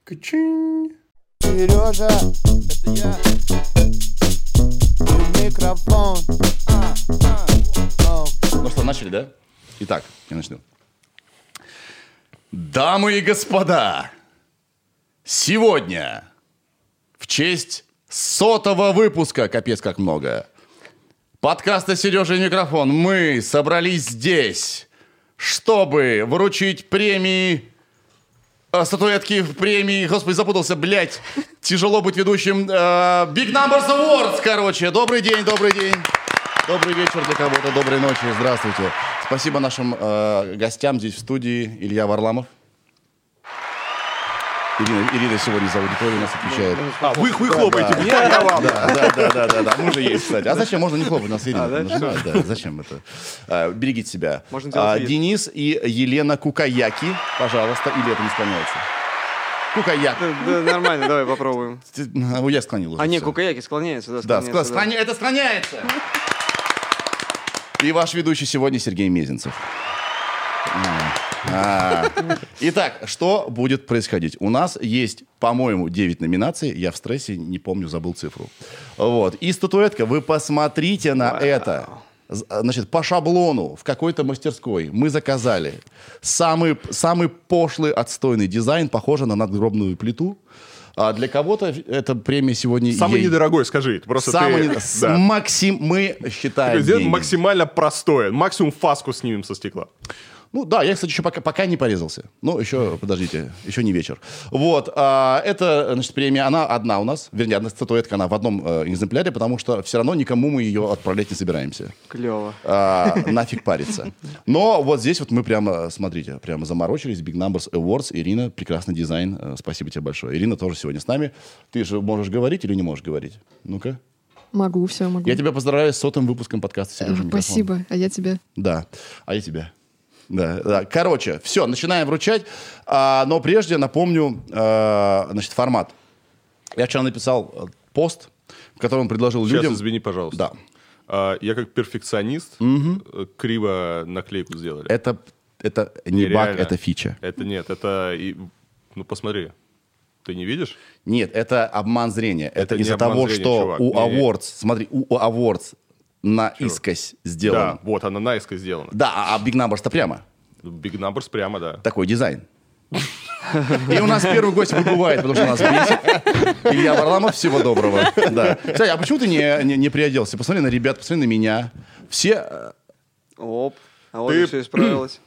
Качинь. Сережа, это я. И микрофон. Ну что, начали, да? Итак, я начну. Дамы и господа, сегодня в честь 100-го выпуска, капец как много, подкаста «Сережа и микрофон» мы собрались здесь, чтобы вручить премии, статуэтки премии, господи, запутался, блядь, тяжело быть ведущим, Big Numbers Awards, короче, добрый день, добрый день. Добрый вечер для кого-то, доброй ночи, здравствуйте. Спасибо нашим гостям здесь в студии. Илья Варламов. Ирина сегодня за аудиторию нас отвечает. Вы хлопаете мне, я вам. Да, мы же есть, кстати. А зачем? Можно не хлопать, нас Ирина нажимает. Да, зачем это? Берегите себя. Денис и Елена Кукаяки, пожалуйста. Или это не склоняется? Кукаяк. Да, нормально, давай попробуем. Я склонил уже. А не, всё. Кукаяки склоняется, да, Да, склоняется. Да. это склоняется. И ваш ведущий сегодня Сергей Мезенцев. Итак, что будет происходить? У нас есть, по-моему, 9 номинаций. Я в стрессе, не помню, забыл цифру. Вот. И статуэтка, вы посмотрите на это. Значит, по шаблону в какой-то мастерской мы заказали самый пошлый, отстойный дизайн, похожий на надгробную плиту. А для кого-то эта премия сегодня... Самый недорогой, скажи. Просто да. Мы считаем деньги. Максимально простое. Максимум фаску снимем со стекла. Ну да, я, кстати, еще пока не порезался. Ну, еще, подождите, еще не вечер. Вот, это, значит, премия, она одна у нас. Вернее, одна статуэтка, она в одном экземпляре, потому что все равно никому мы ее отправлять не собираемся. Клево. Нафиг париться. Но вот здесь вот мы прямо, смотрите, прямо заморочились. Big Numbers Awards. Ирина, прекрасный дизайн. Спасибо тебе большое. Ирина тоже сегодня с нами. Ты же можешь говорить или не можешь говорить? Ну-ка. Могу, все могу. Я тебя поздравляю с 100-м выпуском подкаста «Сережа Микрофон». Спасибо, а я тебя. Да, а я тебя. Да. Короче, все, начинаем вручать. Но прежде напомню, значит, формат. Я вчера написал пост, в котором предложил людям... Сейчас, извини, пожалуйста. Да. Я как перфекционист криво наклейку сделали. Это не баг, Нереально. это фича. Это нет, это... Ну, посмотри. Ты не видишь? Нет, это обман зрения. Это не из-за обман того, зрения, что чувак. у Не. Awards, смотри, у Awards наискось сделано. Да, вот, она наискось сделана. Да, а Big Numbers-то прямо. Big Numbers прямо, да. Такой дизайн. И у нас первый гость выбывает, потому что у нас бесит. Илья Варламов, всего доброго. Да. Кстати, а почему ты не приоделся? Посмотри на ребят, посмотри на меня. Все... Оп. А Ты- вот все исправилось.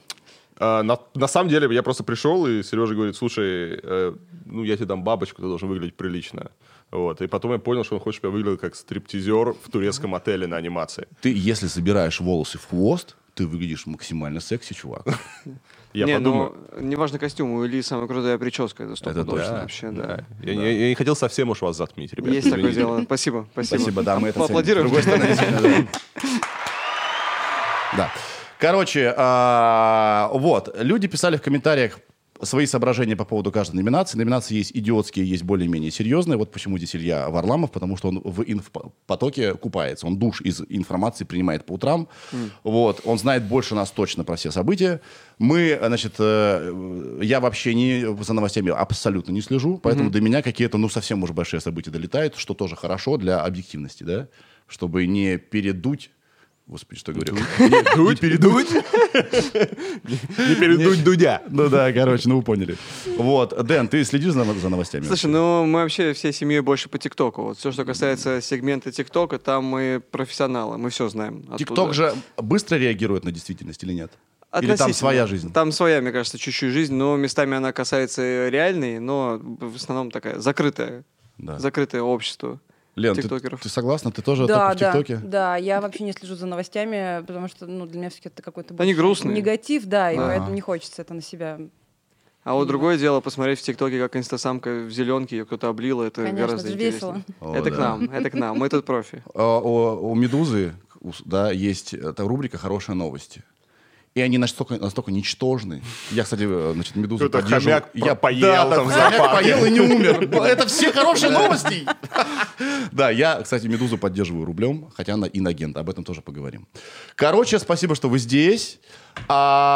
На самом деле, я просто пришел, и Сережа говорит, слушай, ну, я тебе дам бабочку, ты должен выглядеть прилично. Вот. И потом я понял, что он хочет, чтобы я выглядел как стриптизер в турецком отеле на анимации. Ты, если собираешь волосы в хвост, ты выглядишь максимально секси, чувак. Я не, подумал. ну, неважно костюм, у Ильи самая крутая прическа, это 100%. Это точно. Да, вообще, да. Я не хотел совсем уж вас затмить, ребята. Есть такое извините. дело. Спасибо. Спасибо, да, мы это ценим. Поаплодируем. С другой стороны, действительно, да. Да. Короче, вот, люди писали в комментариях свои соображения по поводу каждой номинации. Номинации есть идиотские, есть более-менее серьезные. Вот почему здесь Илья Варламов, потому что он в инфопотоке купается. Он душ из информации принимает по утрам. Вот. Он знает больше нас точно про все события. Мы, значит, я вообще за новостями абсолютно не слежу, поэтому до меня какие-то, ну, совсем уж большие события долетают, что тоже хорошо для объективности, да? Чтобы не передуть. Господи, что говорю? Не передуть? Не передуть Дудя. Ну да, короче, ну вы поняли. Вот, Дэн, ты следишь за новостями? Слушай, ну мы вообще всей семьей больше по ТикТоку. Вот все, что касается сегмента ТикТока, там мы профессионалы, мы все знаем. ТикТок же быстро реагирует на действительность или нет? Или там Относительно. своя жизнь? Там своя, мне кажется, чуть-чуть жизнь, но местами она касается реальной, но в основном такая закрытое общество. Лен, тиктокеров. ты согласна? Ты тоже Да, только в ТикТоке? да, я вообще не слежу за новостями, потому что, ну, для меня все-таки это какой-то Они больше грустные. негатив, да, и Да. поэтому не хочется это на себя. А вот другое дело посмотреть в ТикТоке, как инстасамка в зеленке, ее кто-то облил, это Конечно, гораздо это же интереснее. весело. О, Это да. к нам, мы тут профи. У «Медузы», да, есть эта рубрика «Хорошие новости». И они настолько ничтожны. Я, кстати, значит, «Медузу» Кто-то поддерживаю. хомяк поел там в хомяк зоопарке. поел и не умер. Это все хорошие новости. Да, я, кстати, «Медузу» поддерживаю рублем, хотя она инагент. Об этом тоже поговорим. Короче, спасибо, что вы здесь. Ну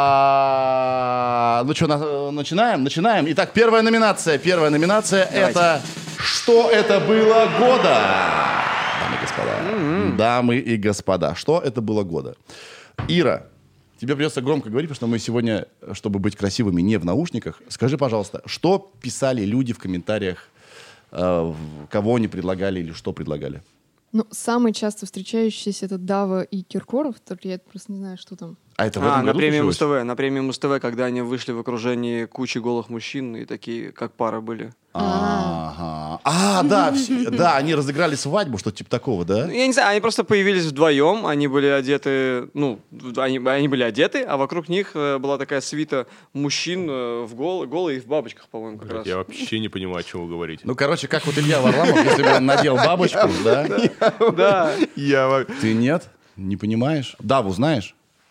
что, начинаем? Начинаем. Итак, первая номинация. Это «Что это было года?» Дамы и господа. Дамы и господа. Что это было года? Ира, тебе придется громко говорить, потому что мы сегодня, чтобы быть красивыми, не в наушниках. Скажи, пожалуйста, что писали люди в комментариях, кого они предлагали или что предлагали? Ну, самые часто встречающиеся это Дава и Киркоров, только я просто не знаю, что там. А это в этом на году премии случилось? Муз-ТВ. На премии Муз-ТВ, когда они вышли в окружении кучи голых мужчин и такие, как пара были. Ага. Да, да, они разыграли свадьбу, что-то типа такого, да? Ну, я не знаю, они просто появились вдвоем, они были одеты, они были одеты, а вокруг них была такая свита мужчин в голые и в бабочках, по-моему, как раз. Я вообще не понимаю, о чем вы говорите. Ну, короче, как вот Илья Варламов, если бы он надел бабочку, да? Да. Ты нет? Не понимаешь? Даву знаешь?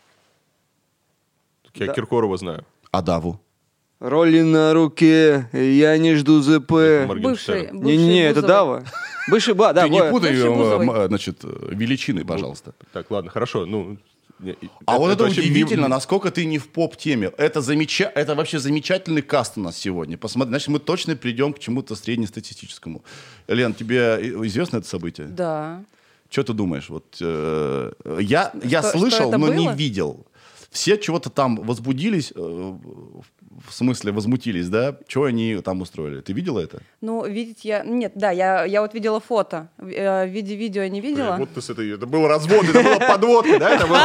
Я Киркорова знаю. А Даву? Роли на руке, я не жду ЗП. Бывший Не, это Бузовой. Дава. Бывший, да, Ты не Бывший путай, Бузовой. значит, величины, пожалуйста. Так, ладно, хорошо. А вот это вообще удивительно, насколько ты не в поп-теме. Это вообще замечательный каст у нас сегодня. Посмотри, значит, мы точно придем к чему-то среднестатистическому. Лен, тебе известно это событие? Да. Что ты думаешь? Вот, я Что слышал, это но не было? видел. Все чего-то там возбудились, в смысле возмутились, да? Что они там устроили? Ты видела это? Ну, видеть я... Нет, да, я вот видела фото. В виде видео я не видела. Вот ты с этой... Это был развод, это была подводка, да? Это было...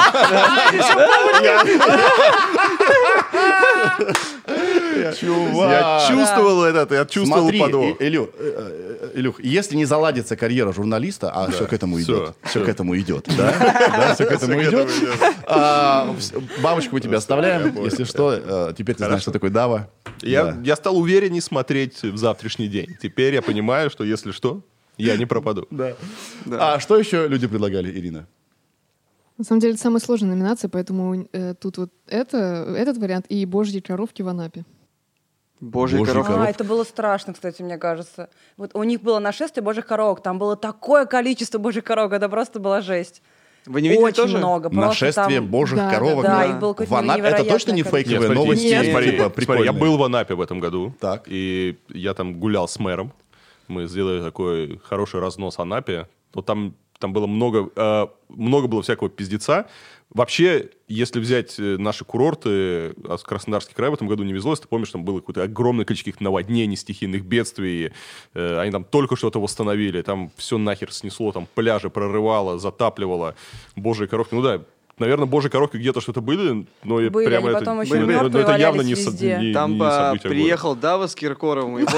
Я чувствовал это, я чувствовал Смотри, подвох. Илюх, если не заладится карьера журналиста, а все к этому всё, идет. Все всё. к этому идет, да? Да, все к этому идет. Бабочку мы тебе оставляем. понял, Если что, теперь ты знаешь, что такое Дава. Да. Я стал увереннее смотреть в завтрашний день. Теперь я понимаю, что если что, я не пропаду. Да. А что еще люди предлагали, Ирина? На самом деле, это самая сложная номинация, поэтому тут вот этот вариант и «Божьи коровки в Анапе». Божий Божий коровка. коровка. Это было страшно, кстати, мне кажется. Вот у них было нашествие божьих коровок, там было такое количество божьих коровок, это просто была жесть. Вы не видели Очень тоже? много. Просто Нашествие там... божьих Да, коровок. Да, Да. их было В какое-то Анапе. Это точно не невероятное фейковые Нет, новости? Нет. смотри, Типа, смотри, я прикольные? был в Анапе в этом году. Так. И я там гулял с мэром. Мы сделали такой хороший разнос Анапе. Но там было много было всякого пиздеца. Вообще, если взять наши курорты, а Краснодарский край в этом году не везло, если ты помнишь, там было какое-то огромное количество каких-то наводнений, стихийных бедствий, они там только что-то восстановили, там все нахер снесло, там пляжи прорывало, затапливало, божьи коровки. Ну да, наверное, божьи коровки где-то что-то были, но и Были, прямо они это, потом еще но мертвые это явно валялись не, везде. не Там событие приехал Дава с Киркоровым и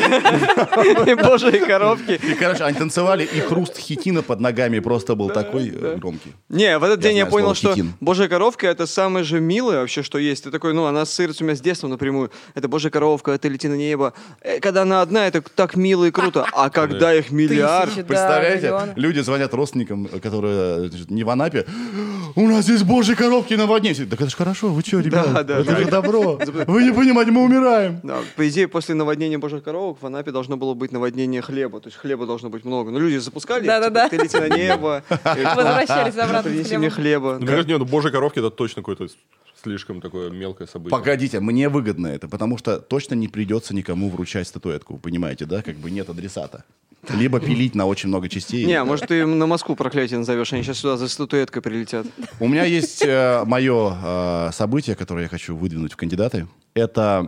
Божьи коровки. И, короче, они танцевали, и хруст хитина под ногами просто был такой громкий. Не, в этот день я знаю понял, слово что «хитин». Божья коровка — это самое же милое вообще, что есть. Ты такой, она ассоциируется у меня с детством напрямую. Это Божья коровка, ты лети на небо. Когда она одна, это так мило и круто. А когда их миллиард... Тысячи, да, Представляете, миллионы. люди звонят родственникам, которые значит, не в Анапе. У нас здесь божьи коровки на воде. Так это же хорошо, вы что, ребят? Да, Это да. же добро. Вы не понимаете, мы умираем. Да, по идее, после наводнения Божьих коровок в Анапе должно было быть наводнение хлеба. То есть хлеба должно быть много. Но люди запускали, Да-да-да. ты лети на небо. Возвращались обратно с Принеси хлебом. мне хлеба. Ну, мне кажется, божьи коровки это точно какое-то слишком такое мелкое событие. Погодите, мне выгодно это, потому что точно не придется никому вручать статуэтку. Вы понимаете, да? Как бы нет адресата. Либо пилить на очень много частей. Не, может, ты на Москву проклятие назовешь, они сейчас сюда за статуэткой прилетят. У меня есть мое событие, которое я хочу выдвинуть в кандидаты. Это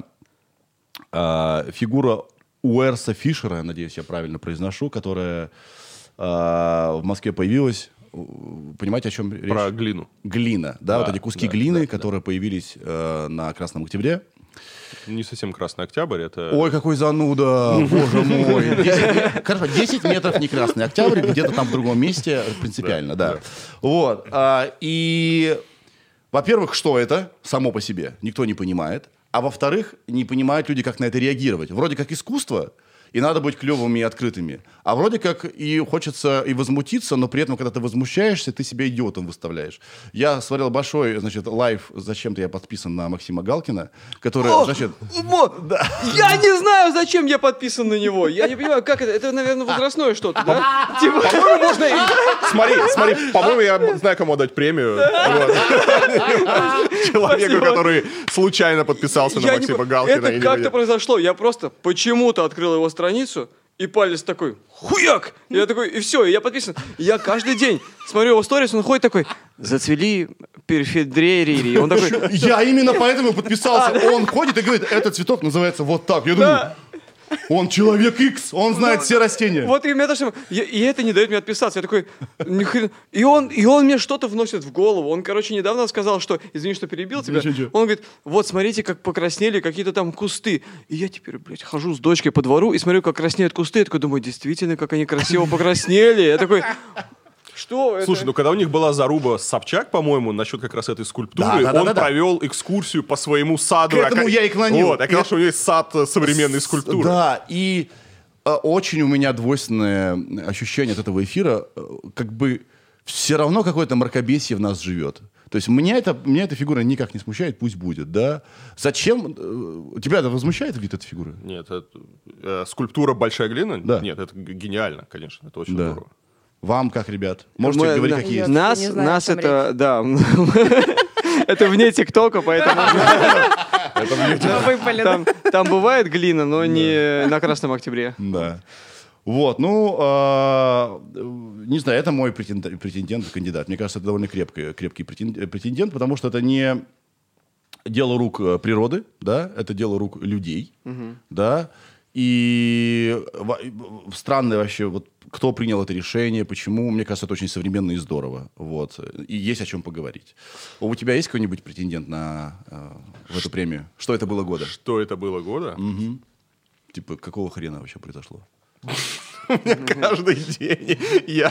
фигура Уэрса Фишера, надеюсь, я правильно произношу, которая в Москве появилась. Понимаете, о чем речь? Про глину. Глина, да, Да, вот эти куски да, глины, да, которые появились на Красном Октябре. Не совсем Красный Октябрь, это... Ой, какой зануда, боже мой. 10 метров не Красный Октябрь, где-то там в другом месте, принципиально, да. Вот. И, во-первых, что это само по себе, никто не понимает. А во-вторых, не понимают люди, как на это реагировать. Вроде как искусство, И надо быть клевыми и открытыми. А вроде как и хочется и возмутиться, но при этом, когда ты возмущаешься, ты себя идиотом выставляешь. Я смотрел большой, значит, лайв, зачем-то я подписан на Максима Галкина, который, значит... Я не знаю, зачем я подписан на него. Я не понимаю, как это. Это, наверное, возрастное что-то, да? Типа, По-моему, можно... Смотри, по-моему, я знаю, кому отдать премию. Вот. Человеку, который случайно подписался на Максима Галкина. Это как-то произошло. Я просто почему-то открыл его страницу, и палец такой, хуяк! Я такой, и все, и я подписан. Я каждый день смотрю его сторис, он ходит такой, зацвели перфидрерии. И он такой... Я именно поэтому подписался. Он ходит и говорит, этот цветок называется вот так. Я думаю, он человек X, он знает все растения. Вот и меня тоже... И это не дает мне отписаться. Я такой... ни хрена. И он мне что-то вносит в голову. Он, короче, недавно сказал, что... Извини, что перебил тебя. Ничего. Он говорит, вот смотрите, как покраснели какие-то там кусты. И я теперь, блядь, хожу с дочкой по двору и смотрю, как краснеют кусты. Я такой думаю, действительно, как они красиво покраснели. Я такой... Что это? Слушай, ну когда у них была заруба Собчак, по-моему, насчет как раз этой скульптуры, Да. он провел экскурсию по своему саду. К этому я и клонил. Вот, оказалось, что у него есть сад современной скульптуры. Да, и очень у меня двойственное ощущение от этого эфира, как бы все равно какое-то мракобесие в нас живет. То есть меня эта фигура никак не смущает, пусть будет, да? Зачем? Тебя это возмущает вид этой фигуры? Нет, это скульптура «Большая глина»? Да. Нет, это гениально, конечно, это очень Да. здорово. Вам как, ребят? Можете Мы- говорить, на- какие есть? Я не знаю, о Нас чем это... Да. Это вне ТикТока, поэтому... Выпалено. Там бывает глина, но не на Красном Октябре. Да. Вот, ну, не знаю, это мой претендент, кандидат. Мне кажется, это довольно крепкий претендент, потому что это не дело рук природы, да, это дело рук людей, да, и странно вообще, вот, кто принял это решение, почему, мне кажется, это очень современно и здорово, вот, и есть о чем поговорить. У тебя есть какой-нибудь претендент в эту премию? Что это было года? Что это было года? Типа, какого хрена вообще произошло? Каждый день я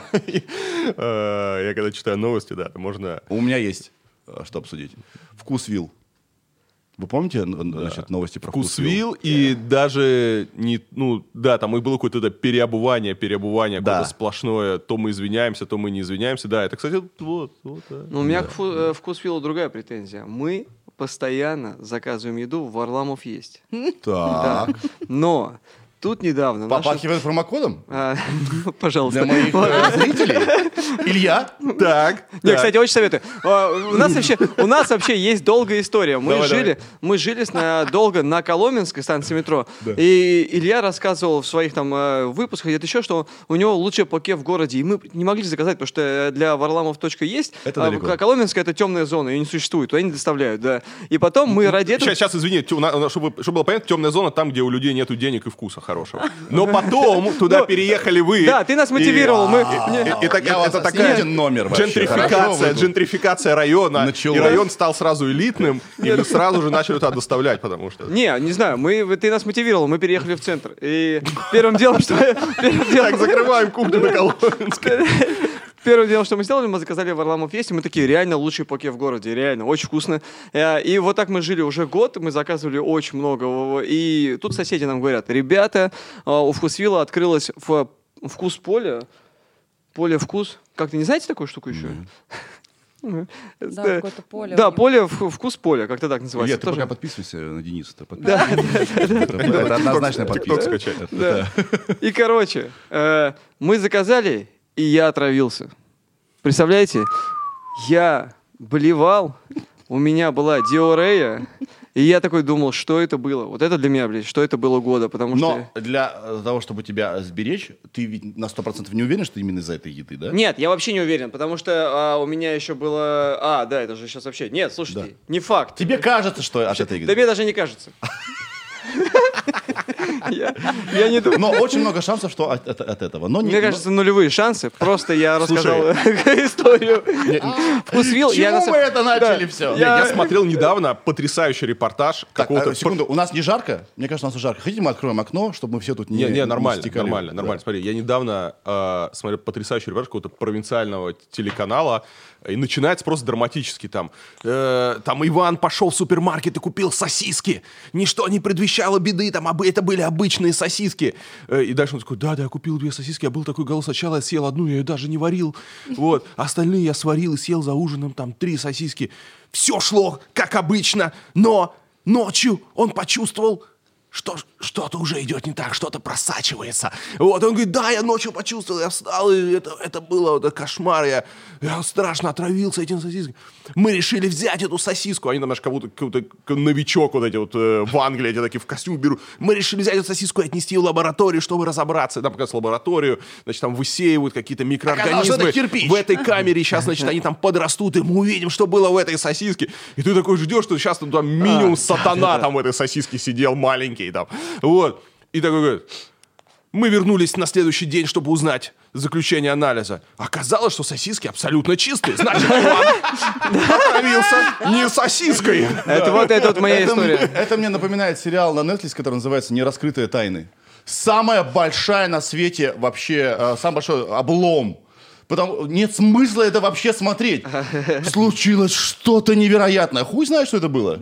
когда читаю новости, да, то можно... У меня есть, что обсудить. Вкусвилл. Вы помните, значит, новости про Вкусвилл? Вкусвилл, и даже не, ну, да, там и было какое-то это переобувание, Да. какое-то сплошное, то мы извиняемся, то мы не извиняемся, да, это, кстати, вот, да. Ну, у меня к Вкусвиллу другая претензия. Мы постоянно заказываем еду в Варламов есть. Так. Но тут недавно... наши- Попахивает промокодом? Пожалуйста. Для моих зрителей? Илья? Так, Не, кстати, очень советую. У нас вообще есть долгая история. Мы жили долго на Коломенской станции метро. И Илья рассказывал в своих там выпусках где-то еще, что у него лучшее поке в городе. И мы не могли заказать, потому что для Варламов есть. Это далеко. Коломенская — это темная зона, ее не существует, туда не доставляют, да. И потом мы ради этого... Сейчас, извини, чтобы было понятно, темная зона там, где у людей нету денег и вкуса хорошего. Но потом туда переехали вы. Да, ты нас мотивировал. Я вас один номер вообще. Хорошо вы тут. Джентрификация района. Началось. И район стал сразу элитным, и мы сразу же начали туда доставлять, потому что... Не знаю, ты нас мотивировал, мы переехали в центр. И первым делом, что... Так, закрываем кухню на Коломенской. Первым делом, что мы сделали, мы заказали Варламов есть, и мы такие, реально лучшие поке в городе, реально, очень вкусно. И вот так мы жили уже год, мы заказывали очень много. И тут соседи нам говорят, ребята, у Вкусвилла открылось вкус поля. Поле вкус. Как, ты не знаете такую штуку еще? Да, какое-то поле. Да, поле, вкус поля, как-то так называется. Илья, ты Тоже- пока подписывайся на Дениса. Да, Это однозначно ТикТок подписка. скачать. да. И, короче, мы заказали, и я отравился. Представляете? Я блевал, у меня была диарея, и я такой думал, что это было. Вот это для меня, блядь, что это было года, потому Но что... для того, чтобы тебя сберечь, ты ведь на 100% не уверен, что именно из-за этой еды, да? Нет, я вообще не уверен, потому что у меня еще было... Да, это же сейчас вообще... Нет, слушайте, Да. не факт. Тебе кажется, что от этой Да еды. мне даже не кажется. Я не думаю. Но очень много шансов, что от этого. Но не- Мне кажется, нулевые шансы. Просто я Слушай. рассказал историю. Вкусвилл. Почему мы это начали все? Я смотрел недавно потрясающий репортаж Так, какого-то... секунду, у нас не жарко? Мне кажется, у нас жарко. Хотите, мы откроем окно, чтобы мы все тут не Не, нормально, стекали? нормально. Да. Смотри, я недавно смотрел потрясающий репортаж какого-то провинциального телеканала, И начинается просто драматически там. Там Иван пошел в супермаркет и купил сосиски. Ничто не предвещало беды, там это были обычные сосиски. И дальше он такой, да, я купил 2 сосиски, я был такой голодный. Сначала я съел одну, я ее даже не варил. Вот. Остальные я сварил и съел за ужином там 3 сосиски. Все шло, как обычно, но ночью он почувствовал, что что-то уже идет не так, что-то просачивается. Вот, он говорит, да, я ночью почувствовал, я встал, и это было кошмар, я страшно отравился этим сосисками. Мы решили взять эту сосиску, они там, знаешь, как будто какой-то новичок вот эти вот в Англии, эти такие в костюм берут. Мы решили взять эту сосиску и отнести в лабораторию, чтобы разобраться. Там показывают лабораторию, значит, там высеивают какие-то микроорганизмы в этой камере, сейчас, значит, они там подрастут, и мы увидим, что было в этой сосиске. И ты такой ждешь, что сейчас там минимум сатана там в этой сосиске сидел маленький там. Вот. И такой говорит, мы вернулись на следующий день, чтобы узнать заключение анализа. Оказалось, что сосиски абсолютно чистые. Значит, Иван отравился не сосиской. Это вот моя история. Это мне напоминает сериал на Netflix, который называется «Нераскрытые тайны». Самая большая на свете вообще, самый большой облом. Потому нет смысла это вообще смотреть. Случилось что-то невероятное. Хуй знает, что это было.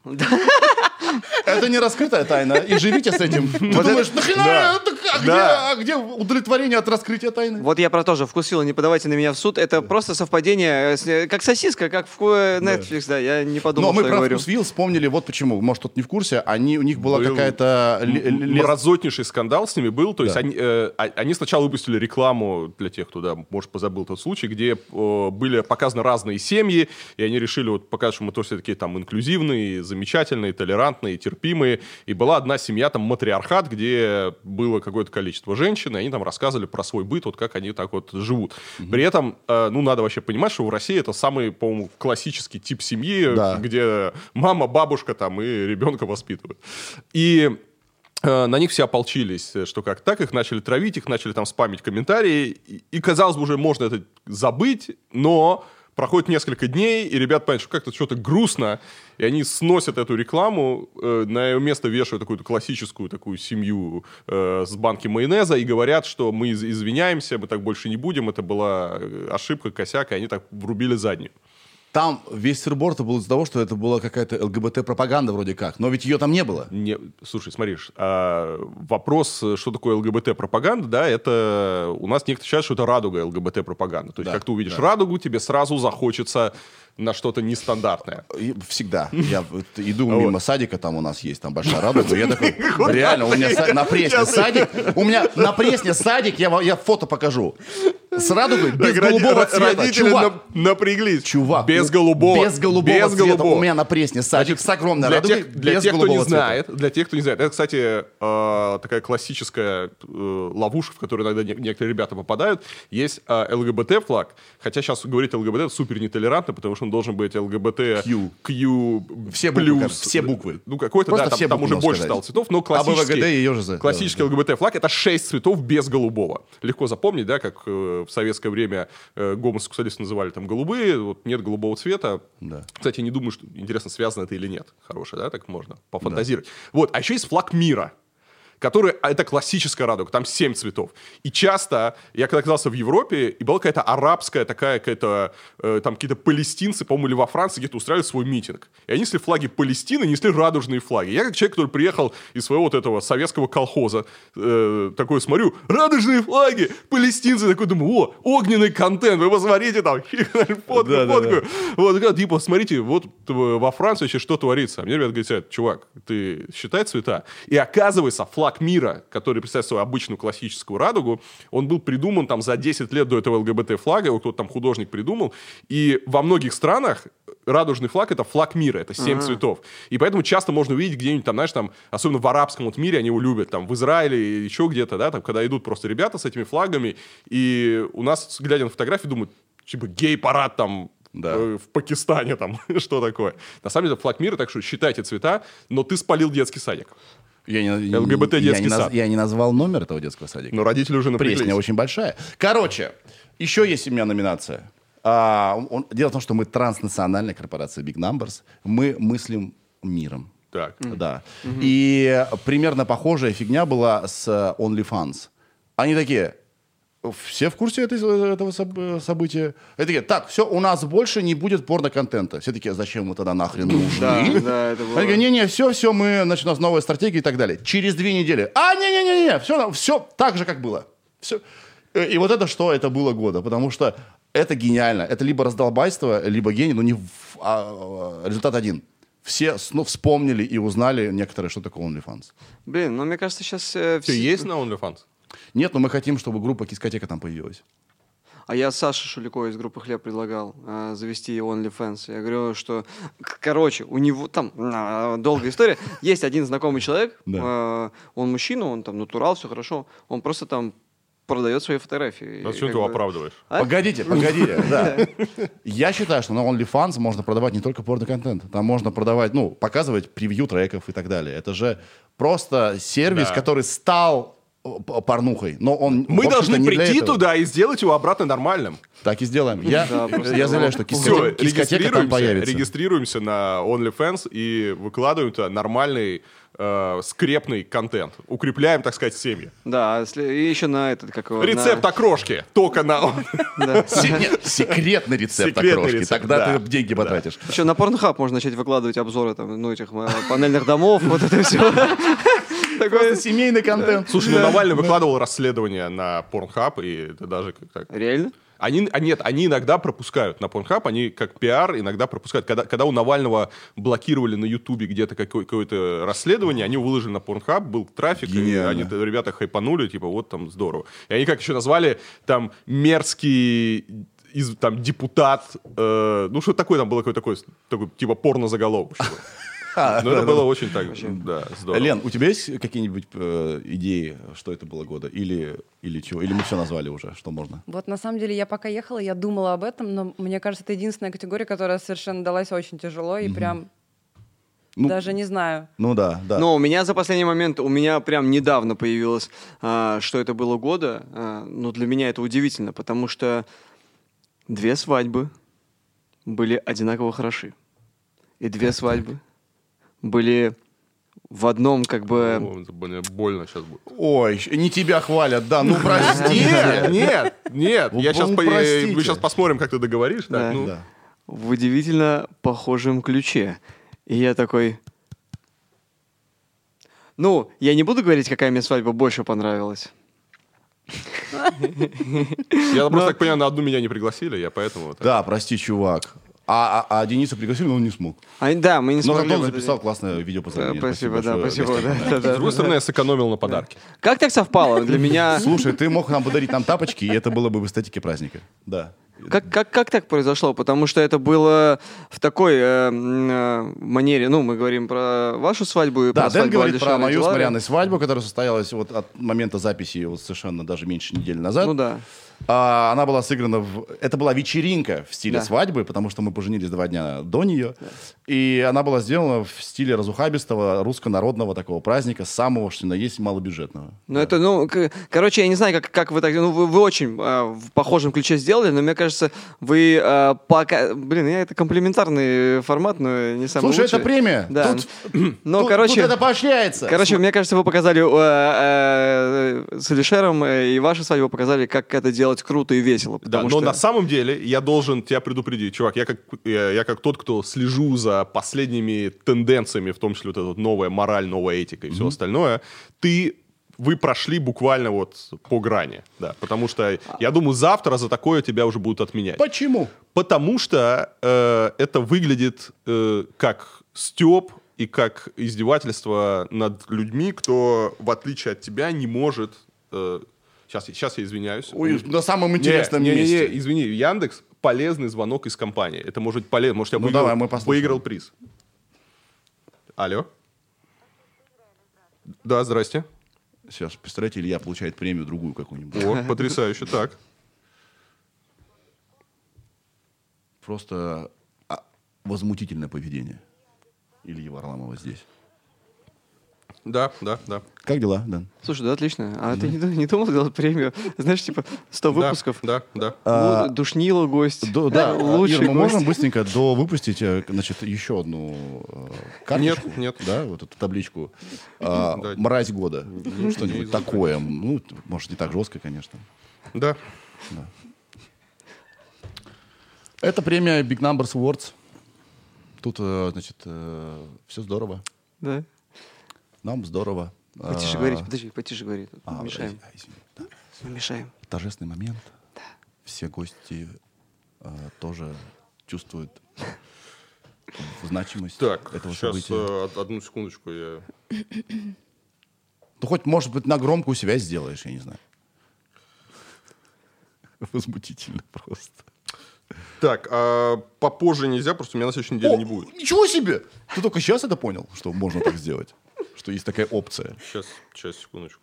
Это не раскрытая тайна. И живите с этим. Ты думаешь, нахрена? Где удовлетворение от раскрытия тайны? Вот я про то же вкусил, не подавайте на меня в суд. Это просто совпадение, как сосиска, как в Netflix, да. Я не подумал, но что я говорю. мы про «Вкусвилл» вспомнили вот почему. Может, кто-то не в курсе. У них была какая-то... Мразотнейший скандал с ними был. То есть они сначала выпустили рекламу, для тех, кто, да, может, позабыл тот случай, где были показаны разные семьи, и они решили вот показать, что мы тоже все такие там инклюзивные, замечательные, толерантные, терпимые. И была одна семья, там матриархат, где было какое-то количество женщин, и они там рассказывали про свой быт, вот как они так вот живут. При этом, надо вообще понимать, что в России это самый, по-моему, классический тип семьи, где мама, бабушка там и ребенка воспитывают. И на них все ополчились, что как так, их начали травить, их начали там спамить комментарии, и казалось бы, уже можно это забыть, но проходит несколько дней, и ребят понимают, что как-то что-то грустно, и они сносят эту рекламу, на ее место вешают какую-то классическую такую семью с банки майонеза и говорят, что мы извиняемся, мы так больше не будем, это была ошибка, косяк, и они так врубили заднюю. Там весь сырбор был из-за того, что это была какая-то ЛГБТ-пропаганда вроде как. Но ведь ее там не было. Слушай, смотришь, вопрос, что такое ЛГБТ-пропаганда, да, это у нас некоторые считают, что это радуга ЛГБТ-пропаганда. То есть, как ты увидишь радугу, тебе сразу захочется на что-то нестандартное. Всегда. Я иду мимо садика, там у нас есть там большая радуга, я такой, реально, у меня на Пресне садик, я фото покажу. С радугой, без голубого цвета. Родители напряглись. Чувак, без голубого цвета. У меня на Пресне садик с огромной радугой, без голубого цвета. Для тех, кто не знает, это, кстати, такая классическая ловушка, в которую иногда некоторые ребята попадают. Есть ЛГБТ-флаг, хотя сейчас говорить ЛГБТ это супер нетолерантно, потому что он должен быть ЛГБТ, Q+. Все буквы. Ну, какой-то, просто да, там уже больше стало цветов, но классический ЛГБТ-флаг это 6 цветов без голубого. Легко запомнить, да, как в советское время гомосексуалисты называли там голубые, вот нет голубого цвета. Да. Кстати, я не думаю, что, интересно, связано это или нет. Хорошее, да, так можно пофантазировать. Да. Вот, а еще есть флаг мира, который, это классическая радуга, там 7 цветов. И часто, я когда оказался в Европе, и была какая-то арабская такая, какая-то, там какие-то палестинцы, по-моему, или во Франции где-то устраивали свой митинг. И они несли флаги Палестины, несли радужные флаги. Я как человек, который приехал из своего вот этого советского колхоза, такой смотрю, радужные флаги, палестинцы, такой думаю, огненный контент, вы посмотрите там, фотку. Вот, типа, смотрите, вот во Франции вообще что творится. А мне ребята говорят, чувак, ты считай цвета. И оказывается, флаг мира, который представляет свою обычную классическую радугу, он был придуман там за 10 лет до этого ЛГБТ-флага, его кто-то там художник придумал, и во многих странах радужный флаг — это флаг мира, это 7 цветов. И поэтому часто можно увидеть где-нибудь там, знаешь, там, особенно в арабском вот мире, они его любят, там, в Израиле и еще где-то, да, там, когда идут просто ребята с этими флагами, и у нас, глядя на фотографии, думают, типа, гей-парад там, в Пакистане там, что такое. На самом деле, флаг мира, так что считайте цвета, но ты спалил детский садик. ЛГБТ детский сад. Я не назвал номер этого детского садика. Но родители уже напряглись. Пресня очень большая. Короче, еще есть у меня номинация. Дело в том, что мы транснациональная корпорация Big Numbers. Мы мыслим миром. Так. Да. И примерно похожая фигня была с OnlyFans. Они такие, Все в курсе этого события. И такие, так, все, у нас больше не будет порно-контента. Все такие, зачем мы тогда нахрен нужны? Да, это было. Они говорят, не-не, все, мы, значит, у нас новая стратегия и так далее. Через 2 недели, не-не-не, все так же, как было. Все. И вот это что? Это было года, потому что это гениально. Это либо раздолбайство, либо гений, но результат один. Все вспомнили и узнали некоторые, что такое OnlyFans. Блин, ну мне кажется, сейчас... Все есть на OnlyFans? Нет, но мы хотим, чтобы группа «Кискотека» там появилась. А я Саше Шуликовой из группы «Хлеб» предлагал завести OnlyFans. Я говорю, что... Короче, у него там долгая история. Есть один знакомый человек, Да. он мужчина, он там натурал, все хорошо. Он просто там продает свои фотографии. А И зачем как ты его бы- оправдываешь? А? Погодите, да. Я считаю, что на OnlyFans можно продавать не только порно-контент. Там можно продавать, показывать превью треков и так далее. Это же просто сервис, Да. который стал порнухой. Но он, Мы в общем-то, должны не для прийти этого. туда и сделать его обратно нормальным. Так и сделаем. Я заявляю, что Все, «Кискотека» там появится. регистрируемся на OnlyFans и выкладываем туда нормальный скрепный контент. Укрепляем, так сказать, семьи. Да, и еще на этот, как его... Рецепт окрошки только на... Да. Секретный рецепт Секретный окрошки. рецепт, Тогда да. ты деньги потратишь. Еще на Pornhub можно начать выкладывать обзоры там, этих панельных домов, вот это все. Просто семейный контент. Слушай, Навальный выкладывал расследование на Pornhub, и это даже как... Реально? Они иногда пропускают на Pornhub, они как пиар иногда пропускают. Когда у Навального блокировали на Ютубе где-то какое-то расследование, они выложили на Pornhub, был трафик, Гениально. и они, ребята, хайпанули, типа, вот там здорово. И они как еще назвали, там, мерзкий депутат, что такое там было, такой типа порно-заголовок. Ну, это было очень так, да, здорово. Лен, у тебя есть какие-нибудь идеи, что это было года? Или чего? Или мы все назвали уже, что можно? Вот на самом деле я пока ехала, я думала об этом, но мне кажется, это единственная категория, которая совершенно далась очень тяжело и прям даже не знаю. Ну да. Но у меня за последний момент, у меня прям недавно появилось, что это было года. Но для меня это удивительно, потому что 2 свадьбы были одинаково хороши. И 2 свадьбы были в одном как бы... Больно сейчас будет. Ой, не тебя хвалят, да, ну прости. Нет. Ну, простите. Мы сейчас посмотрим, как ты договоришь. Да. Так, ну, Да. в удивительно похожем ключе. И я такой... я не буду говорить, какая мне свадьба больше понравилась. Я просто так понимаю, на одну меня не пригласили, я поэтому... вот так. Да, прости, чувак. А Дениса пригласили, но он не смог. Да, мы не Но смогли. зато он записал классное видео поздравления. Спасибо, да, большое. спасибо. С другой стороны, я сэкономил на подарки. Как так совпало? Для меня... Слушай, ты мог нам подарить нам тапочки, и это было бы в эстетике праздника. Да. Как так произошло? Потому что это было в такой манере, мы говорим про вашу свадьбу и Да, про Дэн свадьбу говорит про Алишера и мою с Дилары. Марианной свадьбу, которая состоялась вот от момента записи вот совершенно даже меньше недели назад. Ну да. Она была сыграна Это была вечеринка в стиле Да. свадьбы, потому что мы поженились 2 дня до нее. И она была сделана в стиле разухабистого русско-народного такого праздника, самого, что ни на есть, малобюджетного. Короче, я не знаю, как вы так... вы очень в похожем ключе сделали, но мне кажется, вы пока... это комплиментарный формат, но не самый Слушай, лучший. это премия. Да. Тут короче... это поощряется. Короче, мне кажется, вы показали с Алишером, и вашу свадьбу показали, как это делать круто и весело. Да, потому но что... на самом деле я должен тебя предупредить, чувак, я как тот, кто слежу за последними тенденциями, в том числе вот эта вот новая мораль, новая этика и все остальное, вы прошли буквально вот по грани, да, потому что я думаю, завтра за такое тебя уже будут отменять. Почему? Потому что это выглядит как стёб и как издевательство над людьми, кто, в отличие от тебя, не может... Сейчас я извиняюсь. Ой, на самом интересном месте. Извини, Яндекс полезный звонок из компании. Это может быть полезно. Может, я давай, мы послушаем. выиграл приз. Алло. Да, здрасте. Сейчас, представляете, Илья получает премию другую какую-нибудь. О, потрясающе, так. Просто возмутительное поведение Ильи Варламова здесь. Да. Как дела, Дэн? Слушай, да, отлично. А ты не думал сделать премию? Знаешь, 100 выпусков? Да. Душнило гость. Да, лучший Ир, мы гость. можем быстренько выпустить, еще одну карточку? Нет. Да, вот эту табличку. Да. Мразь года. Не Что-нибудь из-за такое. Может, не так жестко, конечно. Да. Это премия Big Numbers Awards. Тут, значит, все здорово. Да? Нам здорово. Потише говорить, подожди, потише говори. Тут мы мешаем. Извини. Да. Мы мешаем. Торжественный момент. Все гости тоже чувствуют значимость Так, этого сейчас события. одну секундочку. Ну, хоть, может быть, на громкую связь сделаешь, я не знаю. Возмутительно просто. Так, а попозже нельзя, просто у меня на следующей неделе не будет. Ничего себе! Ты только сейчас это понял, что можно так сделать? Что есть такая опция. Сейчас, секундочку.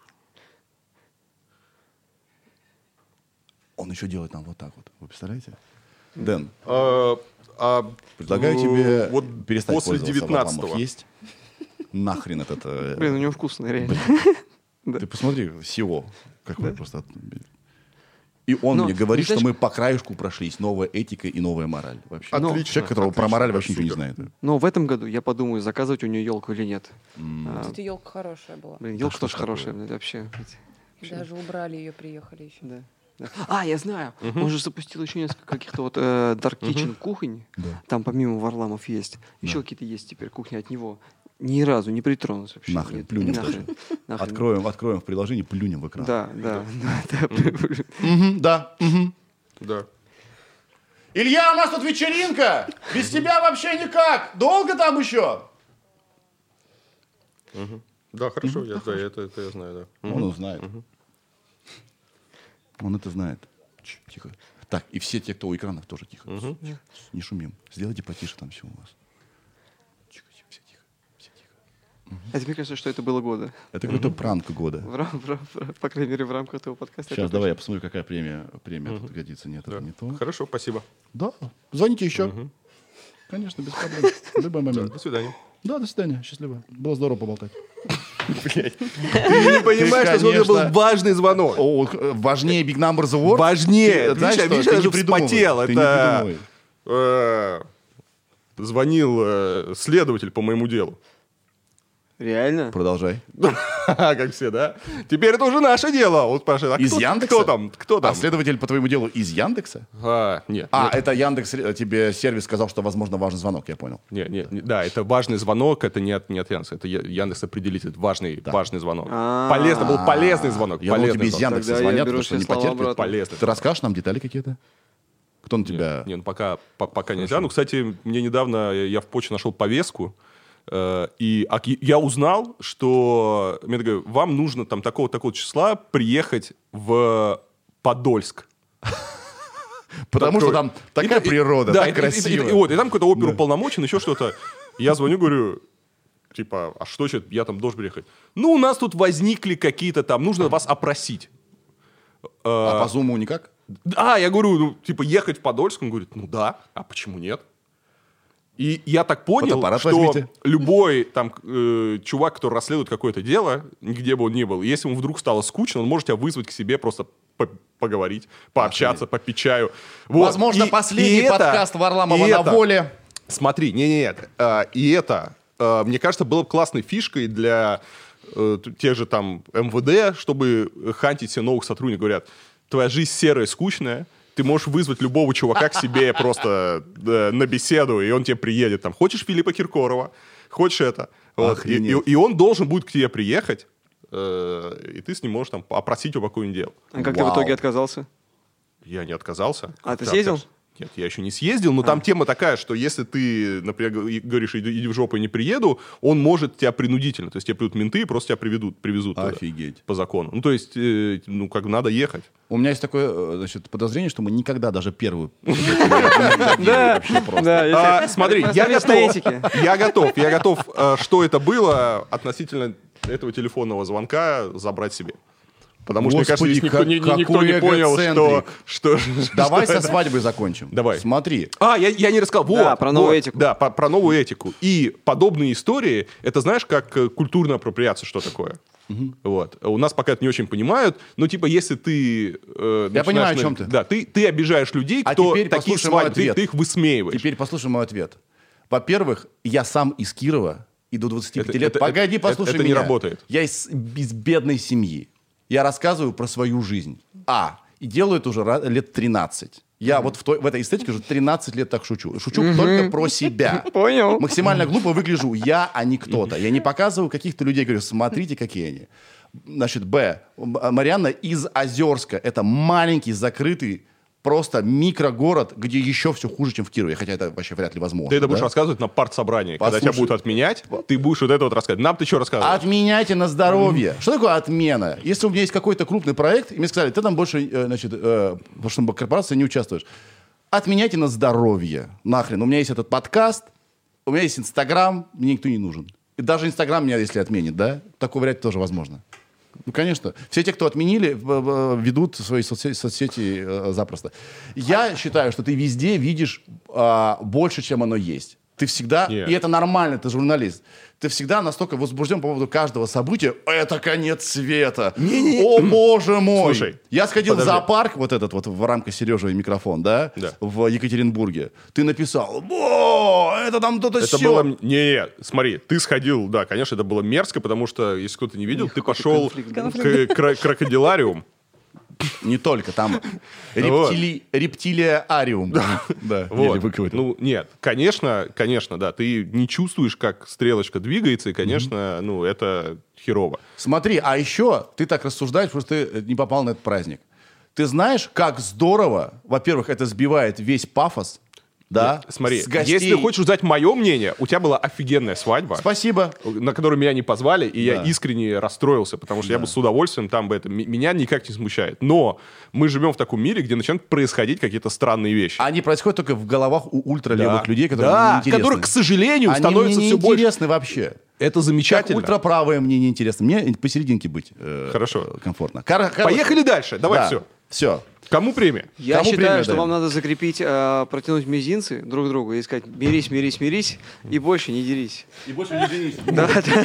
Он еще делает нам вот так вот. Вы представляете? Дэн, предлагаю предлагаю тебе вот перестать после пользоваться 19-го. Варламов есть. Нахрен это... Блин, у него вкусно, реально. Ты посмотри, всего. Какой просто... И он Но, мне говорит, знаешь, что мы по краешку прошлись. Новая этика и новая мораль. Вообще. Отлично, Человек, которого про отлично, мораль да, вообще ничего не супер. знает. Но в этом году я подумаю, заказывать у нее елку или нет. Кстати, елка хорошая была. Блин, Да елка что тоже ж хорошая, блин, вообще. Даже убрали ее, приехали еще. Да. А, я знаю. Он же запустил еще несколько каких-то вот Dark Kitchen кухонь. Да. Там помимо Варламов есть. Еще какие-то есть теперь кухни от него. Ни разу не притронулся вообще. Нахрен, Нет, плюнем нахрен. даже. Нахрен. Откроем в приложении, плюнем в экран. Да. Да. Да. Илья, у нас тут вечеринка! Без тебя вообще никак! Долго там еще? Да, хорошо, это я знаю, да. Он узнает. Он это знает. Тихо. Так, и все те, кто у экранов, тоже тихо. Не шумим. Сделайте потише там все у вас. Тихо, все тихо. А тебе кажется, что это было года? Это какой-то пранк года. По крайней мере, в рамках этого подкаста. Сейчас это давай я посмотрю, какая премия тут годится. Нет, это не то. Хорошо, спасибо. Да, звоните еще. Конечно, без проблем. В любой момент. До свидания. Да, до свидания. Счастливо. Было здорово поболтать. Ты не понимаешь, что это был конечно. важный звонок. Важнее Big Numbers Award? Важнее. Знаешь что? Видишь, Ты я не даже придумывай. вспотел. Ты не Это придумывай. звонил следователь по моему делу. Реально? Продолжай. Как все, да? Теперь это уже наше дело. Вот спрашивает, Из Яндекса? Кто там? А следователь по твоему делу из Яндекса? Нет. Это Яндекс тебе сервис сказал, что, возможно, важный звонок, я понял. Да, это важный звонок, это не от Яндекса, это Яндекс определитель, важный звонок. Полезный, был полезный звонок. Я думал, полезный тебе из звонок. Яндекса Тогда я звонят, беру потому что все не слова потерпят. обратно. Полезный. Ты расскажешь нам детали какие-то? Кто на тебя... Не, пока нельзя. Ну, кстати, мне недавно, я в почте нашел повестку, и я узнал, что мне говорят, вам нужно там такого-такого числа приехать в Подольск. Потому что там такая природа, так красиво. И там какой-то оперуполномочен, еще что-то. Я звоню, говорю, типа, а что я там должен приехать? Ну, у нас тут возникли какие-то там, нужно вас опросить. А по зуму никак? Да, я говорю, ехать в Подольск? Он говорит, ну да, а почему нет? И я так понял, Фотоаппарат что возьмите. любой там чувак, который расследует какое-то дело, где бы он ни был, если ему вдруг стало скучно, он может тебя вызвать к себе просто поговорить, пообщаться, попить чаю. Вот. Возможно, последний подкаст Варламова на воле. Смотри, нет. И это, мне кажется, было бы классной фишкой для тех же там МВД, чтобы хантить себе новых сотрудников. Говорят, твоя жизнь серая, скучная, ты можешь вызвать любого чувака к себе просто на беседу, и он тебе приедет. Там, хочешь Филиппа Киркорова, хочешь это. Вот. И он должен будет к тебе приехать, и ты с ним можешь там опросить его какое-нибудь дело. А как ты в итоге отказался? Я не отказался. А ты съездил? Нет, я еще не съездил, но там тема такая, что если ты, например, говоришь, иди в жопу, я не приеду, он может тебя принудительно, то есть тебе придут менты и просто тебя привезут туда, Офигеть. по закону. Ну, то есть, надо ехать. У меня есть такое, значит, подозрение, что мы никогда даже первую... Да, Смотри, Мы я остались на этике. готов, что это было относительно этого телефонного звонка забрать себе. Потому что, мне кажется, здесь никто не понял, что... Давай со свадьбой закончим. Давай. Смотри. Я не рассказал. Да, про новую этику. Да, про новую этику. И подобные истории, это знаешь, как культурная апроприация, что такое? Вот. У нас пока это не очень понимают, но типа если ты... Я понимаю, о чем ты. Да, ты обижаешь людей, А кто теперь такие послушай мой свадьбы, ответ. ты их высмеиваешь. Теперь послушай мой ответ. Во-первых, я сам из Кирова и до 25 лет... Погоди, послушай это меня. не работает. Я из бедной семьи. Я рассказываю про свою жизнь. И делаю это уже лет 13. Я вот в этой эстетике уже 13 лет так шучу. Шучу только про себя. Понял. Максимально глупо выгляжу я, а не кто-то. Я не показываю каких-то людей, говорю, смотрите, какие они. Значит, Марианна из Озерска. Это маленький, закрытый, просто микрогород, где еще все хуже, чем в Кирове. Хотя это вообще вряд ли возможно. Ты это будешь да? рассказывать на партсобрании. Когда Послушай. тебя будут отменять, ты будешь вот это вот рассказывать. Нам ты что рассказываешь? Отменяйте на здоровье. Что такое отмена? Если у меня есть какой-то крупный проект, и мне сказали, ты там больше, значит, потому что корпорация не участвуешь. Отменяйте на здоровье. Нахрен. У меня есть этот подкаст, у меня есть Инстаграм, мне никто не нужен. И даже Инстаграм меня, если отменит, да, такой вариант тоже возможно. Ну, конечно. Все те, кто отменили, ведут свои соцсети запросто. Я считаю, что ты везде видишь больше, чем оно есть. Ты всегда, и это нормально, ты журналист, ты всегда настолько возбужден по поводу каждого события. Это конец света. О, боже мой. Слушай, я сходил подожди. в зоопарк, вот этот вот в рамках Сережи и микрофон, да, в Екатеринбурге. Ты написал, о, это там кто-то Это сел. было... Не, смотри, ты сходил, да, конечно, это было мерзко, потому что, если кто-то не видел, ты пошел к крокодилариум. Не только, там рептилия-ариум. Да, Вот. еле выговорил. Ну, нет, конечно, да, ты не чувствуешь, как стрелочка двигается, и, конечно, ну, это херово. Смотри, а еще ты так рассуждаешь, потому что ты не попал на этот праздник. Ты знаешь, как здорово, во-первых, это сбивает весь пафос, да? Смотри, с гостей. если ты хочешь узнать мое мнение, у тебя была офигенная свадьба, Спасибо. на которую меня не позвали, и Да. я искренне расстроился, потому что я бы с удовольствием там бы это... Меня никак не смущает. Но мы живем в таком мире, где начинают происходить какие-то странные вещи. Они происходят только в головах у ультралевых Да. людей, которые мне Да, неинтересны. которые, к сожалению, Они становятся мне все больше. неинтересны вообще. Это Как замечательно. ультраправые мне неинтересно. Мне посерединке быть Хорошо. комфортно. Поехали дальше. Давай, все. Все. Кому премия? Я Кому считаю, премию что даем? вам надо закрепить, протянуть мизинцы друг к другу и сказать мирись, мирись, мирись, и больше не дерись. И больше не женись. Да.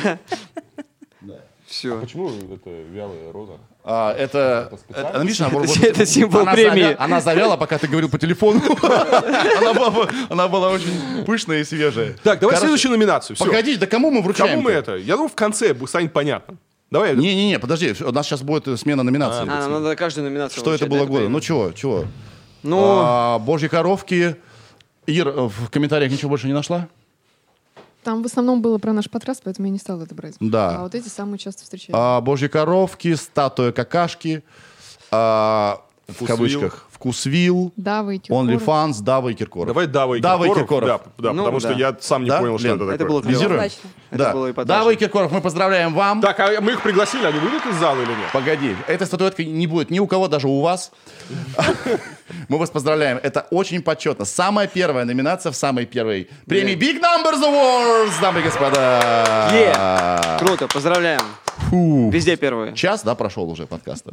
Все. Почему это вялая роза? Это видишь, Это символ премии. Она завяла, пока ты говорил по телефону. Она была очень пышная и свежая. Так, давай Короче, следующую номинацию. Всё. Погодите, да кому мы вручаем? Кому мы это? Я думаю, в конце станет понятно. Давай. Не-не-не, подожди, у нас сейчас будет смена номинаций. Нам надо каждую номинацию. Что это вручать, было да, года? правильно. Ну чего? Ну, Божьи коровки. Ир, в комментариях ничего больше не нашла? Там в основном было про наш подкаст, поэтому я не стала это брать. Да. А вот эти самые часто встречаются. Божьи коровки, статуя какашки, в кавычках, вкусвилл, Дава и Киркоров. OnlyFans, Дава и Киркоров. Давай Дава и Дава и Киркоров. Киркоров. Да, Ну, потому да. что я сам не Да? понял, что Лен, это такое. это было клево. Визируем? Однозначно. Это Да. было и подальше. Дава и Киркоров, мы поздравляем вам. Так, а мы их пригласили, они выйдут из зала или нет? Погоди, эта статуэтка не будет ни у кого, даже у вас. Мы вас поздравляем. Это очень почетно. Самая первая номинация в самой первой премии Big Numbers Awards, дамы и господа. Круто, поздравляем. Фу. Везде первые. Час, да, прошел уже подкаста?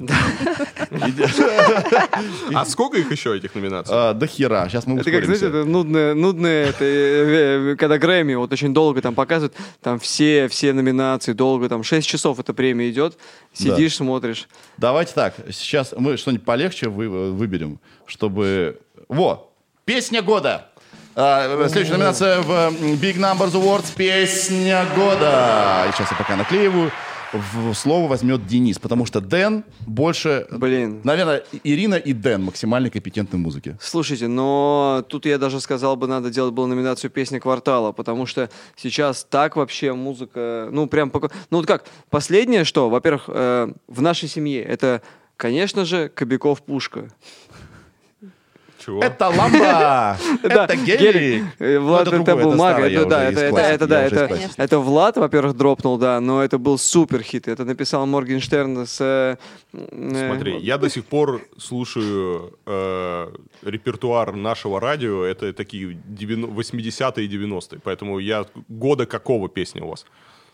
А сколько их еще, этих номинаций? До хера. Сейчас мы Это как, знаете, ускоримся. это нудное, это, когда Грэмми вот очень долго там показывают, там все номинации долго, там 6 часов эта премия идет, сидишь, смотришь. Давайте так. Сейчас мы что-нибудь полегче выберем, чтобы... Песня года. Следующая номинация в Big Numbers Awards. Песня года. И сейчас я пока наклеиваю. Слово возьмет Денис, потому что Дэн больше... Блин. Наверное, Ирина и Дэн максимально компетентны в музыке. Слушайте, но тут я даже сказал бы, надо делать было номинацию «Песня квартала», потому что сейчас так вообще музыка, ну прям... Ну вот как, последнее что, во-первых, в нашей семье, это, конечно же, Кобяков-Пушка. Чего? Это ламба! Это гелик! Влад, Ну, это это другое, это бумага, старое, я это да, уже из классики, я уже из классики. это Влад, во-первых, дропнул, да, но это был супер хит. Это написал Моргенштерн с... Смотри, я до сих пор слушаю репертуар нашего радио, это такие 80-е и 90-е, поэтому года какого песня у вас?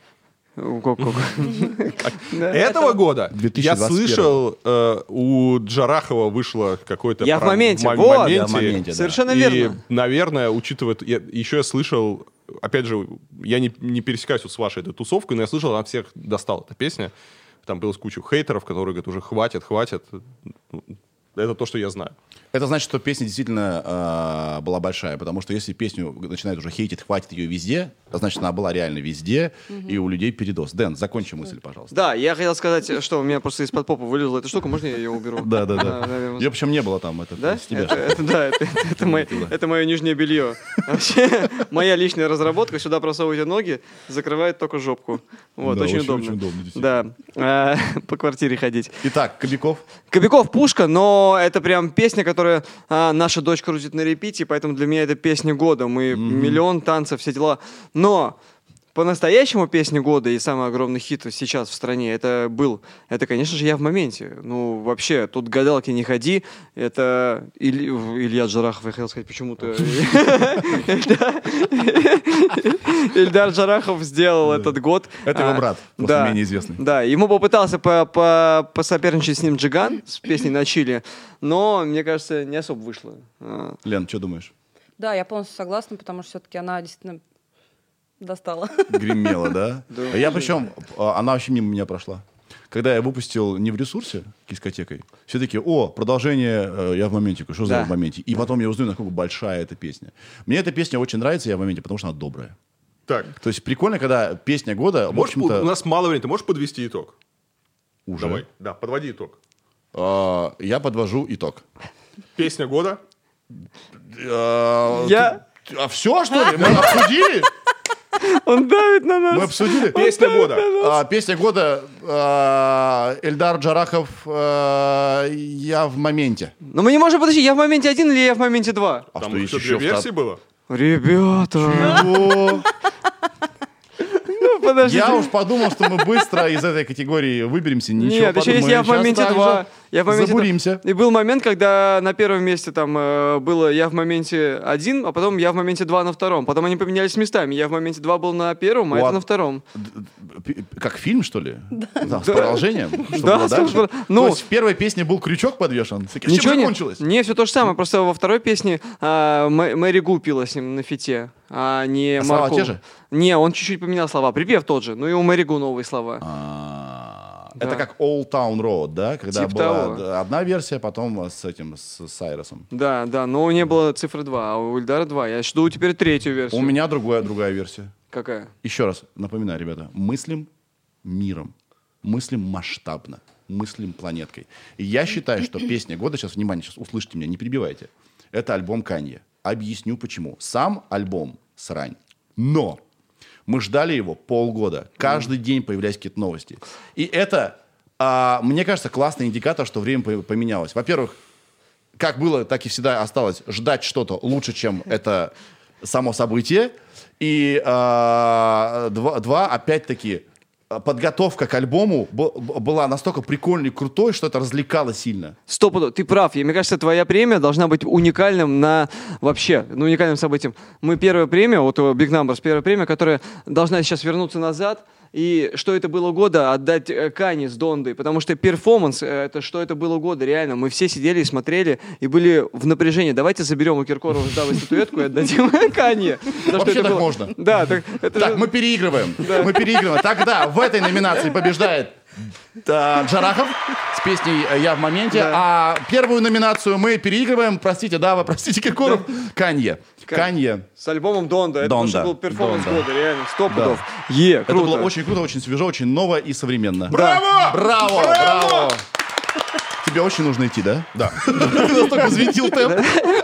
Этого года я 2021. слышал, у Джарахова вышло какое-то... Я в про- моменте, в вот. Я в моменте, да. Совершенно И, верно. наверное, учитывая... Еще я слышал... Опять же, я не пересекаюсь вот с вашей этой тусовкой, но я слышал, она всех достала, эта песня. Там было кучу хейтеров, которые говорят, уже хватит. Это то, что я знаю. Это значит, что песня действительно была большая, потому что если песню начинают уже хейтить, хватит ее везде, значит, она была реально везде, и у людей передоз. Дэн, закончи мысль, пожалуйста. Да, я хотел сказать, что у меня просто из-под попы вылезла эта штука, можно я ее уберу? Да. наверное. Ее причем не было там, это Да? с тебя. Это мое нижнее белье. Вообще, моя личная разработка, сюда просовываете ноги, закрывает только жопку. Вот, Да, очень очень удобно. удобно, действительно. Да, по квартире ходить. Итак, Кобяков. Кобяков пушка, но это прям песня, которую наша дочь крутит на репите, поэтому для меня это песня года. Мы миллион танцев, все дела. Но по-настоящему песня года и самый огромный хит сейчас в стране, это, конечно же, «Я в моменте». Ну, вообще, тут гадалки не ходи. Это Илья Джарахов, я хотел сказать почему-то. Ильдар Джарахов сделал этот год. Это его брат, просто менее известный. Да, ему попытался посоперничать с ним Джиган с песней «На чили», но, мне кажется, не особо вышло. Лен, что думаешь? Да, я полностью согласна, потому что все-таки она действительно достала. Гремела, да? Да. Я причем, она вообще мимо меня прошла. Когда я выпустил не в ресурсе дискотекой, все таки продолжение «Я в моменте». Что за «Я в моменте»? И потом я узнаю, насколько большая эта песня. Мне эта песня очень нравится «Я в моменте», потому что она добрая. Так. То есть прикольно, когда песня года... У нас мало времени. Ты можешь подвести итог? Уже. Давай. Да, подводи итог. Я подвожу итог. Песня года? А все, что ли? Мы обсудили? Он давит на нас. Мы обсудили? Песня года. Песня года Эльдар Джарахов «Я в моменте». Но мы не можем подожди, «Я в моменте 1» или «Я в моменте 2»? А Там что есть еще еще две версии было? Ребята. Чего? Подожди. Я уж подумал, что мы быстро из этой категории выберемся. Ничего Нет, еще есть подобного. «Я в Сейчас моменте так 2». же Я в моменте забуримся. И был момент, когда на первом месте там было «Я в моменте 1», а потом «Я в моменте 2» на втором. Потом они поменялись местами. «Я в моменте 2» был на первом, а это на втором. Как фильм, что ли? Да. С продолжением? Что Да, было с дальше? продолжением. То есть в первой песне был крючок подвешен? С чем Ничего закончилось? Не, все то же самое. Просто во второй песне Мэри Гу пила с ним на фите, а не слова Маркул. те же? Не, он чуть-чуть поменял слова. Припев тот же. Ну и у Мэри Гу новые слова. Да. Это как Old Town Road, да? Когда Типа была того. одна версия, потом с Сайросом. Да, но не было цифры 2, а у Ильдара 2. Я жду теперь третью версию. У меня другая версия. Какая? Еще раз напоминаю, ребята, мыслим миром, мыслим масштабно, мыслим планеткой. И я считаю, что песня года, сейчас, внимание, сейчас услышите меня, не перебивайте, это альбом Канье. Объясню почему. Сам альбом срань, но мы ждали его полгода. Каждый день появлялись какие-то новости. И это, мне кажется, классный индикатор, что время поменялось. Во-первых, как было, так и всегда осталось ждать что-то лучше, чем это само событие. И опять-таки, подготовка к альбому была настолько прикольной и крутой, что это развлекало сильно. Стопудово, ты прав. Мне кажется, твоя премия должна быть уникальным уникальным событием. Мы первая премия, вот у Big Numbers, первая премия, которая должна сейчас вернуться назад, и что это было года отдать Кане с Дондой, потому что перформанс, это что это было года, реально. Мы все сидели и смотрели, и были в напряжении. Давайте заберем у Киркорова статуэтку и отдадим Кане. Вообще так можно. Да, Так, мы переигрываем. Мы переигрываем. Тогда в этой номинации побеждает Джарахов с песней «Я в моменте». Да. А первую номинацию мы переигрываем, простите, Киркоров, Канье. Канье. с альбомом Донда. Это Донда. уже был перформанс Донда. года, реально, 100 пудов. Это Круто. было очень круто, очень свежо, очень ново и современно. Браво! Браво! Тебе очень нужно идти, да? Да. Ты настолько взвинтил темп.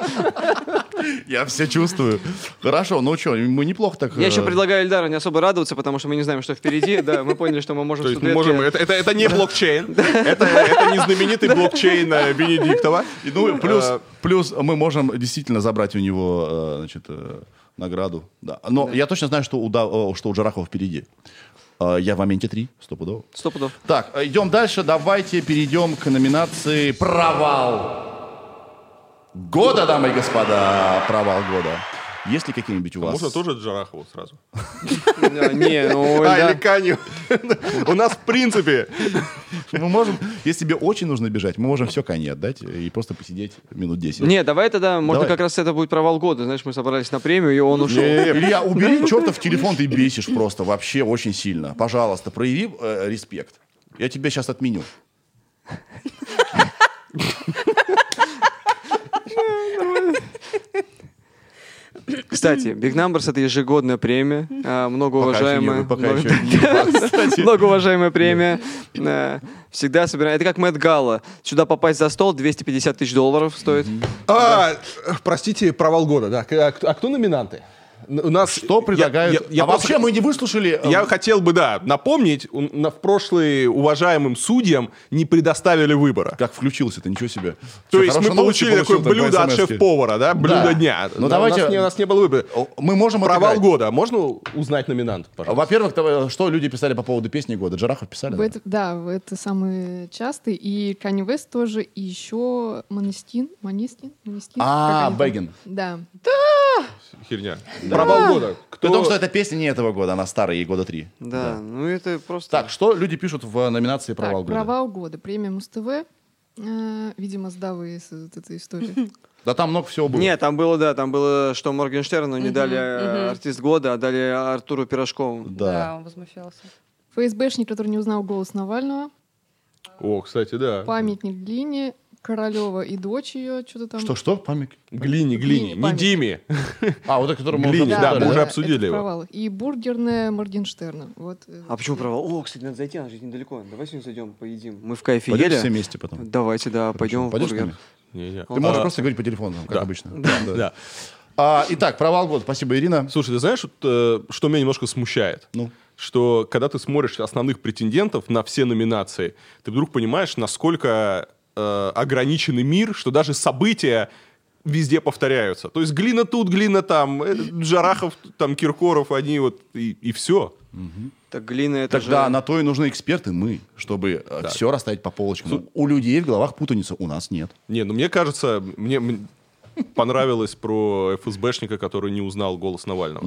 Я все чувствую. Хорошо, ну что, мы неплохо так... Я еще предлагаю Эльдару не особо радоваться, потому что мы не знаем, что впереди. Да, мы поняли, что мы можем... То есть мы можем... Это не блокчейн. Это не знаменитый блокчейн Бенедиктова. Ну, плюс мы можем действительно забрать у него, значит, награду. Да. Но я точно знаю, что у Джарахова впереди. Я в моменте 3, 100 пудов. 100 пудов. Так, идем дальше. Давайте перейдем к номинации «Провал года», дамы и господа. Провал года. Есть ли какие-нибудь у вас? Можно тоже Джарахову сразу. Не, ну... Или Канью. У нас в принципе... Мы можем, если тебе очень нужно бежать, мы можем все Кане отдать и просто посидеть минут 10. Не, давай тогда, может, Давай. как раз это будет провал года. Знаешь, мы собрались на премию, и он ушел. Илья, убери чертов телефон, ты бесишь просто вообще очень сильно. Пожалуйста, прояви респект. Я тебя сейчас отменю. Кстати, Big Numbers — это ежегодная премия, многоуважаемая. Пока еще не факт, кстати. Многоуважаемая премия. Всегда собирает. Это как Мэтт Галла. Сюда попасть за стол $250 тысяч стоит. Простите, провал года, да. А кто номинанты? У нас Что предлагают? Вообще мы не выслушали... Я хотел бы, напомнить, в прошлые уважаемым судьям не предоставили выбора. Как включился-то, ничего себе. То Всё, есть мы хорошие новости получили такое получил, там, блюдо по от SMS-ке. шеф-повара, да? Блюдо дня. Ну, У давайте- нас не было выбора. Мы можем Провал отыграть. года. Можно узнать номинант, пожалуйста? Во-первых, что люди писали по поводу песни года? Джарахов писали? Да, это самый частый. И Kanye West тоже. И еще Måneskin. Бэггин. Да. Херня. Провал года. При том, что эта песня не этого года, она старая, ей года 3. Да, ну это просто... Так, что люди пишут в номинации «Провал Так, года»? провал года. Премия Муз-ТВ. Видимо, с Давой вот этой истории. Да там много всего было. Нет, там было, что Моргенштерну не дали артист года, а дали Артуру Пирожкову. Да, он возмущался. ФСБшник, который не узнал голос Навального. О, кстати, да. Памятник Глине. Королева и дочь ее. Что-то там. Что? Памятник? Глине, Глине, не памятник. Диме. Вот это, который мы Глине, уже да, обсуждали, мы уже это обсудили его. провал. И бургерная Моргенштерна. Вот. А почему провал? О, кстати, надо зайти, она же недалеко. Давай сегодня зайдем, поедим. Мы в кайфе Пойдем ели. все вместе потом. Давайте, да, пойдем в Пойдешь с бургер. нами? Не-не. Ты можешь просто говорить по телефону, как да. обычно. Да. Итак, провал года. Спасибо, Ирина. Слушай, ты знаешь, что меня немножко смущает? Ну? Что когда ты смотришь основных претендентов на все номинации, ты вдруг понимаешь, насколько ограниченный мир, что даже события везде повторяются. То есть глина тут, глина там, Джарахов, там, Киркоров, они вот, и все. Так глина это Тогда же... на то и нужны эксперты, мы, чтобы все расставить по полочкам. Ну, у людей в головах путаница, у нас нет. Не, ну мне кажется, мне понравилось про ФСБшника, который не узнал голос Навального.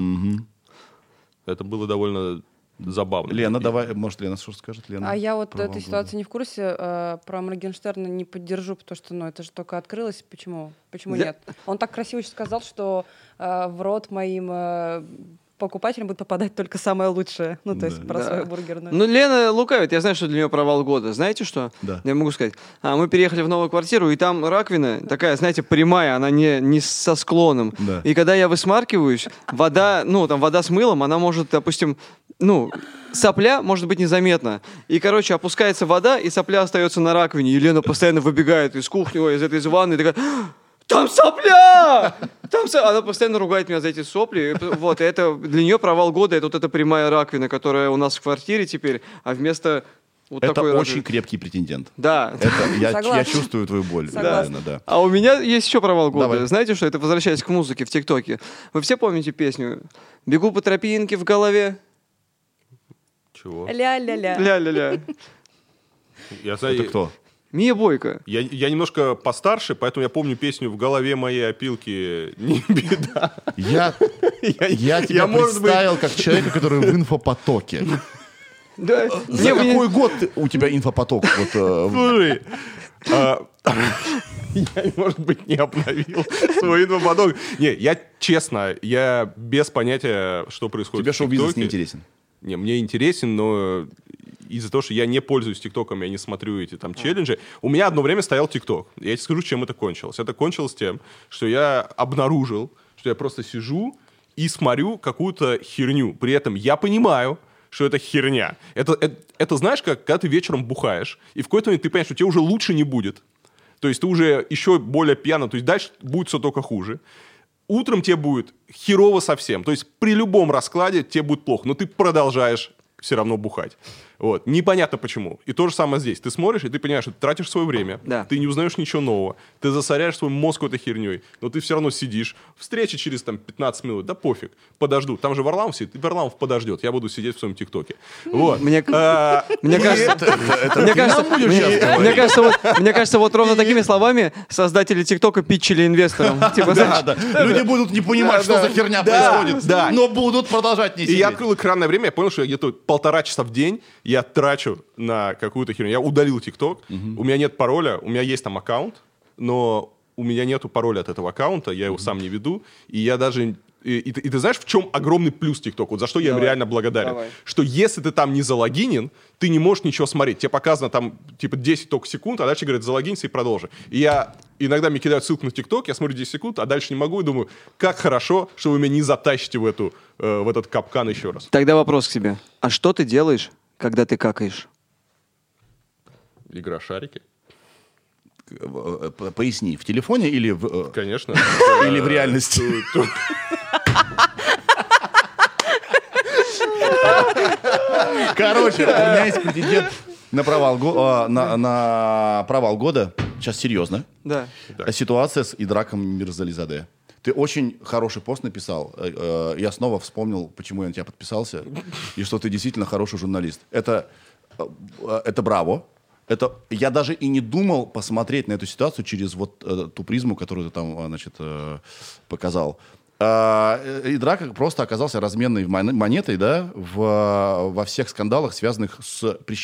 Это было довольно забавно. Лена, давай, может, Лена что скажет? Лена, А я вот провал этой года. ситуации не в курсе. Про Моргенштерна не поддержу, потому что, это же только открылось. Почему? Почему нет? Он так красиво сейчас сказал, что в рот моим покупателям будет попадать только самое лучшее. Ну, то есть про свою бургерную. Ну, Лена лукавит. Я знаю, что для нее провал года. Знаете что? Да. Я могу сказать. Мы переехали в новую квартиру, и там раковина такая, знаете, прямая, она не со склоном. Да. И когда я высмаркиваюсь, вода, вода с мылом, она может, допустим, сопля может быть незаметна. И, опускается вода, и сопля остается на раковине. И Лена постоянно выбегает из кухни, из ванны, и такая... Там сопля! Она постоянно ругает меня за эти сопли. Вот, и это для нее провал года. Это вот эта прямая раковина, которая у нас в квартире теперь, а вместо вот Это такой очень раковины. крепкий претендент. Да. Я Согласна. чувствую твою боль. Согласна. Реально, да. А у меня есть еще провал года. Давай. Знаете что? Это возвращаясь к музыке в ТикТоке. Вы все помните песню «Бегу по тропинке в голове»? Чего? Ля-ля-ля. Ля-ля-ля. Я знаю, Это кто? Мия Бойко. Я немножко постарше, поэтому я помню песню «В голове моей опилки не беда». Я тебя может быть- представил как человека, который в инфопотоке. Да. За какой год у тебя инфопоток? Слушай, я, может быть, не обновил свой инфопоток. Не, я честно, я без понятия, что происходит Тебе в шоу-бизнес ТикТоке. не интересен? Не, мне интересен, но из-за того, что я не пользуюсь ТикТоком, я не смотрю эти там челленджи, у меня одно время стоял ТикТок. Я тебе скажу, чем это кончилось. Это кончилось тем, что я обнаружил, что я просто сижу и смотрю какую-то херню. При этом я понимаю, что это херня. Это знаешь, как когда ты вечером бухаешь, и в какой-то момент ты понимаешь, что тебе уже лучше не будет. То есть ты уже еще более пьяно, то есть дальше будет все только хуже. Утром тебе будет херово совсем. То есть при любом раскладе тебе будет плохо, но ты продолжаешь все равно бухать. Вот. Непонятно почему. И то же самое здесь. Ты смотришь, и ты понимаешь, что ты тратишь свое время, Да. ты не узнаешь ничего нового, ты засоряешь свой мозг какой-то херней, но ты все равно сидишь. Встреча через 15 минут, да пофиг, подожду. Там же Варламов сидит, и Варламов подождет. Я буду сидеть в своем ТикТоке. Вот. Мне кажется, Мне кажется, вот ровно такими словами создатели ТикТока питчили инвесторам. Типа, знаешь, Люди будут не понимать, что за херня происходит, да. но будут продолжать не И я сидеть. открыл экранное время, я понял, что я где-то 1,5 часа в день я трачу на какую-то херню. Я удалил ТикТок, у меня нет пароля, у меня есть там аккаунт, но у меня нету пароля от этого аккаунта, я его сам не веду, и я даже... И ты знаешь, в чем огромный плюс ТикТок? Вот за что я им реально благодарен. Давай. Что если ты там не залогинен, ты не можешь ничего смотреть. Тебе показано там типа 10 только секунд, а дальше говорят залогинься и продолжи. И я иногда мне кидают ссылку на ТикТок, я смотрю 10 секунд, а дальше не могу, и думаю, как хорошо, что вы меня не затащите в этот капкан еще раз. Тогда вопрос к тебе. А что ты делаешь, когда ты какаешь? Игра шарики. Поясни, в телефоне или в... Конечно. Или в реальности? Короче, у меня есть претендент на провал года. Сейчас серьезно. Да. Ситуация с Идраком Мирзализаде. Ты очень хороший пост написал. Я снова вспомнил, почему я на тебя подписался. И что ты действительно хороший журналист. Это браво. Я даже и не думал посмотреть на эту ситуацию через вот ту призму, которую ты там, значит, показал. Идрак просто оказался разменной монетой, да, во всех скандалах, связанных с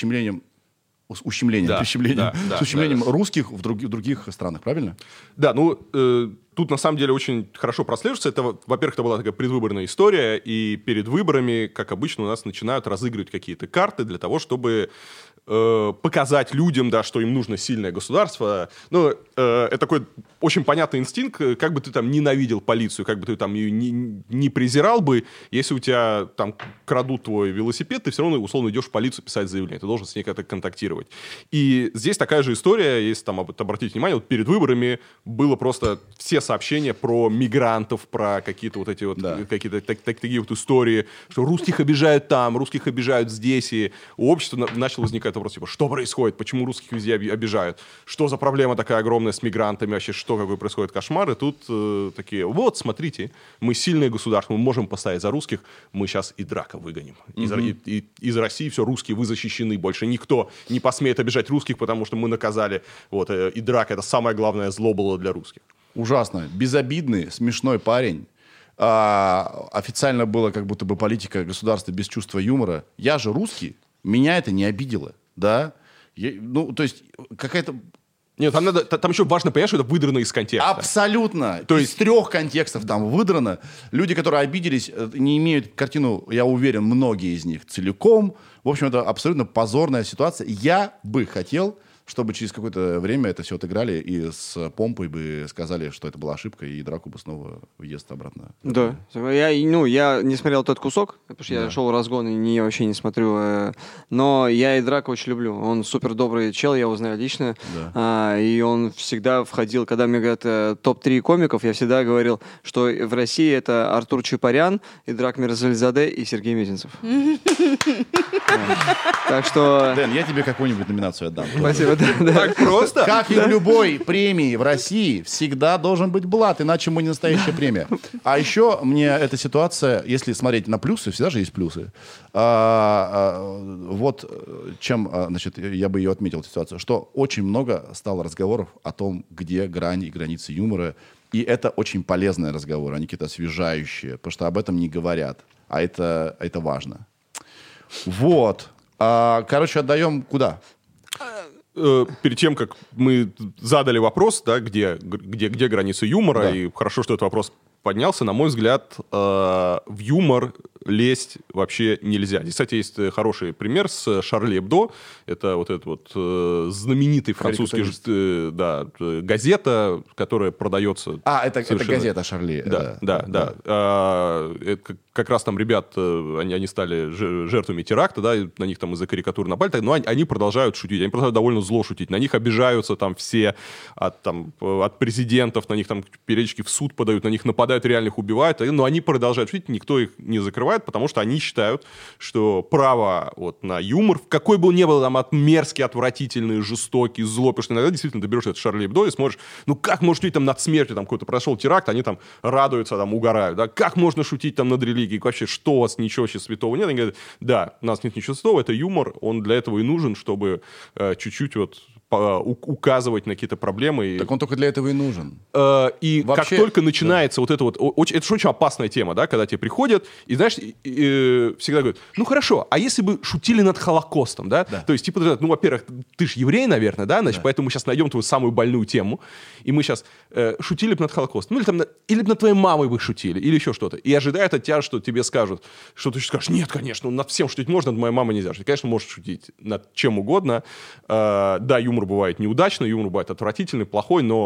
ущемлением русских в других странах, правильно? Да, тут на самом деле очень хорошо прослеживается. Во-первых, это была такая предвыборная история, и перед выборами, как обычно, у нас начинают разыгрывать какие-то карты для того, чтобы показать людям, да, что им нужно сильное государство. Это такой очень понятный инстинкт, как бы ты там ненавидел полицию, как бы ты там ее не презирал бы, если у тебя там крадут твой велосипед, ты все равно условно идешь в полицию писать заявление, ты должен с ней как-то контактировать. И здесь такая же история, если там обратить внимание, вот перед выборами было просто все сообщения про мигрантов, про какие-то вот эти вот, какие-то такие вот истории, что русских обижают там, русских обижают здесь, и у общества начал возникать вопрос, типа, что происходит, почему русских везде обижают, что за проблема такая огромная с мигрантами, вообще, что, какой происходит кошмар, и тут такие, вот, смотрите, мы сильное государство, мы можем поставить за русских, мы сейчас Идрака выгоним. Из России все, русские, вы защищены, больше никто не посмеет обижать русских, потому что мы наказали, вот, Идрак, это самое главное зло было для русских. Ужасно. Безобидный, смешной парень. Официально было как будто бы политика государства без чувства юмора. Я же русский, меня это не обидело, да? То есть какая-то... Нет, там еще важно понять, что это выдрано из контекста. Абсолютно. То есть из 3 контекстов там выдрано. Люди, которые обиделись, не имеют картину, я уверен, многие из них целиком. В общем, это абсолютно позорная ситуация. Я бы хотел, чтобы через какое-то время это все отыграли и с помпой бы сказали, что это была ошибка, и Драку бы снова въезд обратно. Да. Я не смотрел тот кусок, потому что я шел в разгон и вообще не смотрю. Но я Идрака очень люблю. Он супер добрый чел, я его знаю лично. Да. И он всегда входил, когда мне говорят топ-3 комиков, я всегда говорил, что в России это Артур Чапарян, Идрак Мирзализаде и Сергей Мезенцев. Так что... Дэн, я тебе какую-нибудь номинацию отдам. Спасибо. Так просто? Как и в любой премии в России всегда должен быть блат, иначе мы не настоящая премия. А еще мне эта ситуация, если смотреть на плюсы, всегда же есть плюсы. Вот чем, значит, я бы ее отметил, эту ситуацию, что очень много стало разговоров о том, где грань и границы юмора. И это очень полезные разговоры, они какие-то освежающие, потому что об этом не говорят. А это важно. Вот. Короче, отдаем куда? Перед тем, как мы задали вопрос, да, где границы юмора, да. И хорошо, что этот вопрос поднялся, на мой взгляд, в юмор лезть вообще нельзя. Здесь, кстати, есть хороший пример с Шарли Эбдо. Это вот этот вот знаменитый французский газета, которая продается... это газета Шарли. Да. Это как раз там ребят, они стали жертвами теракта, да, и на них там из-за карикатур напали, но они продолжают шутить, они продолжают довольно зло шутить, на них обижаются там все, от президентов, на них там периодически в суд подают, на них нападают, реальных убивают, но они продолжают шутить, никто их не закрывает, потому что они считают, что право вот на юмор, какой бы он ни был там мерзкий, отвратительный, жестокий, злой, потому что иногда действительно ты берешь это Шарли Эбдо и смотришь, как можно шутить там над смертью, там какой-то прошел теракт, они там радуются, там угорают, да, как можно шутить там над религией, вообще, что у вас ничего сейчас святого нет? Они говорят, да, у нас нет ничего святого, это юмор, он для этого и нужен, чтобы чуть-чуть вот указывать на какие-то проблемы. Так он только для этого и нужен. И вообще, как только начинается вот это вот... Это же очень опасная тема, да, когда тебе приходят, и, знаешь, всегда говорят, хорошо, а если бы шутили над Холокостом, да? То есть, типа, во-первых, ты же еврей, наверное, да? Значит, поэтому мы сейчас найдем твою самую больную тему, и мы сейчас шутили бы над Холокостом, или над твоей мамой бы шутили, или еще что-то. И ожидают от тебя, что тебе скажут, что ты скажешь, нет, конечно, над всем шутить можно, над моей мамой нельзя. Ты, конечно, можешь шутить над чем угодно. Да, юмор бывает неудачный, юмор бывает отвратительный, плохой, но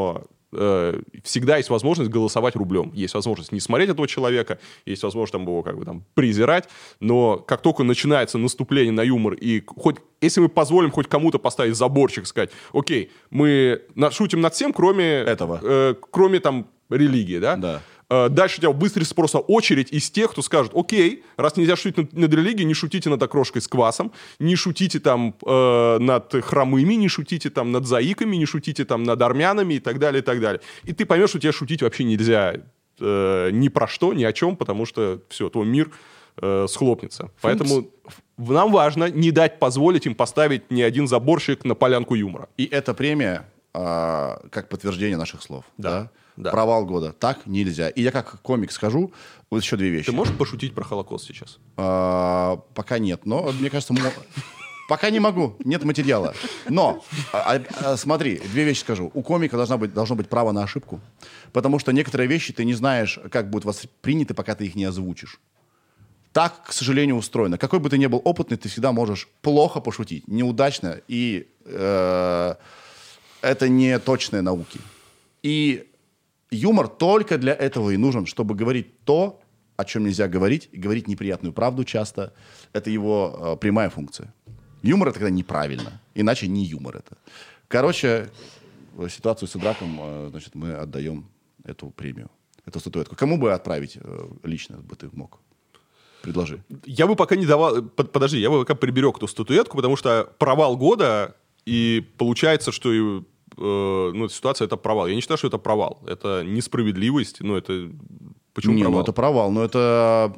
всегда есть возможность голосовать рублем. Есть возможность не смотреть этого человека, есть возможность там, его как бы, там, презирать, но как только начинается наступление на юмор, и хоть если мы позволим хоть кому-то поставить заборчик, сказать, окей, мы шутим над всем, кроме этого, кроме там религии, да? Да. Дальше у тебя выстроится просто очередь из тех, кто скажет, окей, раз нельзя шутить над религией, не шутите над окрошкой с квасом, не шутите там над хромыми, не шутите там над заиками, не шутите там над армянами и так далее, и так далее. И ты поймешь, что тебе шутить вообще нельзя ни про что, ни о чем, потому что все, твой мир схлопнется. Поэтому нам важно не дать позволить им поставить ни один заборщик на полянку юмора. И эта премия как подтверждение наших слов. Да. Да. Провал года. Так нельзя. И я как комик скажу вот еще две вещи. Ты можешь пошутить про Холокост сейчас? Пока нет, но мне кажется... Пока не могу, нет материала. Но, смотри, две вещи скажу. У комика должно быть право на ошибку, потому что некоторые вещи ты не знаешь, как будут восприняты, пока ты их не озвучишь. Так, к сожалению, устроено. Какой бы ты ни был опытный, ты всегда можешь плохо пошутить, неудачно, и это не точные науки. И юмор только для этого и нужен, чтобы говорить то, о чем нельзя говорить, и говорить неприятную правду часто. Это его прямая функция. Юмор — это когда неправильно, иначе не юмор это. Короче, ситуацию с Идраком, значит, мы отдаем эту премию, эту статуэтку. Кому бы отправить лично бы ты мог? Предложи. Я бы пока не давал... Подожди, я бы пока приберег эту статуэтку, потому что провал года, и получается, что ситуация — это провал. Я не считаю, что это провал. Это несправедливость. Это... Почему провал? Это провал. Но это...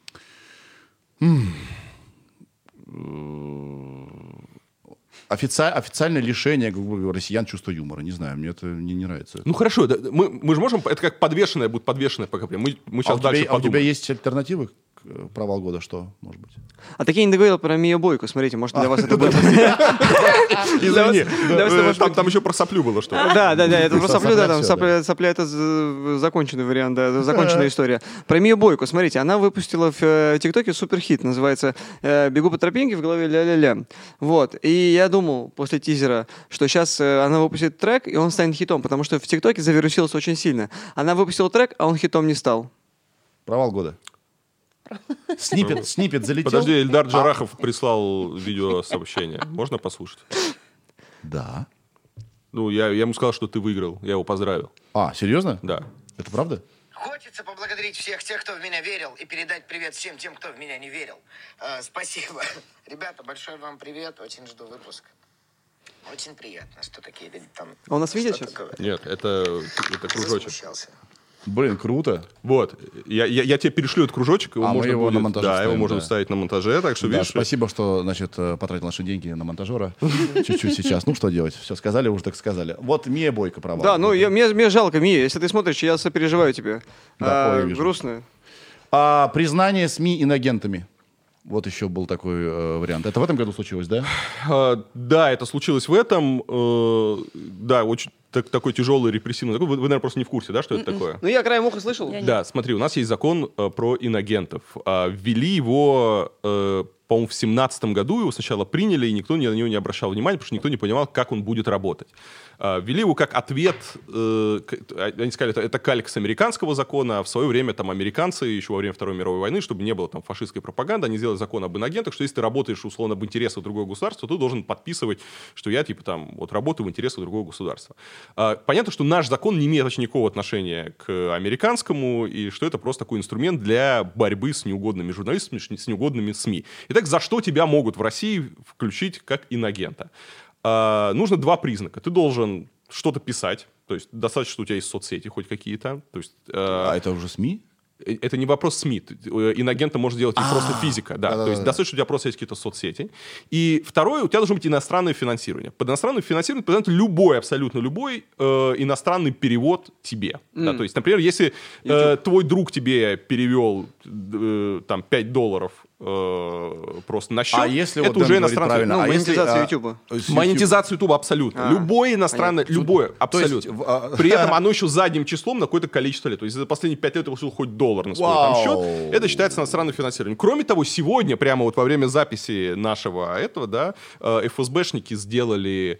Официальное лишение россиян чувства юмора. Не знаю, мне это не нравится. Ну хорошо, мы же можем... Это как подвешенное будет подвешенное пока. Мы сейчас дальше подумаем. У тебя есть альтернативы к провал года? Что, может быть? А так я не договорил про Мию Бойко. Смотрите, может, для вас это будет... Извини, там еще про соплю было что-то. Да, это про соплю, да, там сопля — это законченный вариант, да, законченная история. Про Мию Бойко, смотрите, она выпустила в ТикТоке суперхит, называется «Бегу по тропинке, в голове ля-ля-ля». Вот, и я думал после тизера, что сейчас она выпустит трек, и он станет хитом, потому что в ТикТоке завирусилось очень сильно. Она выпустила трек, а он хитом не стал. Провал года. Снипет залетел. Подожди, Эльдар Джарахов прислал видеосообщение. Можно послушать? Да. Я ему сказал, что ты выиграл. Я его поздравил. Серьезно? Да. Это правда? Хочется поблагодарить всех тех, кто в меня верил, и передать привет всем тем, кто в меня не верил. Спасибо. Ребята, большой вам привет. Очень жду выпуск. Очень приятно, что такие люди там... А у нас видео сейчас? говорят. Нет, это кружочек. Засмущался. Блин, круто. Вот. Я тебе перешлю этот кружочек. Мы его на монтаже Да, ставим, его можно да. вставить на монтаже. Так что, Да, видишь... спасибо, что, значит, потратил наши деньги на монтажера. Чуть-чуть сейчас. Ну, что делать? Все, сказали, уже так сказали. Вот Мия Бойко провал. Да, мне жалко, Мия, если ты смотришь, я сопереживаю тебе. Да, я вижу. Грустно. Признание СМИ инагентами. Вот еще был такой вариант. Это в этом году случилось, да? Да, это случилось в этом. Да, очень такой тяжелый репрессивный закон. Вы, наверное, просто не в курсе, да, что это такое? Ну, я краем уха слышал. Да, смотри, у нас есть закон про инагентов. Ввели его, по-моему, в 2017 году. Его сначала приняли, и никто на него не обращал внимания, потому что никто не понимал, как он будет работать. Ввели его как ответ, они сказали, это калька с американского закона, а в свое время там американцы еще во время Второй мировой войны, чтобы не было там фашистской пропаганды, они сделали закон об инагентах, что если ты работаешь, условно, в интересах другого государства, ты должен подписывать, что я, типа, там, вот работаю в интересах другого государства. Понятно, что наш закон не имеет вообще никакого отношения к американскому, и что это просто такой инструмент для борьбы с неугодными журналистами, с неугодными СМИ. Итак, за что тебя могут в России включить как инагента? Нужно два признака. Ты должен что-то писать, то есть достаточно, что у тебя есть соцсети хоть какие-то. То есть, это уже СМИ? Это не вопрос СМИ. Инагента может делать и просто физика. Да. То есть достаточно, что у тебя просто есть какие-то соцсети. И второе, у тебя должно быть иностранное финансирование. Под иностранное финансирование подойдет любой, абсолютно любой иностранный перевод тебе. Да, то есть, например, если твой друг тебе перевел там, $5 просто на счет. А если это вот уже Дэн говорит иностранный. правильно, Ну, а если, монетизацию Ютуба. Монетизацию Ютуба абсолютно. Любое иностранное, любое, абсолютно. При этом оно еще задним числом на какое-то количество лет. То есть за последние 5 лет ты получил хоть $1 на свой там счет. Это считается иностранным финансированием. Кроме того, сегодня, прямо вот во время записи нашего этого, да, ФСБшники сделали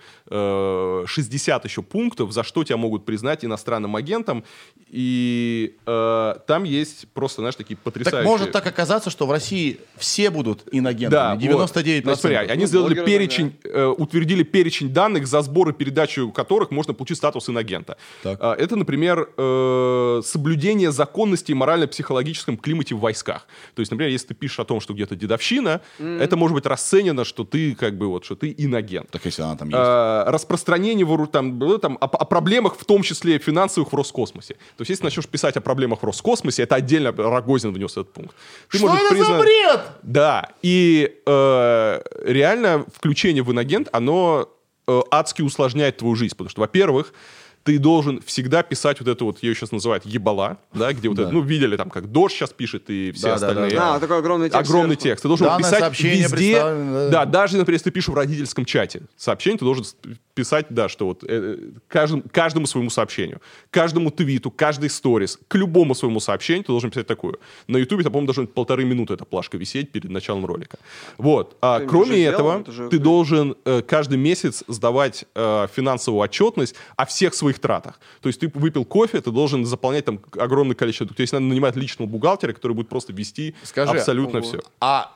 60 еще пунктов, за что тебя могут признать иностранным агентом. И там есть просто, знаешь, такие потрясающие... Так может так оказаться, что в России все будут инагентами. Да, 99%. Вот. Смотри, они сделали перечень, утвердили перечень данных, за сбор и передачу которых можно получить статус инагента. Это, например, соблюдение законности и морально-психологическом климате в войсках. То есть, например, если ты пишешь о том, что где-то дедовщина, это может быть расценено, что ты как бы вот, что ты инагент. Так если она там есть. Распространение о проблемах, в том числе финансовых, в Роскосмосе. То есть, если начнешь писать о проблемах в Роскосмосе, это отдельно Рогозин внес этот пункт. Что это за бред? Да, и реально включение в инагент, оно адски усложняет твою жизнь, потому что, во-первых, ты должен всегда писать вот это вот, ее сейчас называют ебала, да, где вот это, ну, видели там, как Дождь сейчас пишет и все остальные. Такой огромный текст. Огромный текст. Ты должен писать везде. Да, даже, например, если ты пишешь в родительском чате сообщение, ты должен писать, да, что вот каждому своему сообщению, каждому твиту, каждый сторис, к любому своему сообщению ты должен писать такую. На Ютубе, по-моему, должен 1,5 минуты эта плашка висеть перед началом ролика. Вот. Кроме этого, ты должен каждый месяц сдавать финансовую отчетность о всех своих тратах. То есть ты выпил кофе, ты должен заполнять там огромное количество. То есть надо нанимать личного бухгалтера, который будет просто вести абсолютно все. А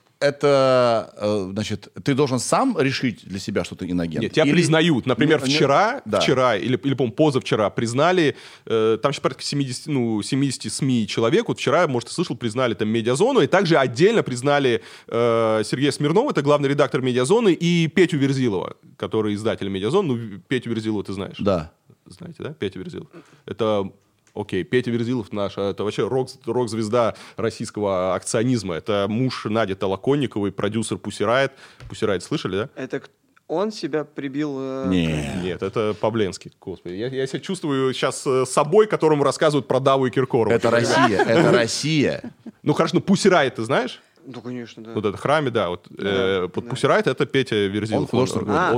это, значит, ты должен сам решить для себя, что ты инагент? Нет, тебя признают. Например, вчера или, по-моему, позавчера признали, там сейчас порядка 70 СМИ человек, вот вчера, может, ты слышал, признали там Медиазону, и также отдельно признали Сергея Смирнова, это главный редактор Медиазоны, и Петю Верзилова, который издатель Медиазоны. Ну, Петю Верзилова ты знаешь? Да. Знаете, да? Петя Верзилов. Это... Окей, Петя Верзилов наш, это вообще рок-звезда российского акционизма. Это муж Нади Толоконниковой, продюсер Pussy Riot. Pussy Riot слышали, да? Это он себя прибил... Нет, это Павленский. Господи, я себя чувствую сейчас собой, которому рассказывают про Даву и Киркорову. Это Россия, это Россия. Ну хорошо, ну Pussy Riot ты знаешь? Ну, конечно, да. Вот это храме, да. Вот Pussy Riot это Петя Верзилов. Он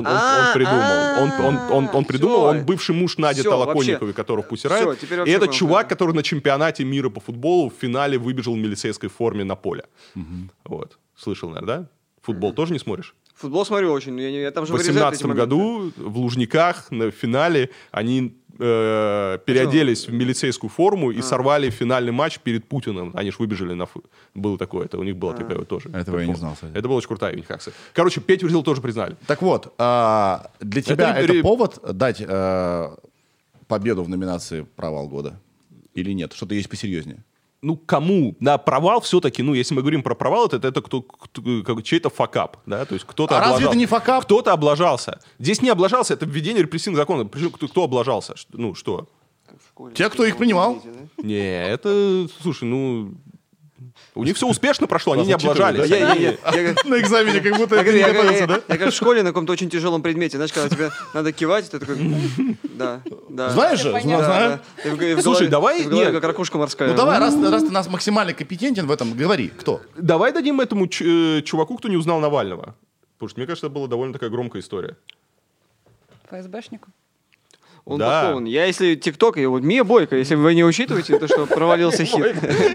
придумал. Он придумал. Он бывший муж Нади Толоконниковой, который в Pussy Riot. И этот чувак, который на чемпионате мира по футболу в финале выбежал в милицейской форме на поле. Вот. Слышал, наверное, да? Футбол тоже не смотришь? Футбол смотрю очень. Я там же в 2018 году в Лужниках на финале они переоделись в милицейскую форму и сорвали финальный матч перед Путиным. Они же выбежали на... Было такое, это у них была такая вот тоже. Этого я не знал, кстати. Это была очень крутая у них акция. Короче, Петю Верзилова тоже признали. Так вот, для тебя это повод дать победу в номинации «Провал года»? Или нет? Что-то есть посерьезнее? Ну, кому? Да, провал все-таки, ну, если мы говорим про провал, это чей-то факап, да, то есть кто-то облажался. Разве это не факап? Кто-то облажался. Здесь не облажался, это введение репрессивных законов. Причем кто облажался? Ну, что? Те, кто их принимал. Не, это, слушай, ну... У них все успешно прошло, они не облажались. На экзамене как будто не готовился, да? Я как в школе на каком-то очень тяжелом предмете. Знаешь, когда тебе надо кивать, ты такой... Да, да. Знаешь же? Знаю. Слушай, давай... Нет, как ракушка морская. Ну давай, раз ты нас максимально компетентен в этом, говори, кто? Давай дадим этому чуваку, кто не узнал Навального. Потому что, мне кажется, это была довольно такая громкая история. ФСБшнику? Он подкован. Я, если ТикТок, вот Мия Бойко, если вы не учитываете, то что провалился хит.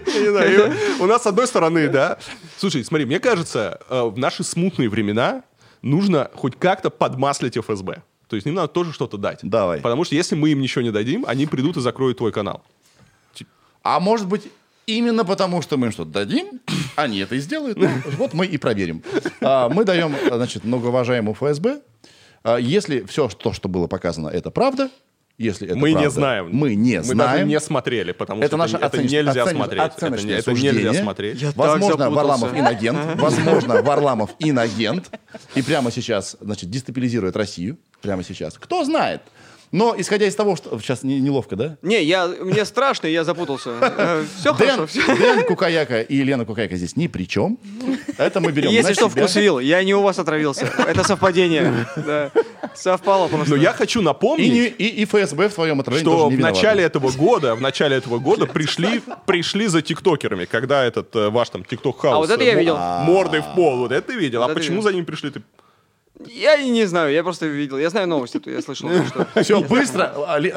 У нас с одной стороны, да. Слушай, смотри, мне кажется, в наши смутные времена нужно хоть как-то подмаслить ФСБ. То есть им надо тоже что-то дать. Давай. Потому что если мы им ничего не дадим, они придут и закроют твой канал. А может быть, именно потому, что мы им что-то дадим, они это и сделают. Вот мы и проверим. Мы даем, значит, многоуважаемому ФСБ. Если все то, что было показано, это правда, если это мы правда, не знаем. Мы не знаем. Мы даже не смотрели, потому это что наше это нельзя смотреть. Это нельзя смотреть. Возможно, Варламов инагент. Возможно, Варламов инагент. И прямо сейчас, значит, дестабилизирует Россию. Прямо сейчас. Кто знает? Но, исходя из того, что... Сейчас неловко, да? Не, мне страшно, я запутался. Все хорошо, все. Дэн Кукаяка и Елена Кукаяка здесь ни при чем. Это мы берем Если на что, себя. вкусвил, я не у вас отравился. Это совпадение. Да. Совпало просто. Но я хочу напомнить, И ФСБ в твоем отравлении что тоже не в виноваты. начале этого года пришли за тиктокерами, когда этот ваш там тикток-хаус... А вот это я видел. Мордой в пол, вот это ты видел. Вот А это почему видел. за ними пришли? Ты... Я и не знаю, я просто видел. Я знаю новости, я слышал. Что... Все, быстро.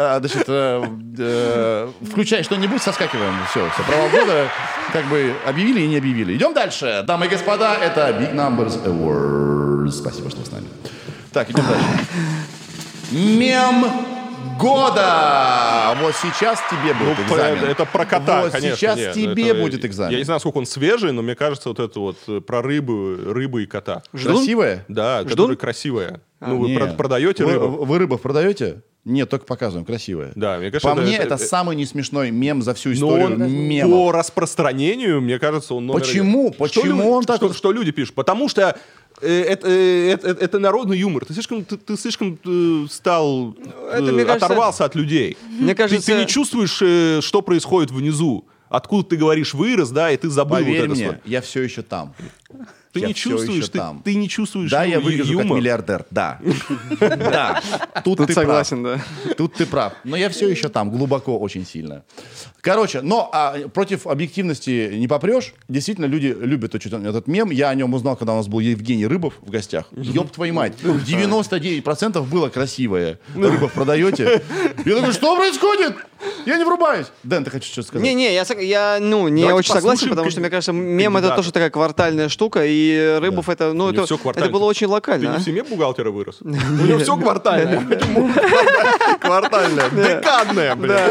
Включай что-нибудь, соскакиваем. Все, провал года как бы объявили и не объявили. Идем дальше. Дамы и господа, это Big Numbers Awards. Спасибо, что вы с нами. Так, идем дальше. Мем года! Вот сейчас тебе будет экзамен. Это про кота, вот конечно. сейчас нет, тебе это- будет экзамен. Я не знаю, сколько он свежий, но мне кажется, вот это вот про рыбы и кота. Красивая? Да, Ждун? которая красивая. Ну, вы Нет. продаете рыбу? Вы рыбов продаете? Нет, только показываем, красивая. Да, мне кажется, По мне, это самый несмешной мем за всю Но историю он мемов. по распространению, мне кажется, он номер Почему? один. Почему Что он люди- так- Что люди пишут? Потому что это народный юмор. Ты слишком стал... Это, мне кажется, оторвался от людей. Мне кажется- Ты не чувствуешь, что происходит внизу. Откуда ты говоришь вырос, да, и ты забыл Поверь вот это мне, слово. я все еще там. Ты я не всё чувствуешь, еще там. ты не чувствуешь Да, я выгляжу как юмор. миллиардер, да. Да, тут Тут ты согласен, прав. да. Тут ты прав. Но я все еще там, глубоко очень сильно. Короче, но против объективности не попрешь. Действительно, люди любят этот мем. Я о нем узнал, когда у нас был Евгений Рыбов в гостях. Ёб твою мать. 99% было красивое. Рыбов продаете. Я такой, что происходит? Я не врубаюсь. Дэн, ты хочешь что-то сказать? Не, я не Давайте очень согласен, послушаем потому что, мне кажется, мем это кандидата. тоже такая квартальная штука, и Рыбов это, ну, У него это, всё квартально. это было очень Ты локально. не а? в семье бухгалтера вырос? У него все квартальное. Квартальное. Декадное, блядь.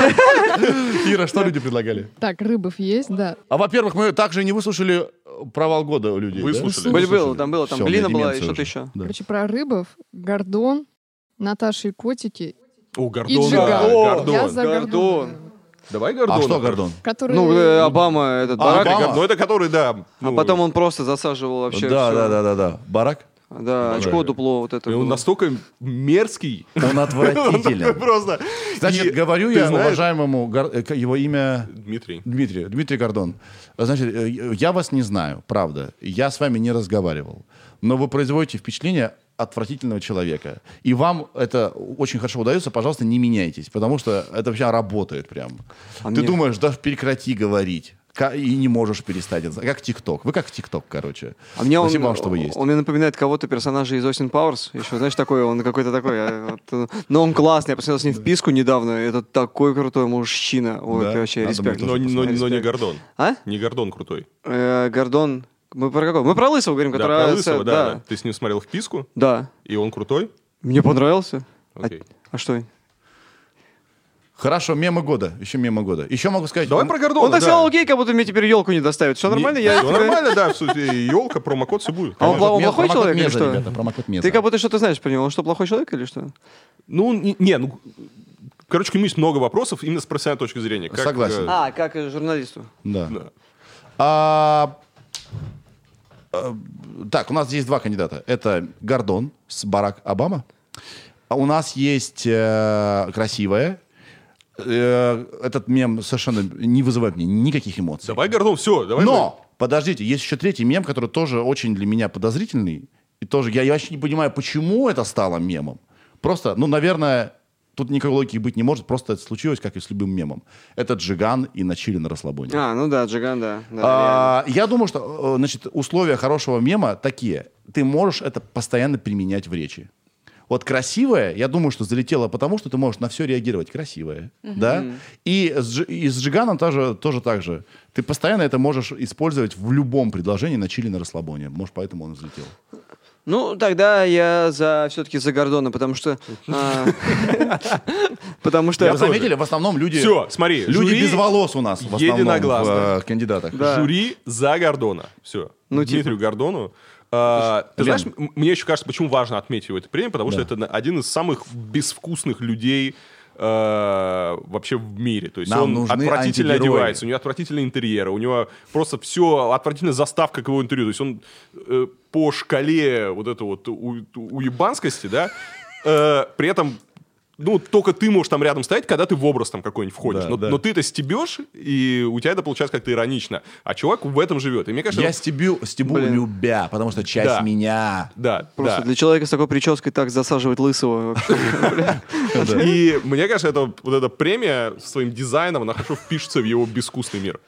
Ира, что люди предлагали? Так, Рыбов есть, да. А во-первых, мы также не выслушали провал года у людей. Выслушали. Да? Было, там было, там Всё, глина у меня была и деменция что-то уже. еще. Да. Короче, про Рыбов, Гордон, Наташа и котики. О, И Гордон. Джиган. да, Я Гордон. за Гордон. Гордона. Давай Гордон. А что Гордон? Который... Ну, Обама, этот Барак. Обама. Ну, это который, да. А потом он просто засаживал вообще всё. Да. Барак? Да, очко, дупло, вот это И он было. настолько мерзкий. Он отвратителен. Просто. Значит, И говорю ты я знаешь- уважаемому, его имя Дмитрий. Дмитрий Гордон. Значит, я вас не знаю, правда. Я с вами не разговаривал. Но вы производите впечатление отвратительного человека. И вам это очень хорошо удается, пожалуйста, не меняйтесь. Потому что это вообще работает прям. А Ты мне- думаешь, да прекрати говорить. И не можешь перестать это. Как ТикТок. Вы как ТикТок, короче. А мне Спасибо он, вам, что вы есть. он мне напоминает кого-то персонажа из Austin Powers. Еще, знаешь, такой, он какой-то такой. Но он классный. Я посмотрел с ним вписку недавно. Это такой крутой мужчина. Ой, Да? вообще, Надо респект. мне тоже Но не Респект. Гордон. А? Не Гордон крутой. Гордон. Мы про какого? Мы про Лысого говорим, Да, который... про Лысого, да. да. Ты с ним смотрел вписку, Да. и он крутой? Мне понравился. Окей. А что? Хорошо, мемы года. Еще мемы года. Еще могу сказать... Давай про Гордона, Он так да. сказал, окей, как будто мне теперь елку не доставят. Все нормально? Я Все нормально, да, в сути, елка, промокод, все будет. А он Промокод плохой Меза, человек или Меза, что? ребята, промокод Меза. Ты как будто что-то знаешь про него. Он что, плохой человек или что? Ну, короче, к нему есть много вопросов именно с профессиональной точки зрения. Как, Согласен. Как журналисту. Да. Да. Так, у нас здесь два кандидата. Это Гордон с Барак Обама. А у нас есть красивая. Этот мем совершенно не вызывает мне никаких эмоций. Давай, Гордон, все, давай. Но, подождите, есть еще третий мем, который тоже очень для меня подозрительный. И тоже я вообще не понимаю, почему это стало мемом. Просто, наверное, тут никакой логики быть не может. Просто это случилось, как и с любым мемом. Это Джиган и на чили на расслабоне. Ну да, Джиган, да. Я думаю, что значит, условия хорошего мема такие. Ты можешь это постоянно применять в речи. Вот красивое, я думаю, что залетело потому, что ты можешь на все реагировать. Красивое. Да? И с Джиганом тоже так же. Ты постоянно это можешь использовать в любом предложении на чили на расслабоне. Может, поэтому он взлетел. Ну, тогда я все-таки за Гордона, потому что... Потому что... Вы заметили, в основном люди... Все, смотри. Люди жюри без волос у нас в основном единогласно. в кандидатах. Да. Жюри за Гордона. Все. Ну, Дмитрию Гордону. Ты знаешь, мне еще кажется, почему важно отметить его это премию, потому что это один из самых безвкусных людей вообще в мире. То есть Нам он нужны отвратительно антигерои. одевается, у него отвратительный интерьер, у него просто все отвратительная заставка к его интервью. То есть он по шкале вот этой вот уебанскости, да, при этом ну, только ты можешь там рядом стоять, когда ты в образ там какой-нибудь входишь. Да, но, да. но ты это стебешь, и у тебя это получается как-то иронично. А чувак в этом живет. И мне кажется, Я стебу Блин. любя, потому что часть Да. меня. да, Просто да. для человека с такой прической так засаживать лысого. вообще. И мне кажется, это, вот эта премия своим дизайном, она хорошо впишется в его безвкусный мир.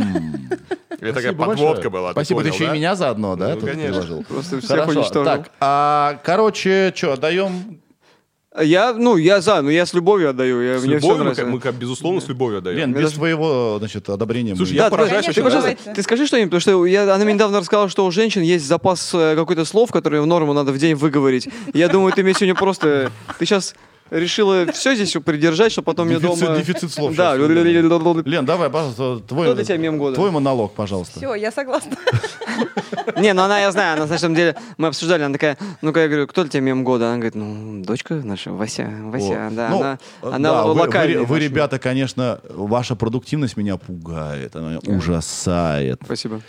Это такая Спасибо подводка большое. была. Спасибо, ты понял, еще да? и меня заодно, да? Ну, тут конечно. предложил. Просто всех Хорошо, уничтожил. так, короче, что, отдаем... Я за, но я с любовью отдаю. С Мне все любовью нравится. мы, безусловно, с любовью отдаем. Лен, без твоего, значит, одобрения Слушай, мы... я Да, поражаюсь конечно, вообще. давайте. Ты скажи что-нибудь, потому что она мне недавно рассказала, что у женщин есть запас какой-то слов, которые в норму надо в день выговорить. И я думаю, ты мне сегодня просто... Ты сейчас решила все здесь придержать, чтобы потом мне дома... Дефицит слов. Да. сейчас. Лен, давай, пожалуйста, Кто для тебя мем года? твой монолог, пожалуйста. Все, я согласна. Не, ну я знаю, она на самом деле, мы обсуждали, она такая, ну-ка, я говорю, кто для тебя мем года? Она говорит, ну, дочка наша, Вася, Вот. да, Ну, она да, локальная. вы, ребята, конечно, ваша продуктивность меня пугает, она меня ужасает. Спасибо.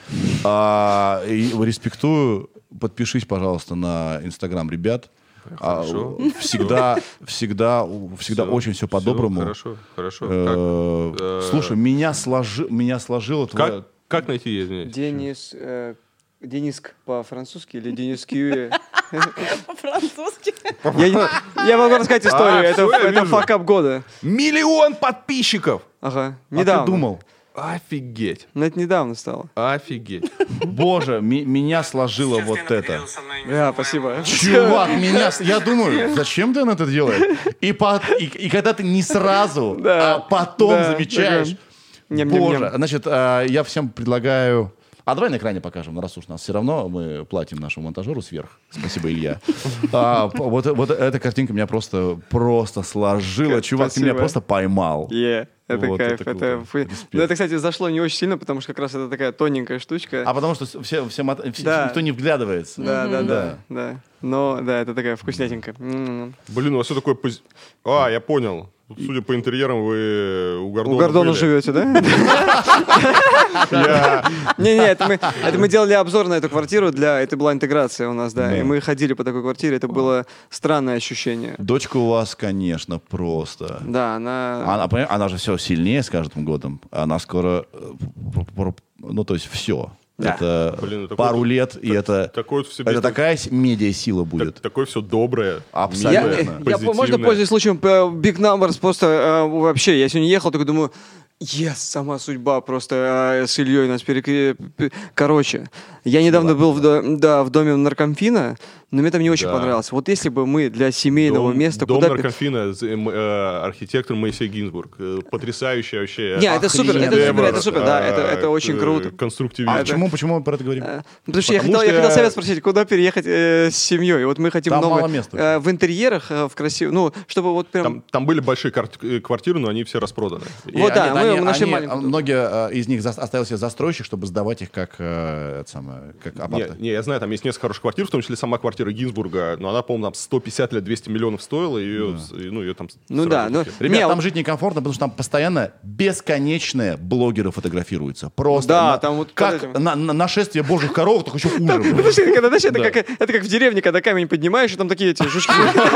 И респектую, подпишись, пожалуйста, на Инстаграм ребят. Хорошо. Всегда Всё, очень все по-доброму. Хорошо. Слушай, меня сложило твое... Как найти, я извиняюсь? Дениск по-французски или Денис Кьюи? По-французски. Я могу рассказать историю, всё, я это вижу. факап года. 1 000 000 подписчиков! Ага, А недавно. ты думал? Офигеть. Но это недавно стало. Офигеть. Боже, меня сложило вот это. Да, спасибо. Чувак, я думаю, зачем ты это делаешь? И когда ты не сразу, Да, а потом да, замечаешь. такой, ням-ням-ням. Боже, значит, я всем предлагаю... А давай на экране покажем, раз уж нас все равно мы платим нашему монтажеру сверх. Спасибо, Илья. Вот эта картинка меня просто сложила. Чувак, ты меня Спасибо. просто поймал. Это Вот кайф. это круто. Респект. Ну, это, кстати, зашло не очень сильно, потому что как раз это такая тоненькая штучка. А потому что Да. никто не вглядывается. Да. Но, да, это такая вкуснятинка. Блин, у вас все такое... я понял. Судя по интерьерам, вы у Гордона У Гордона были. живете, да? Не-не, это мы делали обзор на эту квартиру, это была интеграция у нас, да. И мы ходили по такой квартире, это было странное ощущение. Дочка у вас, конечно, просто... Да, она... Она же все сильнее с каждым годом. Она скоро... Ну, то есть все. Да. Это Блин, такой пару вот- лет, и это Такое в себе... это такая медиасила будет. Такое все доброе. Абсолютно. милое, Можно, позитивное. пользуясь случаем, Big Numbers просто вообще, я сегодня ехал, такой думаю, сама судьба просто с Ильей нас Короче, я недавно был в доме наркомфина, но мне там не очень Да. понравилось. Вот если бы мы для семейного места Дом куда... наркомфина, архитектор Моисей Гинзбург. Потрясающий вообще. Не, это супер, это супер, да, это очень круто. Конструктивизм. А почему мы про это говорим? Потому что я Потому хотел что- совет спросить, куда переехать с семьей. Вот мы хотим Там много мало места. в интерьерах, в красивом, ну, чтобы вот прям... Там были большие квартиры, но они все распроданы. И Вот да, мы нашли маленькую. Многие из них оставил себе застройщик, чтобы сдавать их как апарты. Не, я знаю, там есть несколько хороших квартир, в том числе сама квартира Гинзбурга, но она, по-моему, там 150 или 200 миллионов стоила, и ее там... Ну сразу да, ну, таки- Ребят, Не, там вот- жить некомфортно, потому что там постоянно бесконечные блогеры фотографируются. Просто Да, там вот как под этим. нашествие божьих коров, только еще хуже. Подожди, когда, знаешь, Да. это как в деревне, когда камень поднимаешь, и там такие эти жучки.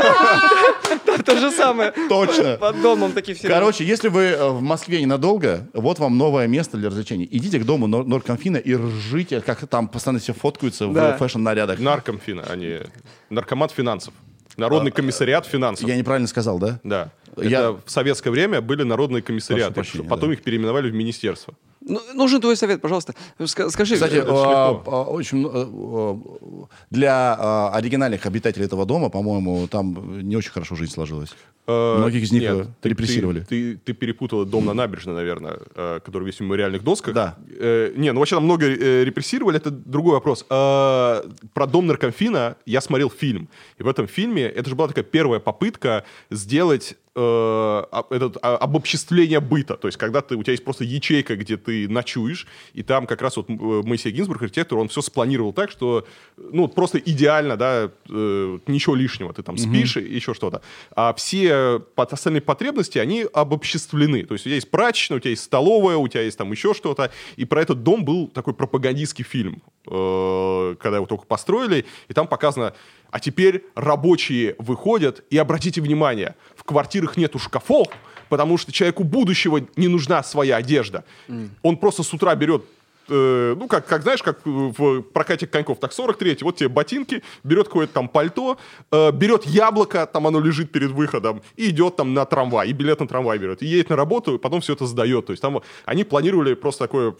То же самое. Точно. Под домом такие все. Короче, если вы в Москве ненадолго, вот вам новое место для развлечений. Идите к дому Норкомфина и ржите, как там постоянно все фоткаются Да. в фэшн-нарядах. Наркомфина, а не наркомат финансов. Народный комиссариат финансов. Я неправильно сказал, да? Да. Я- Это в советское время были народные комиссариаты. Прошу прощения, Потом да. их переименовали в министерство. Ну, нужен твой совет, пожалуйста. Скажи. Кстати, Это легко. очень для оригинальных обитателей этого дома, по-моему, там не очень хорошо жизнь сложилась. Многих из них Нет, репрессировали. Ты перепутала дом на набережной, наверное, который весь в мемориальных досках. Да. Не, ну вообще там много репрессировали, это другой вопрос. Про дом наркомфина я смотрел фильм. И в этом фильме, это же была такая первая попытка сделать обобществление быта. То есть, когда у тебя есть просто ячейка, где ты ночуешь, и там как раз вот Моисей Гинзбург, архитектор, он все спланировал так, что ну, просто идеально, да, ничего лишнего. Ты там спишь и еще что-то. А все остальные потребности, они обобществлены. То есть, у тебя есть прачечная, у тебя есть столовая, у тебя есть там еще что-то. И про этот дом был такой пропагандистский фильм. когда его только построили, и там показано, а теперь рабочие выходят, и обратите внимание, в квартирах нету шкафов, потому что человеку будущего не нужна своя одежда. Он просто с утра берет, как знаешь, как в прокате коньков, так 43-й, вот тебе ботинки, берет какое-то там пальто, берет яблоко, там оно лежит перед выходом, и идет там на трамвай, и билет на трамвай берет, и едет на работу, и потом все это сдает. То есть там они планировали просто такое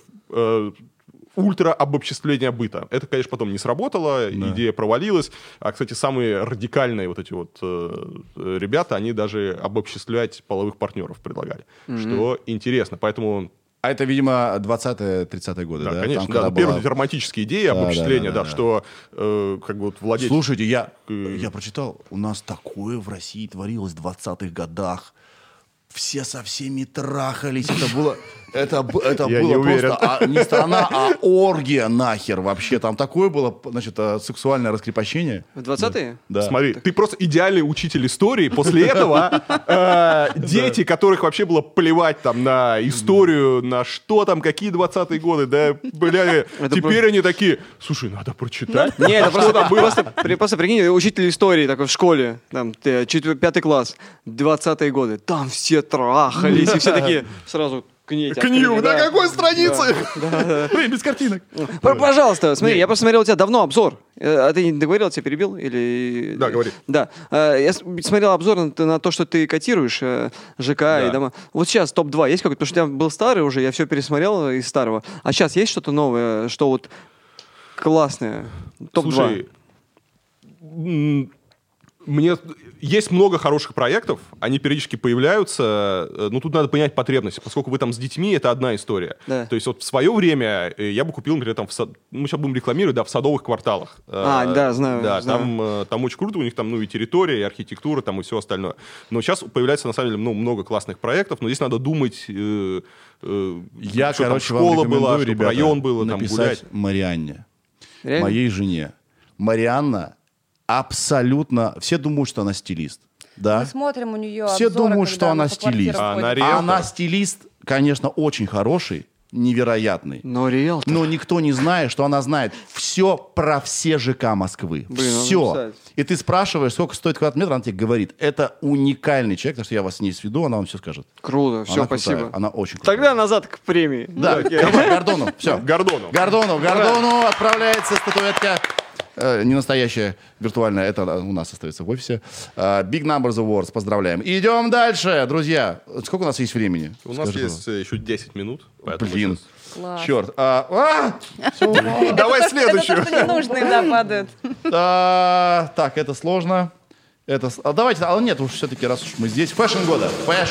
ультра-обобществление быта. Это, конечно, потом не сработало, идея провалилась. А, кстати, самые радикальные вот эти вот ребята, они даже обобществлять половых партнеров предлагали, что интересно. Поэтому... А это, видимо, 20-30-е годы, да? Да, конечно. Там, да, первые романтические идеи обобществления, да, что как бы вот владеть... Слушайте, я прочитал, у нас такое в России творилось в 20-х годах. Все со всеми трахались. Это было просто не страна, а оргия нахер вообще. Там такое было, значит, сексуальное раскрепощение. В 20-е? Да. Смотри, ты просто идеальный учитель истории. После этого дети, которых вообще было плевать там на историю, на что там, какие 20-е годы, да, бля, теперь они такие, слушай, надо прочитать. Нет, это просто прикинь, учитель истории такой в школе, там, 5 класс, 20-е годы, там все трахались, и все такие сразу... Книгу, на какой странице? Блин, без картинок. Пожалуйста, смотри, я просто смотрел у тебя давно обзор. А ты не договорил, тебя перебил? Или... Да, говори. Да. Я смотрел обзор на то, что ты котируешь ЖК и дома. Вот сейчас топ-2 есть какой-то? Потому что у тебя был старый уже, я все пересмотрел из старого. А сейчас есть что-то новое, что вот классное? Топ-2. Слушай, мне есть много хороших проектов, они периодически появляются, но тут надо понять потребности, поскольку вы там с детьми, это одна история. Да. То есть вот в свое время я бы купил, например, там, мы сейчас будем рекламировать, да, в Садовых кварталах. Да, знаю. Да, знаю. там очень круто, у них там, и территория, и архитектура, там, и все остальное. Но сейчас появляется, на самом деле, много классных проектов, но здесь надо думать, Я, что там короче, вам школа рекомендую, была, чтобы ребята, район было, там, написать гулять. Марианне, Реально? моей жене. Марианна абсолютно... Все думают, что она стилист. Да? Мы смотрим у нее Все обзоры, думают, когда что она по квартирам стилист. А ходит. она риэлтор. Она стилист, конечно, очень хороший, невероятный. Но риэлтор. Но никто не знает, что она знает все про все ЖК Москвы. Блин, надо Все. написать. И ты спрашиваешь, сколько стоит квадратный метр, она тебе говорит. Это уникальный человек, потому что я вас с ней сведу, она вам все скажет. Круто, все, Она крутая, спасибо. она очень крутая. Тогда назад к премии. Да, давай, Гордону. Все. Гордону отправляется статуэтка. Не настоящая, виртуальная. Это у нас остается в офисе. Big Numbers Awards. Поздравляем. Идем дальше, друзья. Сколько у нас есть времени? У нас Скажи, есть еще 10 минут. Поэтому Блин. сейчас- Класс. Черт. Давай Это следующую. то, что ненужные, да, падают. Так, это сложно. Давайте, нет, уж все-таки, раз уж мы здесь. Фэшн года.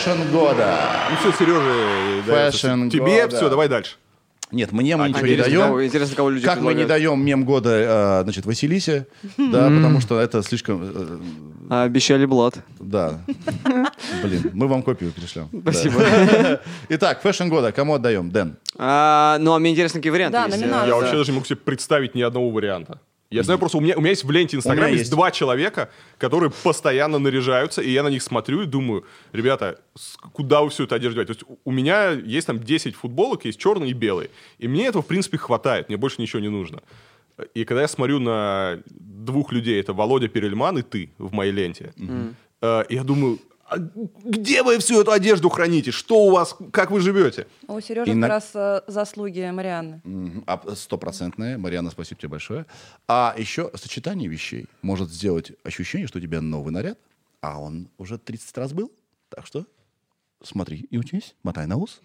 Ну все, Сережа, Фэшн тебе года. все, давай дальше. Нет, мне мы ничего не Интересно, даем. интересно, кого люди Как мы не предлагают. даем мем года, значит, Василисе, да, потому что это слишком, А обещали блат. да. Блин, мы вам копию перешлем. Спасибо. Да. Итак, фэшн года, кому отдаем? Дэн. Ну, а мне интересно, какие варианты Да, есть. номинации. Я Да. вообще даже не могу себе представить ни одного варианта. Я знаю, просто у меня есть в ленте У Инстаграм меня есть 2 человека, которые постоянно наряжаются, и я на них смотрю и думаю, ребята, куда вы всю эту одежду одеваете? То есть у меня есть там 10 футболок, есть черные и белые. И мне этого, в принципе, хватает, мне больше ничего не нужно. И когда я смотрю на 2 людей, это Володя Перельман и ты в моей ленте, я думаю, а где вы всю эту одежду храните? Что у вас, как вы живете? А у Сережи И как на- раз заслуги Марианны. Стопроцентная. Марьяна, спасибо тебе большое. А еще сочетание вещей может сделать ощущение, что у тебя новый наряд, а он уже 30 раз был. Так что смотри и учись, мотай на ус.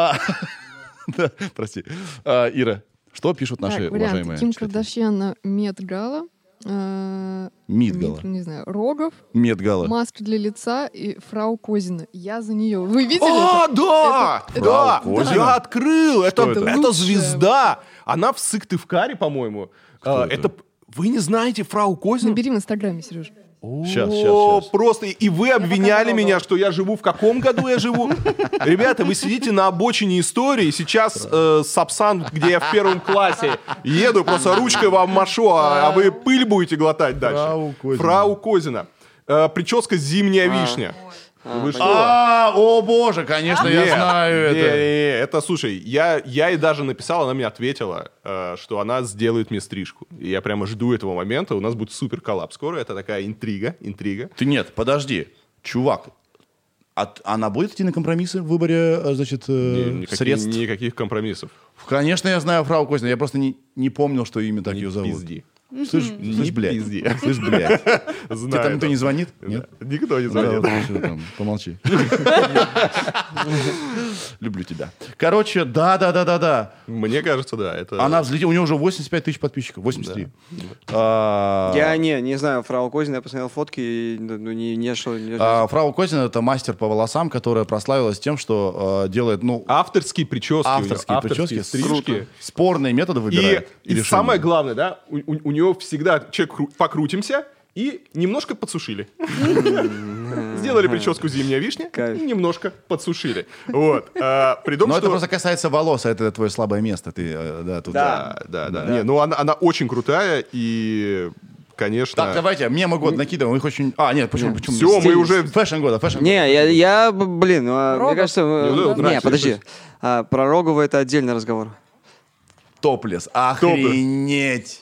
Да, прости. Ира, что пишут наши Так, варианты. уважаемые Ким читатели? Кардашьян, Мет-гала. Мидгала. Не знаю, Рогов, Медгала. маска для лица и фрау Козина. Я за нее. Вы видели А, это? да! Это- Да! Фрау Козина? Я открыл! Это это? звезда! Она в Сыктывкаре, по-моему. Кто это? Вы не знаете фрау Козину? Набери в Инстаграме, Сереж. Сейчас. Просто и вы обвиняли пока меня, что я живу. В каком году я живу? Ребята, вы сидите на обочине истории. Сейчас Сапсан, где я в 1 классе, еду, просто ручкой вам машу, а вы пыль будете глотать дальше. Фрау Козина. Фрау Козина. Прическа «Зимняя вишня». Вы что? О боже, конечно, я знаю это. Это, слушай, я ей даже написал, она мне ответила, что она сделает мне стрижку. И я прямо жду этого момента, у нас будет супер коллапс скоро, это такая интрига. Ты нет, подожди, чувак, она будет идти на компромиссы в выборе, значит, средств? Никаких компромиссов. Конечно, я знаю фрау Козина, я просто не помнил, что имя так ее зовут. Пизди. Слышь, блядь. Пизди. Слышь, блядь. Тебе Знаю. там никто не звонит? Нет? Никто не Да, звонит. вот всё там, помолчи. Люблю тебя. Короче, да. Мне кажется, да. Это... Она взлетела, у нее уже 85 тысяч подписчиков, 83. Я не знаю фрау Козина, я посмотрел фотки и не шел. Фрау Козина — это мастер по волосам, которая прославилась тем, что делает, Авторские прически. авторские у неё, прически, стрижки. спорные методы выбирает. И самое главное, да, у нее всегда покрутимся и немножко подсушили. Сделали прическу «Зимняя вишня» и немножко подсушили. Вот. При том, Но что... это просто касается волос, а это твое слабое место. Ты, тут. Да. Не, ну она очень крутая и, конечно... Так, давайте, мемы года накидываем, их очень... нет, почему? Всё, мы уже... Фэшн года. Не, я блин, мне Рогов? кажется... Не, подожди. Про Рогова это отдельный разговор. Топлес. Охренеть.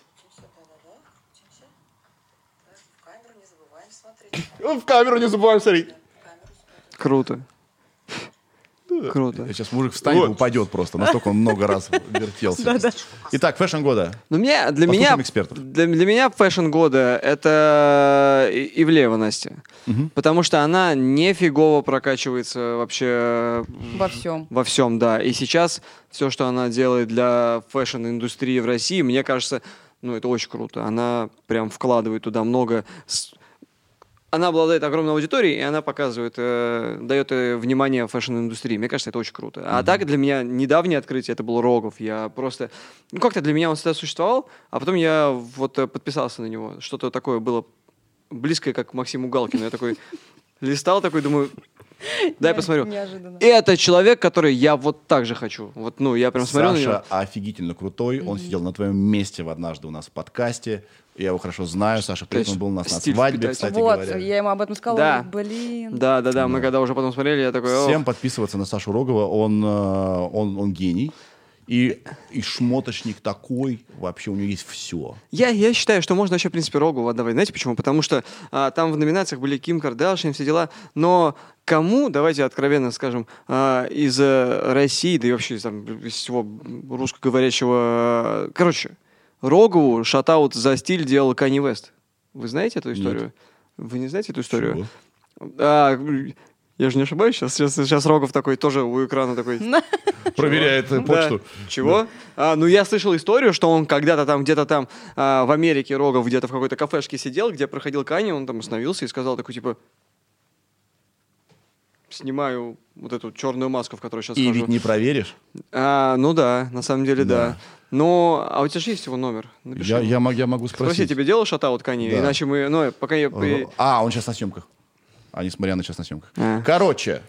В камеру не забываем смотреть. Круто. Круто. Сейчас мужик встанет и Вот. упадет просто. Настолько он много раз вертелся. Итак, фэшн года. Ну, для Послушаем меня, экспертов. для меня фэшн года это Ивлеева Настя. Потому что она нифигово прокачивается вообще Во всем. да. И сейчас все, что она делает для фэшн-индустрии в России, мне кажется, это очень круто. Она прям вкладывает туда много. Она обладает огромной аудиторией, и она показывает, дает внимание фэшн-индустрии. Мне кажется, это очень круто. А так для меня недавнее открытие это был Рогов. Я просто... как-то для меня он всегда существовал, а потом я вот подписался на него. Что-то такое было близкое, как к Максиму Галкину. Я такой листал, такой думаю... Дай посмотрю. Неожиданно. Это человек, который я вот так же хочу. Вот, я прям смотрю на него. Саша офигительно крутой. Он сидел на твоем месте однажды у нас в подкасте. Я его хорошо знаю. Саша при этом был у нас на Стиль свадьбе, впитать. кстати Вот, говоря. я ему об этом сказала. Да. он говорит, блин. Да. Мы когда уже потом смотрели, я такой... Всем подписываться на Сашу Рогова. Он гений. И шмоточник такой. Вообще у него есть все. Я считаю, что можно вообще, в принципе, Рогу отдавать. Знаете почему? Потому что там в номинациях были Ким Кардашьян, все дела. Но кому, давайте откровенно скажем, из России, да и вообще из всего русскоговорящего... Короче, Рогову шатаут за стиль делал Канье Уэст. Вы знаете эту историю? Нет. Вы не знаете эту историю? Чего? Я же не ошибаюсь, сейчас Рогов такой тоже у экрана такой... Проверяет почту. Да. Чего? Я слышал историю, что он когда-то там, где-то там в Америке Рогов где-то в какой-то кафешке сидел, где проходил Канье, он там остановился и сказал такой, типа, снимаю вот эту черную маску, в которой сейчас И хожу. ведь не проверишь. Ну да, на самом деле да. Да. Но, у тебя же есть его номер? Напиши. Я могу Спроси, спросить. тебе делал шатаут Канье? Да. Иначе мы, пока я... Он сейчас на съемках. Несмотря на сейчас на съемках. Короче,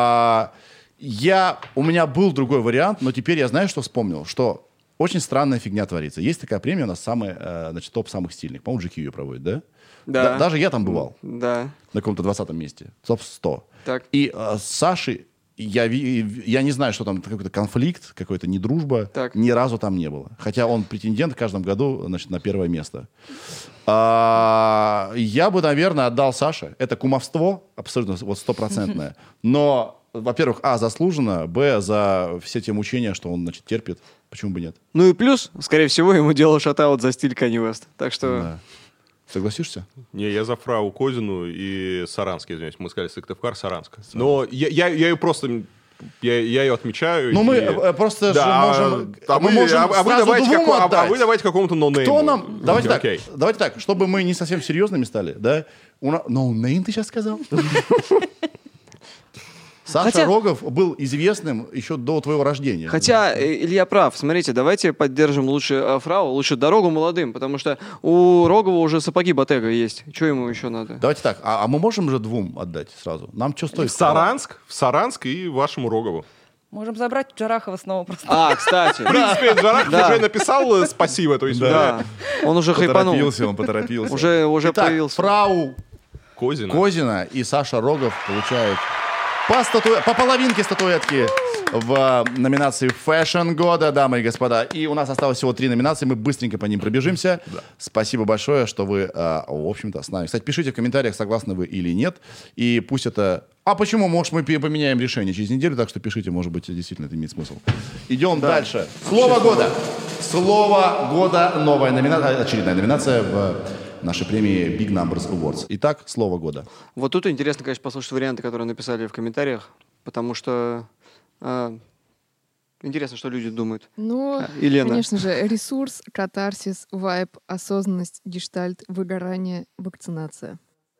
у меня был другой вариант, но теперь я знаю, что вспомнил, что очень странная фигня творится. Есть такая премия у нас, топ самых стильных. По-моему, GQ ее проводит, да? Да. Даже я там бывал. Да. На каком-то 20-м месте. Топ-100. Так. И с Сашей я не знаю, что там какой-то конфликт, какой-то недружба. Так. Ни разу там не было. Хотя он претендент в каждом году, на первое место. Я бы, наверное, отдал Саше. Это кумовство, абсолютно стопроцентное. Но, во-первых, заслуженно, за все те мучения, что он, терпит. Почему бы нет? Ну и плюс, скорее всего, ему делал шатаут за стиль Канье Уэст. Так что... Да. Согласишься? Не, я за фрау Козину и Саранск, извиняюсь. Мы сказали Сыктывкар, Саранск. Но я ее просто... Я ее отмечаю. Ну, мы просто же можем... Вы давайте какому-то ноунейму. Кто нам... Давайте Окей. так, чтобы мы не совсем серьезными стали, да? Ноунейм ты сейчас сказал? Саша Рогов был известным еще до твоего рождения. Хотя Илья прав. Смотрите, давайте поддержим лучше фрау, лучше дорогу молодым, потому что у Рогова уже сапоги Ботега есть. Что ему еще надо? Давайте так, а мы можем же двум отдать сразу? Нам что стоит? В Саранск и вашему Рогову. Можем забрать Джарахова снова просто. Кстати. В принципе, Джарахов Да. уже написал спасибо. То есть, Да. Он уже хайпанул. Он поторопился. Уже Итак, появился. фрау Козина. И Саша Рогов получает по половинке статуэтки в номинации «Фэшн года», дамы и господа. И у нас осталось всего 3 номинации, мы быстренько по ним пробежимся. Да. Спасибо большое, что вы, в общем-то, с нами. Кстати, пишите в комментариях, согласны вы или нет. И пусть это... А почему? Может, мы поменяем решение через неделю, так что пишите, может быть, действительно это имеет смысл. Идем дальше. Слово года. Слово года, новая номинация, очередная номинация в нашей премии Big Numbers Awards. Итак, слово года. Вот тут интересно, конечно, послушать варианты, которые написали в комментариях, потому что интересно, что люди думают. Ну, Елена. конечно же, ресурс, катарсис, вайб, осознанность, гештальт, выгорание, вакцинация.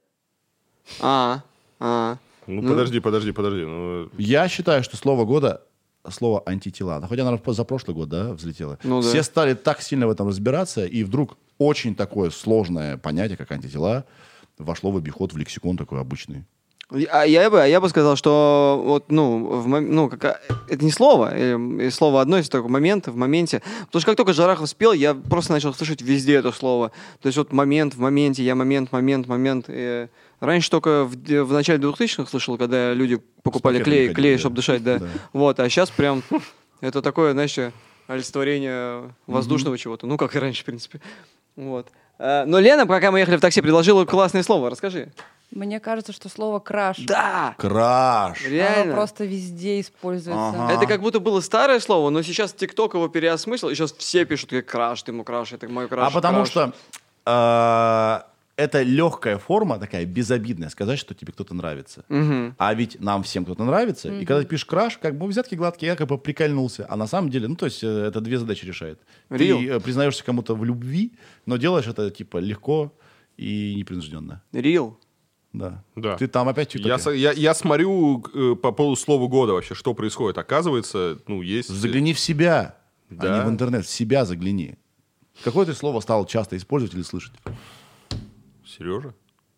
Подожди. Ну, Я считаю, что слово года — слово антитела. Да, хотя, наверное, за прошлый год, да, взлетело. Ну, да. Все стали так сильно в этом разбираться, и вдруг очень такое сложное понятие, как антитела, вошло в обиход, в лексикон такой обычный. Я бы сказал, что вот, это не слово, и слово одно, если только момент, в моменте. Потому что как только Джарахов спел, я просто начал слышать везде это слово. То есть вот момент, в моменте, я момент. И раньше только в начале 2000-х слышал, когда люди покупали клей, чтобы дышать, да. Вот, а сейчас прям это такое, знаешь, олицетворение воздушного чего-то. Ну, как и раньше, в принципе. Вот. Но Лена, пока мы ехали в такси, предложила классное слово. Расскажи. Мне кажется, что слово «краш». Да! Краш. Реально. Оно просто везде используется. Ага. Это как будто было старое слово, но сейчас ТикТок его переосмыслил, и сейчас все пишут, краш, ты мой краш, это мой краш. А потому краш. что это легкая форма, такая безобидная, сказать, что тебе кто-то нравится. Мгм. А ведь нам всем кто-то нравится. И когда ты пишешь краш, как бы взятки гладкие, я как бы прикольнулся. А на самом деле, ну, то есть это 2 задачи решает. Real. Ты признаешься кому-то в любви, но делаешь это, типа, легко и непринужденно. Real. Да. Да. Ты там опять что-то... Я смотрю по поводу слова года вообще, что происходит. Оказывается, есть... Загляни в себя, Да. а не в интернет. В себя загляни. Какое ты слово стал часто использовать или слышать? Сережа?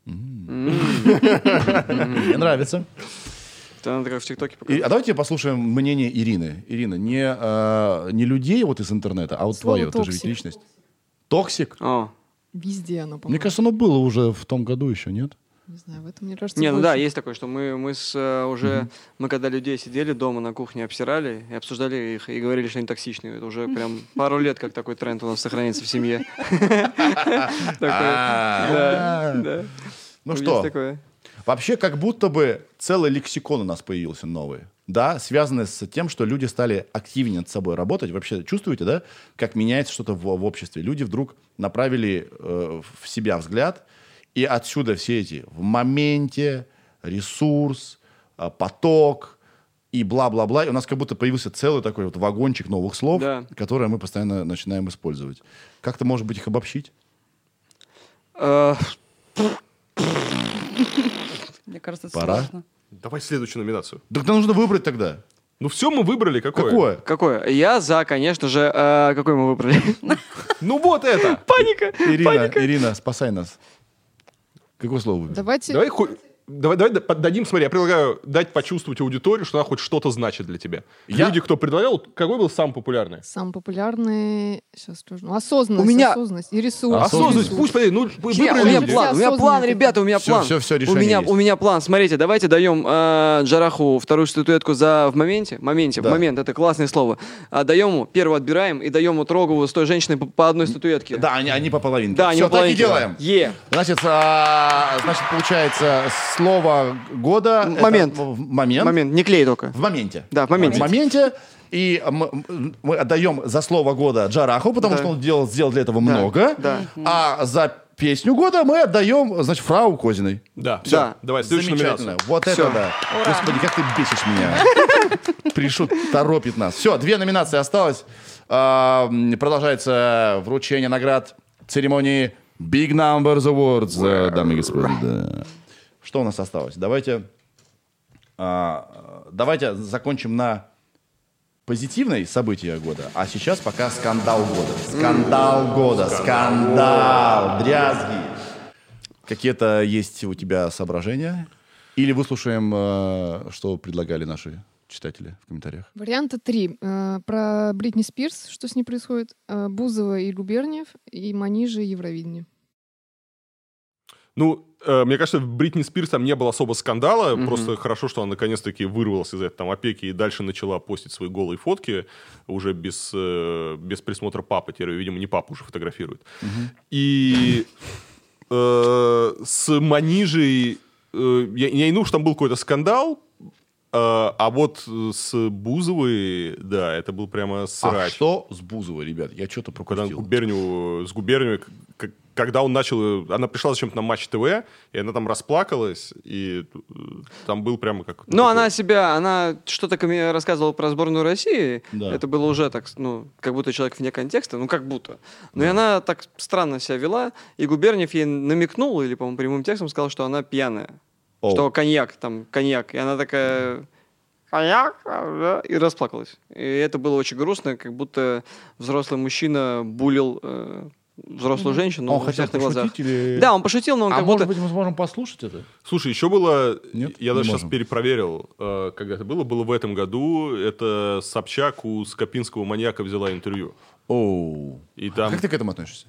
Мне нравится. Это надо как в ТикТоке А показать. давайте послушаем мнение Ирины. Ирина, не людей вот из интернета, а вот Слово твое. Ты же ведь «токсик». личность. Токсик? О. Везде оно, Мне по-моему. кажется, оно было уже в том году еще, нет? Не знаю, в этом, мне кажется, Не, ну больше. да, есть такое, что мы когда людей сидели дома на кухне, обсирали и обсуждали их, и говорили, что они токсичные. Это уже прям пару лет, как такой тренд у нас сохраняется в семье. Да. Ну Есть что, такое. вообще как будто бы целый лексикон у нас появился новый. Да, связанный с тем, что люди стали активнее над собой работать. Вообще чувствуете, да, как меняется что-то в обществе? Люди вдруг направили в себя взгляд, и отсюда все эти в моменте, ресурс, поток и бла-бла-бла. И у нас как будто появился целый такой вот вагончик новых слов, Да. которые мы постоянно начинаем использовать. Как ты, может быть, их обобщить? Мне кажется, это Пора. сложно. Давай следующую номинацию. Так нужно выбрать тогда. Ну все, мы выбрали. Какое? Какое? Какое? Я за, конечно же. Какой мы выбрали? Ну вот это. Паника! Ирина, спасай нас. Какое слово выбрать? Давайте... Давай дадим, смотри, я предлагаю дать почувствовать аудиторию, что она хоть что-то значит для тебя. Я- Люди, кто предлагал, какой был самый популярный? Самый популярный... Сейчас скажу. Осознанность, У меня- осознанность и ресурс. Осознанность, Ресурс. пусть, подожди, ну У меня выбрали. план, Осознанный ребята, у меня Всё, план. всё, решение есть. У меня план. Смотрите, давайте даем Джараху вторую статуэтку за в моменте. Да. В момент, это классное слово. Даем ему, первую отбираем, и даем ему Трогову с той женщиной по одной статуэтке. Да, они по половинке. Да, они Всё, по так и половинке. делаем. Значит, получается, слово года... это Момент. Момент. Момент, не клей только. В моменте. Да, в моменте. В моменте. И мы отдаем за слово года Джараху, потому Да. что он сделал для этого много. да. А за песню года мы отдаем, значит, фрау Козиной. Да, все, Да. давай, следующую Замечательно. номинацию. Вот Всё. это да. Господи, как ты бесишь меня. Пришут, торопит нас. Все, 2 номинации осталось. Продолжается вручение наград церемонии Big Numbers Awards, дамы и господа. Что у нас осталось? Давайте закончим на позитивной события года, а сейчас пока скандал года. Скандал, дрязги. Какие-то есть у тебя соображения? Или выслушаем, что предлагали наши читатели в комментариях? Варианта 3. Про Бритни Спирс, что с ней происходит. Бузова и Губерниев, и Манижа и Евровидение. Ну, мне кажется, в Бритни Спирс там не было особо скандала, просто хорошо, что она наконец-таки вырвалась из этой там опеки и дальше начала постить свои голые фотки уже без присмотра папы, теперь, видимо, не папа уже фотографирует. И с Манижей, я не думаю, что там был какой-то скандал, а вот с Бузовой, да, это был прямо срач. А что с Бузовой, ребят? Я что-то Когда пропустил. с Губерниевой, когда он начал... Она пришла зачем-то на Матч ТВ, и она там расплакалась, и там был прямо как... Ну, она что-то рассказывала про сборную России. Да. Это было уже так, как будто человек вне контекста, как будто. Но и она так странно себя вела, и Губерниев ей намекнул, или, по-моему, прямым текстом сказал, что она пьяная. Что коньяк. И она такая... Коньяк? И расплакалась. И это было очень грустно, как будто взрослый мужчина булил взрослую женщину Он на хотел всех на глазах. пошутить или... Да, он пошутил, но он А как может будто... быть, мы сможем послушать это? Слушай, еще было... Нет, я не даже сейчас можем. перепроверил, когда это было. Было в этом году. Это Собчак у Скопинского маньяка взяла интервью. Оу. И там... Как ты к этому относишься?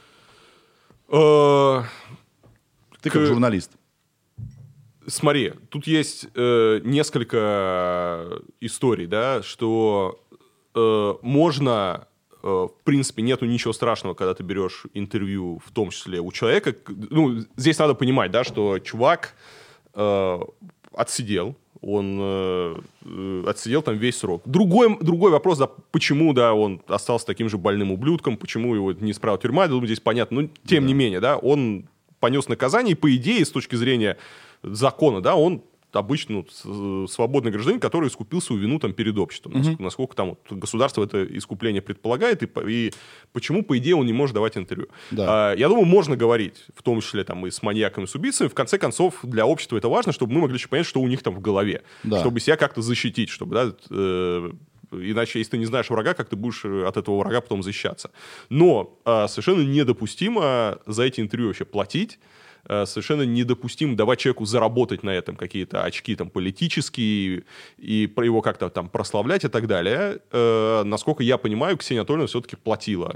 Э, Ты как журналист. Смотри, тут есть несколько историй, да, что можно, в принципе, нету ничего страшного, когда ты берешь интервью, в том числе у человека. Ну, здесь надо понимать, да, что чувак отсидел, он отсидел там весь срок. Другой вопрос, да, почему, да, он остался таким же больным ублюдком, почему его не исправила тюрьма, я думаю, здесь понятно, но тем не менее, да, он понес наказание, и по идее, с точки зрения закона, да, он обычно свободный гражданин, который искупил свою вину там перед обществом. Насколько там государство это искупление предполагает, и почему, по идее, он не может давать интервью. Да. Я думаю, можно говорить, в том числе там и с маньяками, и с убийцами. В конце концов, для общества это важно, чтобы мы могли еще понять, что у них там в голове. Да. Чтобы себя как-то защитить, чтобы, да, иначе, если ты не знаешь врага, как ты будешь от этого врага потом защищаться. Но совершенно недопустимо за эти интервью вообще платить. Совершенно недопустимо давать человеку заработать на этом какие-то очки там, политические и про его как-то там прославлять и так далее. Насколько я понимаю, Ксения Анатольевна все-таки платила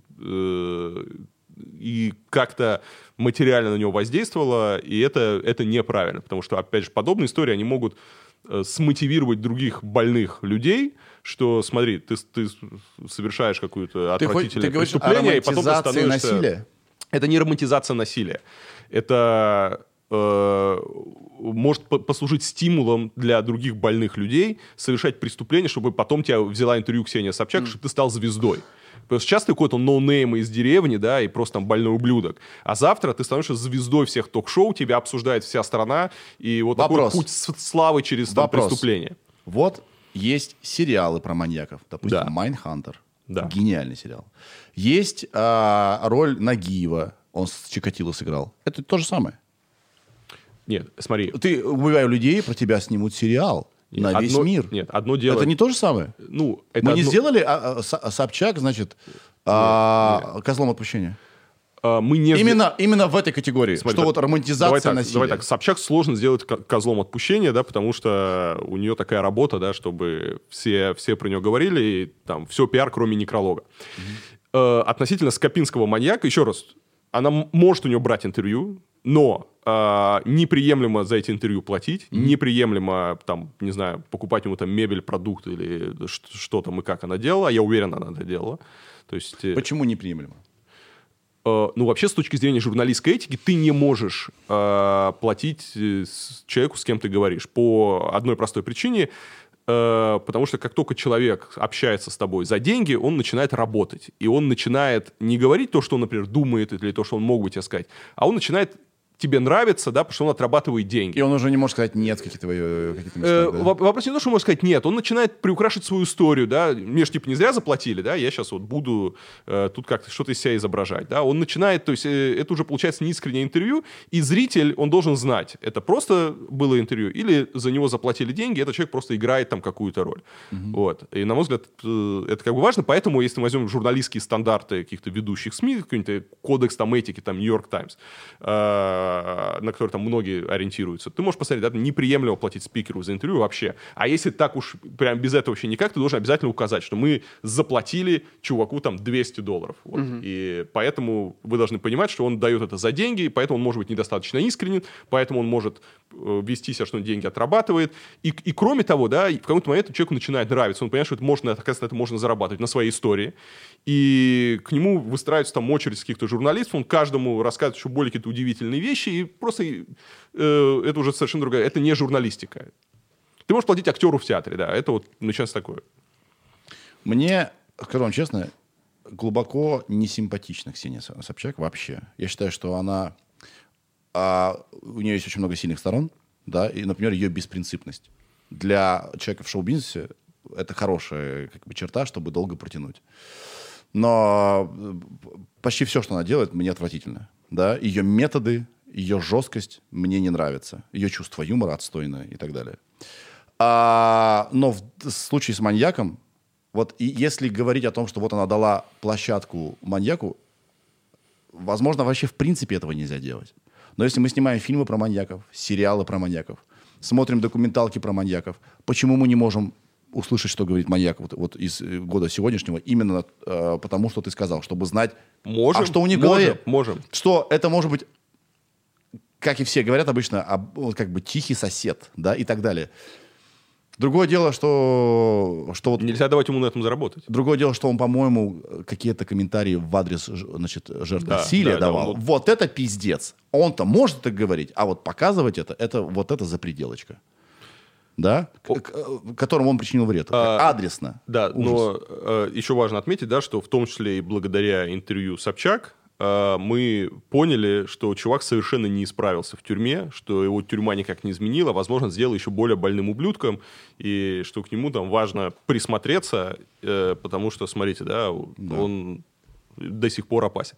и как-то материально на него воздействовала, и это неправильно, потому что, опять же, подобные истории, они могут смотивировать других больных людей, что, смотри, ты совершаешь какое-то отвратительное преступление, и потом ты становишься... насилия? Это не романтизация насилия. Это может послужить стимулом для других больных людей совершать преступления, чтобы потом тебя взяла интервью Ксения Собчак, чтобы ты стал звездой. Потому что сейчас ты какой-то ноунейм из деревни, да, и просто там больной ублюдок. А завтра ты становишься звездой всех ток-шоу, тебя обсуждает вся страна, и вот такой путь славы через там, преступление. Вот есть сериалы про маньяков. Допустим, Да. «Майндхантер». Да. Гениальный сериал. Есть роль Нагиева. Он с Чикатило сыграл. Это то же самое. Нет, смотри. Ты, убивая людей, про тебя снимут сериал на весь мир. Нет, одно дело... Это не то же самое? Ну, это Мы не одно- сделали Собчак, значит, козлом отпущения? Мы не... Именно в этой категории. Смотри, что вот романтизация насилия. Давай так, Собчак сложно сделать козлом отпущения, да, потому что у нее такая работа, да, чтобы все про нее говорили, и там все пиар, кроме некролога. Относительно Скопинского маньяка, еще раз, она может у нее брать интервью, но неприемлемо за эти интервью платить, неприемлемо, там, не знаю, покупать ему там мебель, продукты или что там и как она делала. Я уверен, она это делала. То есть, Почему неприемлемо? ну, вообще, с точки зрения журналистской этики, ты не можешь платить человеку, с кем ты говоришь. По одной простой причине. Потому что как только человек общается с тобой за деньги, он начинает работать. И он начинает не говорить то, что он, например, думает, или то, что он мог бы тебе сказать, а он начинает тебе нравится, да, потому что он отрабатывает деньги. И он уже не может сказать нет в какие-то местах, да? Вопрос не то, что он может сказать нет, он начинает приукрашивать свою историю, да, мне же типа не зря заплатили, да, я сейчас вот буду тут как-то что-то из себя изображать, да, он начинает, то есть это уже получается неискреннее интервью, и зритель, он должен знать, это просто было интервью, или за него заплатили деньги, этот человек просто играет там какую-то роль, вот, и на мой взгляд это как бы важно, поэтому если мы возьмем журналистские стандарты каких-то ведущих СМИ, какой-нибудь кодекс там этики, там Нью-Йорк Таймс, на который там многие ориентируются, ты можешь посмотреть, да, неприемлемо платить спикеру за интервью вообще. А если так уж прям без этого вообще никак, ты должен обязательно указать, что мы заплатили чуваку там $200. Вот. И поэтому вы должны понимать, что он дает это за деньги, поэтому он может быть недостаточно искренен, поэтому он может вести себя, что он деньги отрабатывает. И кроме того, да, в какой-то момент человеку начинает нравиться, он понимает, что это можно зарабатывать на своей истории. И к нему выстраивается там очередь с каких-то журналистов, он каждому рассказывает еще более какие-то удивительные вещи, и просто это уже совершенно другая, это не журналистика. Ты можешь платить актеру в театре, да, это вот начинается такое. Мне, скажу вам честно, глубоко не симпатична Ксения Собчак вообще. Я считаю, что она... у нее есть очень много сильных сторон, да, и, например, ее беспринципность. Для человека в шоу-бизнесе это хорошая как бы, черта, чтобы долго протянуть. Но почти все, что она делает, мне отвратительно. Да? Ее методы, ее жесткость мне не нравятся. Ее чувство юмора отстойное и так далее. Но в случае с «Маньяком», вот и если говорить о том, что вот она дала площадку маньяку, возможно, вообще в принципе этого нельзя делать. Но если мы снимаем фильмы про маньяков, сериалы про маньяков, смотрим документалки про маньяков, почему мы не можем услышать, что говорит маньяк вот из года сегодняшнего, именно потому, что ты сказал, чтобы знать, можем, что у них в голове. Можем. Что это может быть, как и все говорят обычно, как бы тихий сосед, да, и так далее. Другое дело, что вот... Нельзя давать ему на этом заработать. Другое дело, что он, по-моему, какие-то комментарии в адрес, значит, жертв насилия давал. Да, вот это пиздец. Он-то может так говорить, а вот показывать это вот это запределочка. Да? Которому он причинил вред. Адресно. Да, Ужас. но еще важно отметить, да, что в том числе и благодаря интервью Собчак мы поняли, что чувак совершенно не исправился в тюрьме, что его тюрьма никак не изменила, возможно, сделала еще более больным ублюдком, и что к нему там важно присмотреться, потому что, смотрите, да, он до сих пор опасен.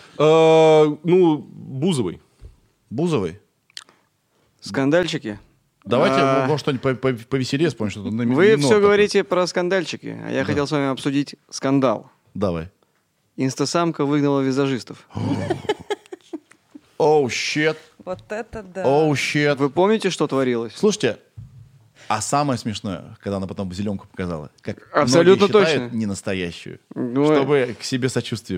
Бузовой. Бузовой? Скандальчики. Давайте, может, что-нибудь повеселее вспомним, что-то на Вы все говорите про скандальчики, а я хотел с вами обсудить скандал. Давай. Инстасамка выгнала визажистов. Оу, щет. Вот это да. Оу, щет. Вы помните, что творилось? Слушайте, а самое смешное, когда она потом зеленку показала, как абсолютно многие считают точно. не настоящую, Ну, чтобы к себе сочувствие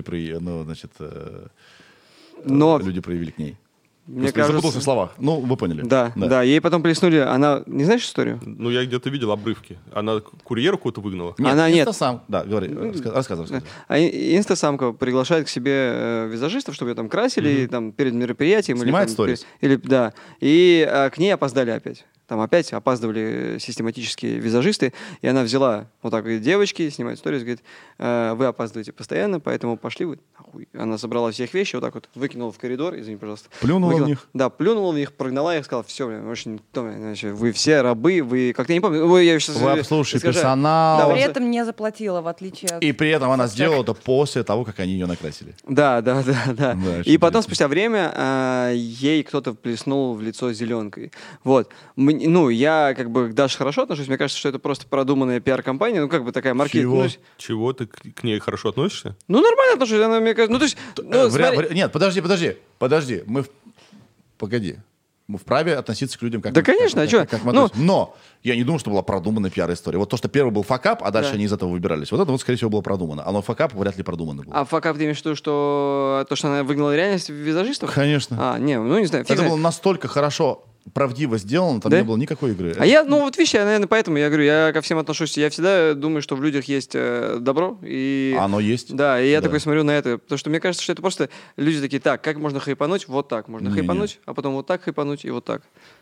люди проявили к ней. Мне Я запутался в кажется... словах. Ну, вы поняли. Да. Ей потом плеснули... Она... Не знаешь историю? Ну, я где-то видел обрывки. Она курьера какого-то выгнала? Нет. Сам. Да, говори, рассказывай. А инстасамка приглашает к себе визажистов, чтобы ее там красили там, перед мероприятием. Снимает или, сторис. Да. И к ней опоздали опять. Там опять опаздывали систематические визажисты, и она взяла вот так, говорит, девочки, снимает сторис, говорит, вы опаздываете постоянно, поэтому пошли вы нахуй. Она собрала всех вещи, вот так вот выкинула в коридор, извини, пожалуйста. Плюнула в них? Да, плюнула в них, прогнала их, сказала, все, блин, больше никто, значит, вы все рабы, вы, как-то я не помню, вы обслуживаете персонал. Да, при этом не заплатила, в отличие от... И при этом она сделала это после того, как они ее накрасили. Да. И потом, интересно. спустя время, ей кто-то плеснул в лицо зеленкой. Вот. Я как бы к Даше хорошо отношусь. Мне кажется, что это просто продуманная пиар-компания. Ну, как бы такая маркетинг. Чего? Ты к ней хорошо относишься? Ну, нормально отношусь. Она, мне кажется... Ну, то есть... смотри. Нет, подожди. Погоди. Мы вправе относиться к людям как... Да, конечно, а что? Но я не думаю, что была продуманная пиар-история. Вот то, что первый был факап, а дальше они из этого выбирались. Вот это вот, скорее всего, было продумано. А факап вряд ли продуманный был. А факап ты имеешь в виду, что она выгнала реальность визажистов? Конечно. Не знаю. Это было настолько хорошо... правдиво сделано, там не было никакой игры. Видишь, я, наверное, поэтому я говорю, я ко всем отношусь, я всегда думаю, что в людях есть добро. И... Оно есть. Да, и я такой смотрю на это, потому что мне кажется, что это просто люди такие, так, как можно хайпануть? Вот так можно хайпануть, а потом вот так хайпануть и вот так.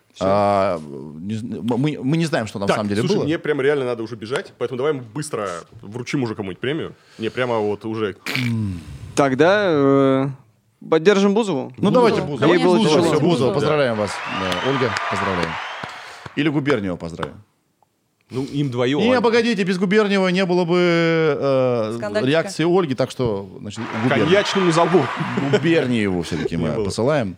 Мы не знаем, что на самом деле слушай, было. Мне прям реально надо уже бежать, поэтому давай мы быстро вручим уже кому-нибудь премию. Не, прямо вот уже... Тогда... Поддержим Бузову. Давайте Бузову. Ей было тяжело. Все, Бузова, поздравляем вас. Да, Ольга, поздравляем. Или Губерниева поздравим. Им вдвоем. Не, погодите, без Губерниева не было бы реакции Ольги, так что, значит, Коньячному залу. Губерниеву все-таки мы посылаем.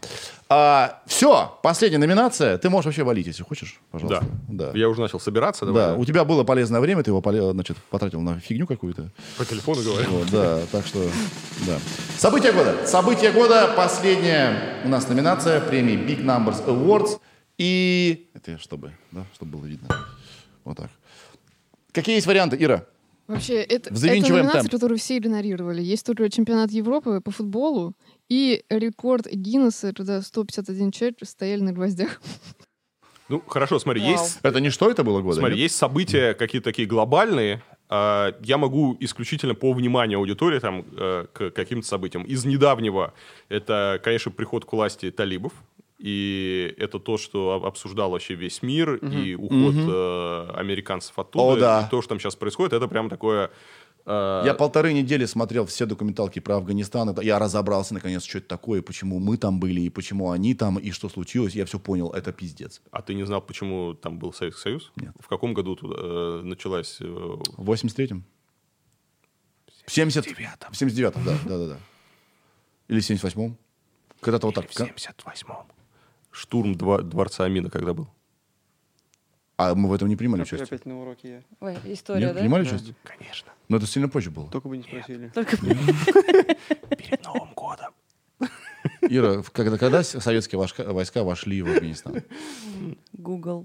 Все, последняя номинация. Ты можешь вообще валить, если хочешь, пожалуйста. Да. Я уже начал собираться. Да, Давай. у тебя было полезное время, ты его потратил на фигню какую-то. По телефону говорю. Вот, да, так что, да. События года. События года. Последняя у нас номинация премии Big Numbers Awards. И... Это чтобы было видно. Вот так. Какие есть варианты, Ира? Вообще, это Взвинчиваем номинация, темп. которую все игнорировали. Есть только чемпионат Европы по футболу и рекорд Гиннесса, когда 151 человек стояли на гвоздях. Ну, хорошо, смотри, Вау. есть... Это не что это было года? Смотри, нет? есть события какие-то такие глобальные. Я могу исключительно по вниманию аудитории там, к каким-то событиям. Из недавнего это, конечно, приход к власти талибов. И это то, что обсуждал вообще весь мир, и уход американцев оттуда. О, да. И то, что там сейчас происходит, это прям такое... Я 1,5 недели смотрел все документалки про Афганистан. Я разобрался, наконец, что это такое, почему мы там были, и почему они там, и что случилось. Я все понял, это пиздец. А ты не знал, почему там был Советский Союз? Нет. В каком году туда началась... В 83-м? В 79-м, да. Или 78-м. Когда-то вот так. В 78-м. Штурм дворца Амина когда был? А мы в этом не принимали участие? Опять на уроке я. Ой, история, Нет, да? принимали участие? Конечно. Но это сильно позже было. Только бы не спросили. Перед Новым годом. Ира, когда советские войска вошли в Афганистан? Google.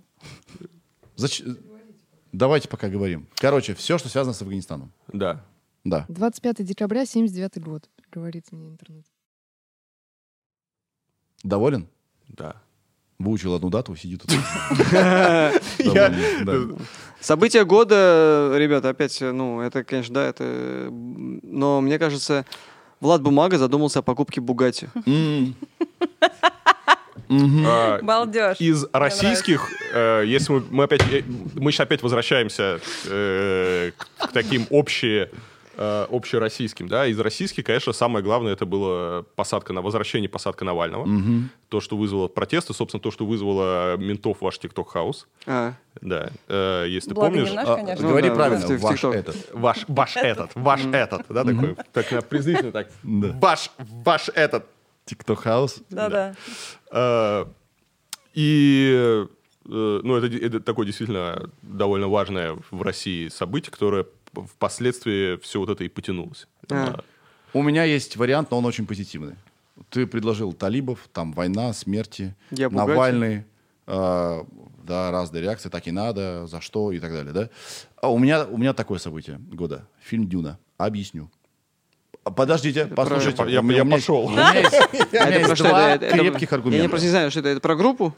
Давайте пока говорим. Короче, все, что связано с Афганистаном. Да. Да. 25 декабря 79 год, говорит мне интернет. Доволен? Да. Выучил одну дату, сидит тут. События года, ребята, опять, ну, это, конечно, да, это... Но мне кажется, Влад Бумага задумался о покупке Бугатти. Балдеж. Из российских, если мы сейчас опять возвращаемся к таким общероссийским, да, из российских, конечно, самое главное это было возвращение посадка Навального. То, что вызвало протесты, собственно, то, что вызвало ментов ваш TikTok-хаус. Да, если ты Благо помнишь. не наш, конечно. Говори да, правильно, в ваш TikTok. этот. Ваш этот, да, такой, так презрительно так. Ваш этот. TikTok-хаус. Да-да. И, ну, это такое действительно довольно важное в России событие, которое впоследствии все вот это и потянулось. У меня есть вариант, но он очень позитивный. Ты предложил талибов, там война, смерти, Я Бугатти. Навальный, да, разные реакции, так и надо, за что и так далее, да? А у меня такое событие года. Фильм «Дюна». Объясню. Подождите, послушайте. Я У меня пошел. У меня есть Это про что? два Это- крепких Я аргумента. просто не знаю, что это про группу?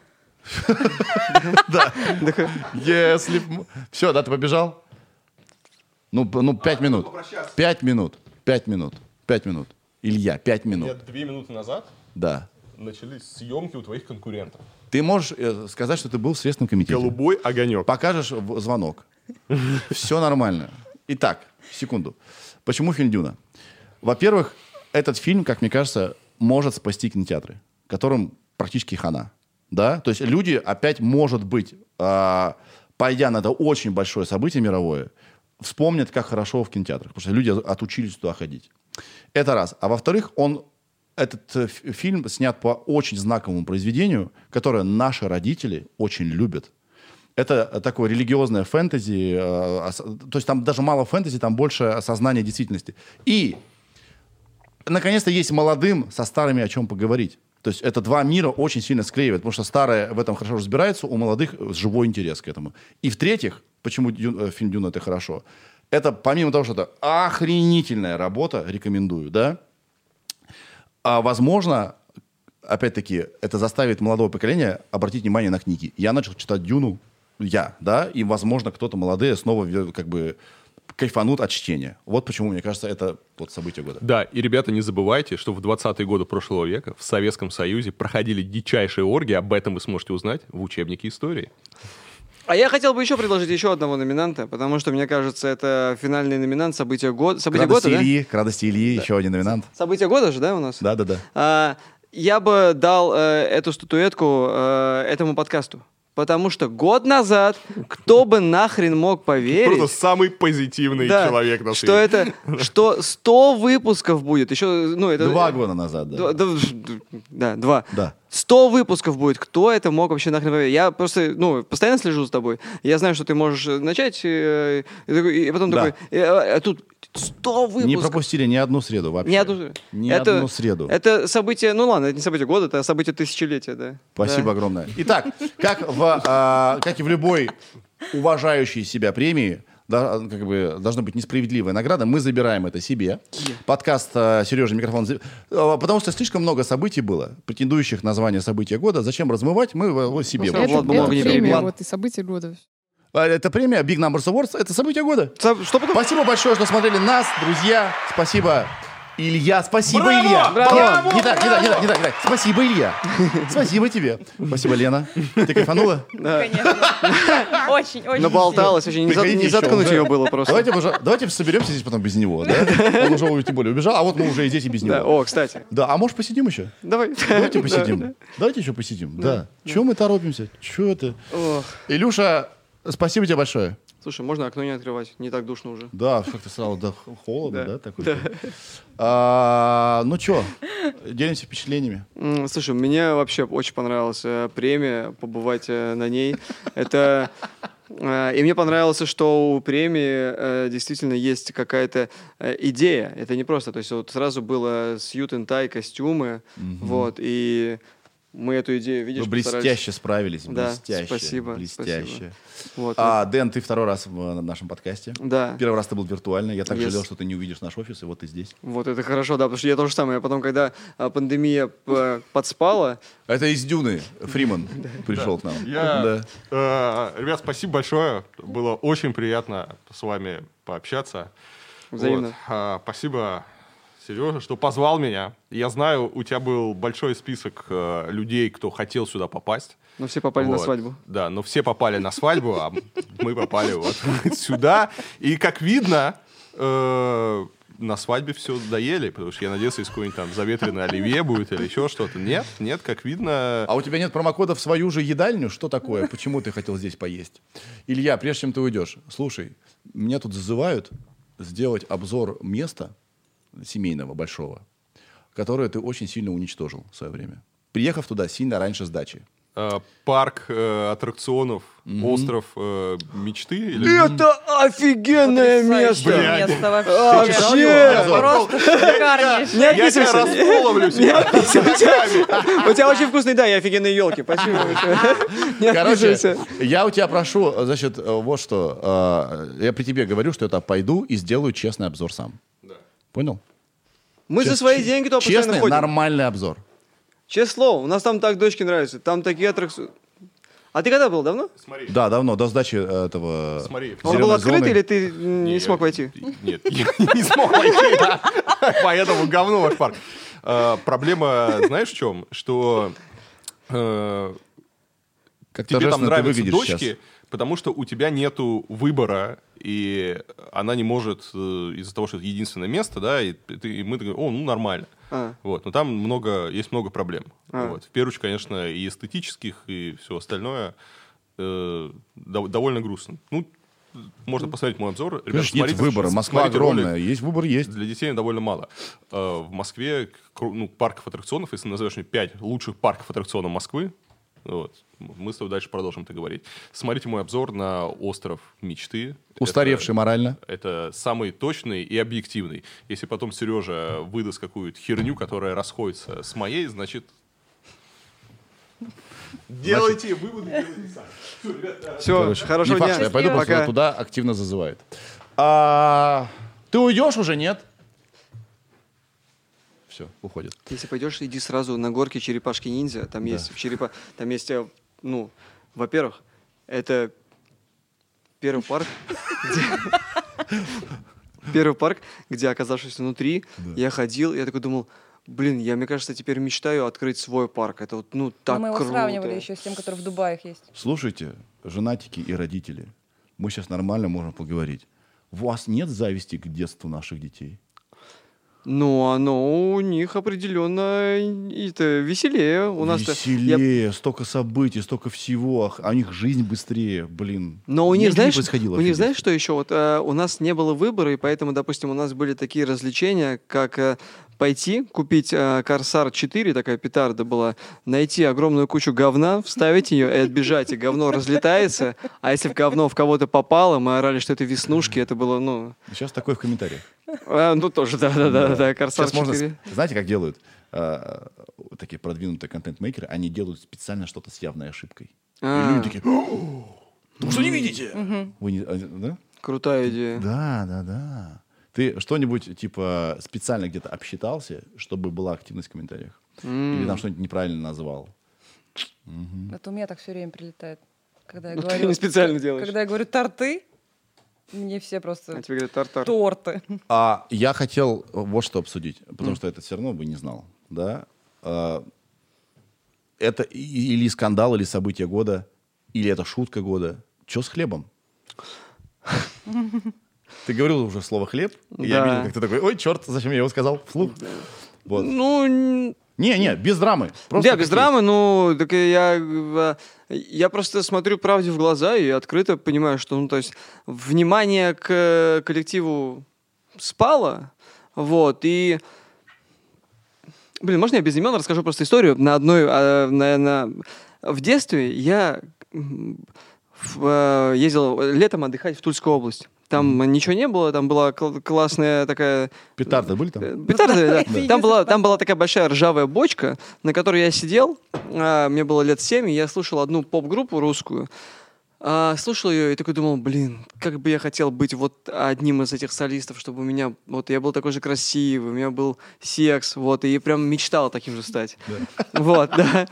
Если... Все, да, ты побежал? Ну, 5 минут. 5 минут. 5 минут. 5 минут. Илья, 5 минут. 2 минуты назад Да. начались съемки у твоих конкурентов. Ты можешь сказать, что ты был в Следственном комитете. Голубой огонек. Покажешь звонок. Все нормально. Итак, секунду. Почему фильм «Дюна»? Во-первых, этот фильм, как мне кажется, может спасти кинотеатры, которым практически хана. Да? То есть люди опять, может быть, пойдя на это очень большое событие мировое, вспомнят, как хорошо в кинотеатрах. Потому что люди отучились туда ходить. Это раз. А во-вторых, этот фильм снят по очень знаковому произведению, которое наши родители очень любят. Это такое религиозное фэнтези. То есть там даже мало фэнтези, там больше осознания действительности. И, наконец-то, есть молодым со старыми о чем поговорить. То есть это два мира очень сильно склеивает, потому что старые в этом хорошо разбираются, у молодых живой интерес к этому. И в-третьих, почему фильм «Дюна» это хорошо, это помимо того, что это охренительная работа, рекомендую, да, возможно, опять-таки, это заставит молодое поколение обратить внимание на книги. Я начал читать «Дюну», да, и, возможно, кто-то молодые снова как бы кайфанут от чтения. Вот почему, мне кажется, это вот событие года. Да, и, ребята, не забывайте, что в 20-е годы прошлого века в Советском Союзе проходили дичайшие оргии, об этом вы сможете узнать в учебнике истории. А я хотел бы еще предложить еще одного номинанта, потому что, мне кажется, это финальный номинант события года. Событие года, да? К радости Ильи, еще один номинант. Событие года же, да, у нас? Да. Я бы дал эту статуэтку этому подкасту. Потому что год назад кто бы нахрен мог поверить... Просто самый позитивный Да, человек на что свете. что 100 выпусков будет. Еще, ну, это, 2 года назад, да. Да, 2. Да. 100 выпусков будет. Кто это мог вообще нахрен поверить? Я просто, постоянно слежу за тобой. Я знаю, что ты можешь начать, и потом Да. такой... А тут 100 выпусков. Не пропустили ни одну среду вообще. Ни одну. Одну среду. Это событие, это не событие года, это событие тысячелетия, да. Спасибо огромное. Итак, как и в любой уважающей себя премии, должна быть несправедливая награда, мы забираем это себе. Подкаст «Сережа, микрофон». Потому что слишком много событий было, претендующих на звание события года. Зачем размывать? Мы его себе. Ну, Влад Это бумагу не премия, перебил. вот и события года. Это премия Big Numbers Awards. Это событие года. Что потом? Спасибо большое, что смотрели нас, друзья. Спасибо, Илья. Спасибо, Браво! Илья. Браво! Не так. Спасибо, Илья. Спасибо тебе. Спасибо, Лена. Ты кайфанула? Конечно. Очень. Наболталась, вообще Приходите не еще, заткнуть уже. ее было просто. Давайте соберемся здесь потом без него. Да? Он уже тем более убежал, а вот мы уже и здесь и без Да, него. кстати. Да, а может посидим еще? Давай. Давайте посидим. Давайте еще посидим. Да. Чего мы торопимся? Чего это? Ох. Илюша, спасибо тебе большое. Слушай, можно окно не открывать, не так душно уже. Да, как-то сразу холодно, да? Такой. Да. Ну что, делимся впечатлениями. Слушай, мне вообще очень понравилась премия, побывать на ней. Это... И мне понравилось, что у премии действительно есть какая-то идея. Это не просто, то есть вот сразу было сьют and tie, костюмы, вот, и мы эту идею, видишь, Вы блестяще справились. Да, Блестяще. спасибо, Блестяще. спасибо. Вот. Дэн, ты второй раз в нашем подкасте. Да. Первый раз ты был виртуально. Я так Yes. жалел, что ты не увидишь наш офис, и вот ты здесь. Вот это хорошо, да, потому что я то же самое. Потом, когда пандемия подспала, Это из Дюны Фриман пришел к нам. Ребят, спасибо большое. Было очень приятно с вами пообщаться. взаимно. Вот. Спасибо, Сережа, что позвал меня. Я знаю, у тебя был большой список людей, кто хотел сюда попасть. Но все попали на Вот. свадьбу. Да, но все попали на свадьбу, а мы попали вот сюда. И, как видно, на свадьбе все доели, потому что я надеялся, из какой-нибудь там заветренной оливье будет или еще что-то. Нет, как видно... А у тебя нет промокода в свою же едальню? Что такое? Почему ты хотел здесь поесть? Илья, прежде чем ты уйдешь, слушай, меня тут зазывают сделать обзор места семейного, большого, которое ты очень сильно уничтожил в свое время, приехав туда сильно раньше сдачи. Парк аттракционов, остров мечты. Или... Это офигенное место! Блядь. Место Вообще! Просто шикарнейшее. Не Я тебя отписывайся! располовлю Не отписывайся! У тебя очень вкусные, да, и офигенные елки. Спасибо. Не Короче, отписывайся. я у тебя прошу, значит, вот что. Я при тебе говорю, что я пойду и сделаю честный обзор сам. Понял? Мы за свои деньги туда постоянно Честный, ходим. нормальный обзор. Честное слово, у нас там так дочке нравится. Там такие аттракционы. А ты когда был? Давно? Смотри. Да, давно, до сдачи этого... Смотри. Он зелёной был открыт зоны. или ты не смог войти? Нет, я не смог войти, да. Поэтому говно ваш парк. Проблема, знаешь, в чем? Что Как тебе там торжественно ты нравятся выглядишь дочки, сейчас. потому что у тебя нету выбора, и она не может из-за того, что это единственное место, да, и мы говорим, нормально. Вот, но там есть много проблем. Вот. В первую очередь, конечно, и эстетических, и все остальное довольно грустно. Ну, можно посмотреть мой обзор. Ребята, Конечно, нет смотрите, выбора. Москва смотрите огромная. ролик. Есть выбор, есть. Для детей довольно мало. В Москве парков аттракционов, если назовешь мне 5 лучших парков аттракционов Москвы, вот, мы с тобой дальше продолжим это говорить. Смотрите мой обзор на остров мечты. Устаревший морально. Это самый точный и объективный. Если потом Сережа выдаст какую-то херню, которая расходится с моей, значит... Делайте выводы, делайте сами. Все, Короче, хорошего не факт, дня. что я пойду, просто Пока. туда активно зазывает. Ты уйдешь уже, нет? Все, уходит. Если пойдешь, иди сразу на горке черепашки-ниндзя. Там есть во-первых, это первый парк, где, оказавшись внутри, я ходил, я такой думал, я, мне кажется, теперь мечтаю открыть свой парк. Это вот, так Мы его круто. сравнивали еще с тем, который в Дубае есть. Слушайте, женатики и родители, мы сейчас нормально можем поговорить. У вас нет зависти к детству наших детей? Ну, оно у них определенно это веселее. У нас Веселее, столько событий, столько всего, а у них жизнь быстрее, блин. Но у них, Нигде не знаешь, происходило у них, вообще знаешь, что еще? Вот у нас не было выбора, и поэтому, допустим, у нас были такие развлечения, как пойти, купить Корсар 4, такая петарда была, найти огромную кучу говна, вставить ее и отбежать, и говно разлетается, а если в говно в кого-то попало, мы орали, что это веснушки, это было, ну... Сейчас такое в комментариях. Ну, тоже, да, Корсар Сейчас можно... 4. Знаете, как делают? Такие продвинутые контент-мейкеры, они делают специально что-то с явной ошибкой. И люди такие: вы что не видите? Вы не... Да? Крутая идея. Да. Ты что-нибудь, типа, специально где-то обсчитался, чтобы была активность в комментариях? Или там что-нибудь неправильно назвал? Это у меня так все время прилетает. Когда я Ну, ты говорю, не специально делаешь. Когда я говорю торты, мне все просто А тебе говорят тартар. торты. А я хотел вот что обсудить, потому что это все равно бы не знал, да? Это или скандал, или событие года, или это шутка года. Что с хлебом? Ты говорил уже слово «хлеб», и я Да. видел, как ты такой: ой, черт, зачем я его сказал вслух? Вот. Ну, Не, без драмы. Просто да, без как драмы, ну, так я просто смотрю правде в глаза и открыто понимаю, что, ну, то есть, внимание к коллективу спало, вот, и... Блин, можно я без имен расскажу просто историю? На одной, наверное, в детстве я ездил летом отдыхать в Тульскую область. Там ничего не было, там была классная такая... Петарды были там? Петарды, да. Там была такая большая ржавая бочка, на которой я сидел, мне было лет 7, и я слушал одну поп-группу русскую. Слушал ее и такой думал: блин, как бы я хотел быть вот одним из этих солистов, чтобы у меня, вот я был такой же красивый, у меня был секс, вот, и прям мечтал таким же стать. Вот, да.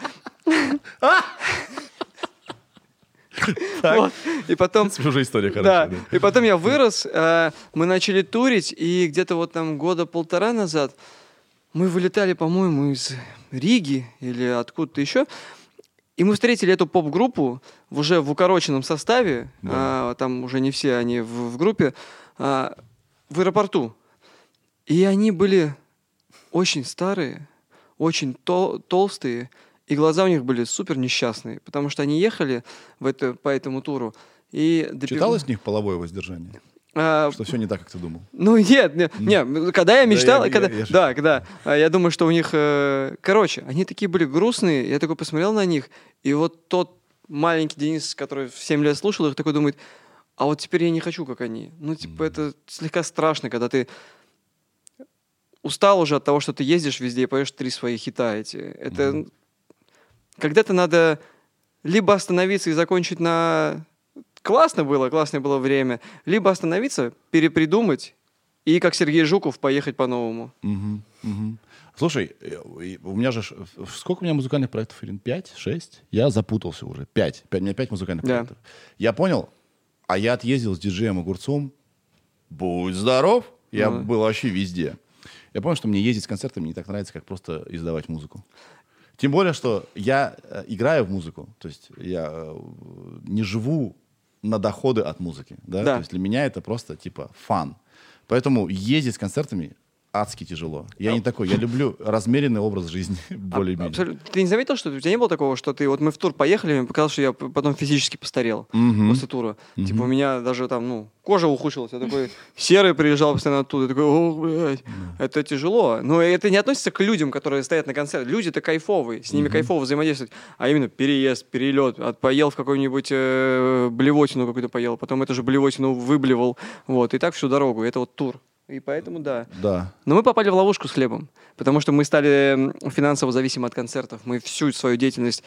Вот. И потом... Это уже история Да. хорошая. Да. И потом я вырос, мы начали турить, и где-то вот там года полтора назад мы вылетали, по-моему, из Риги или откуда-то еще, и мы встретили эту поп-группу уже в укороченном составе, там уже не все они в группе, в аэропорту. И они были очень старые, очень толстые, и глаза у них были супер несчастные, потому что они ехали по этому туру. И Читалось в них половое воздержание? Что все не так, как ты думал? Ну, нет, когда я мечтал... Я думаю, что у них... Короче, они такие были грустные, я такой посмотрел на них, и вот тот маленький Денис, который в 7 лет слушал их, такой думает: а вот теперь я не хочу, как они. Ну, типа, это слегка страшно, когда ты устал уже от того, что ты ездишь везде и поешь 3 свои хита эти. Это... Когда-то надо либо остановиться и закончить на... классное было время, либо остановиться, перепридумать и, как Сергей Жуков, поехать по-новому. Слушай, у меня же... Сколько у меня музыкальных проектов, Ирин? 5? 6? Я запутался уже. 5. У меня 5 музыкальных проектов. Я понял, а я отъездил с диджеем Огурцом. Будь здоров! Я был вообще везде. Я понял, что мне ездить с концертами не так нравится, как просто издавать музыку. Тем более, что я играю в музыку. То есть я не живу на доходы от музыки. Да? То есть для меня это просто типа фан. Поэтому ездить с концертами адски тяжело. Я не такой. Я люблю размеренный образ жизни, более-менее. Ты не заметил, что у тебя не было такого, что ты... Вот мы в тур поехали, мне показалось, что я потом физически постарел после тура. Типа у меня даже там, кожа ухудшилась. Я такой серый приезжал постоянно оттуда. Я такой: о, блядь, это тяжело. Но это не относится к людям, которые стоят на концерте. Люди-то кайфовые, с ними кайфово взаимодействовать. А именно переезд, перелет, поел в какую-нибудь блевотину какую-то поел, потом эту же блевотину выблевал. Вот, и так всю дорогу. Это вот тур. И поэтому да. Но мы попали в ловушку с хлебом, потому что мы стали финансово зависимы от концертов. Мы всю свою деятельность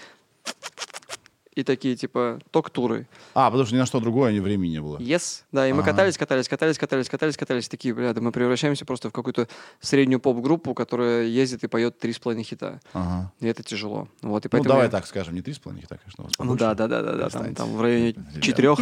и такие, типа, только туры. Потому что ни на что другое времени не было. Yes. Да, и мы катались. Такие, бля, да мы превращаемся просто в какую-то среднюю поп-группу, которая ездит и поет 3,5 хита. И это тяжело. Вот, и поэтому давай так скажем, не 3,5 хита, конечно, у вас побольше. Да. Там в районе 4.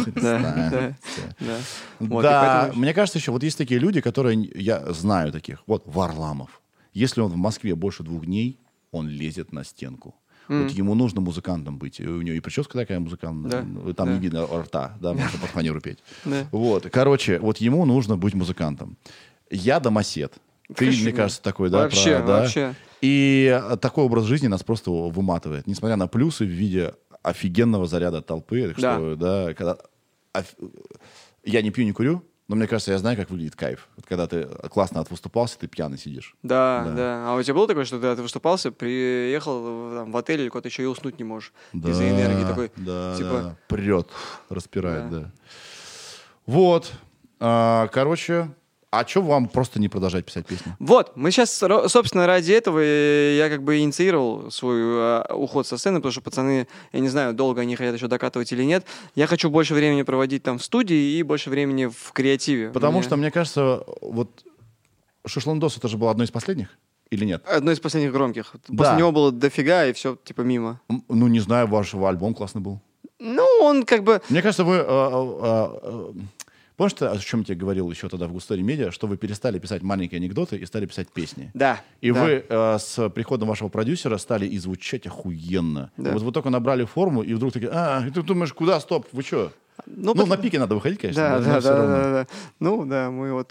Да, мне кажется, еще вот есть такие люди, которые, я знаю таких, вот Варламов. Если он в Москве больше 2 дней, он лезет на стенку. Вот ему нужно музыкантом быть. У него и прическа такая музыкантная. Там не видно рта, да, можно под фанеру петь. Вот. Короче, вот ему нужно быть музыкантом. Я домосед. Ты, мне кажется, такой, да? Вообще. И такой образ жизни нас просто выматывает. Несмотря на плюсы в виде офигенного заряда толпы. Так что, когда... Я не пью, не курю. Но мне кажется, я знаю, как выглядит кайф. Вот когда ты классно отвыступался, ты пьяный сидишь. Да, Да. да. А у тебя было такое, что ты выступался, приехал там, в отель или куда-то еще и уснуть не можешь? Из-за энергии такой, Да, типа... да. Прет, распирает, Да. да. Вот. Короче, а что вам просто не продолжать писать песни? Вот, мы сейчас, собственно, ради этого я как бы инициировал свой уход со сцены, потому что пацаны, я не знаю, долго они хотят еще докатывать или нет. Я хочу больше времени проводить там в студии и больше времени в креативе. Потому что, мне кажется, вот «Шашлындос» это же было одно из последних? Или нет? Одно из последних громких. Да. После него было дофига, и все типа мимо. Ну, не знаю, ваш альбом классный был. Ну, он как бы... Мне кажется, вы... Помнишь, о чем я тебе говорил еще тогда в Густоре Медиа, что вы перестали писать маленькие анекдоты и стали писать песни? Да. И да. вы с приходом вашего продюсера стали и звучать охуенно. Да. Вот вы только набрали форму, и вдруг такие, и ты думаешь, куда, стоп, вы что? Ну, на пике надо выходить, конечно. Да, но да, всё да, равно. да, да. Ну, да, мы вот...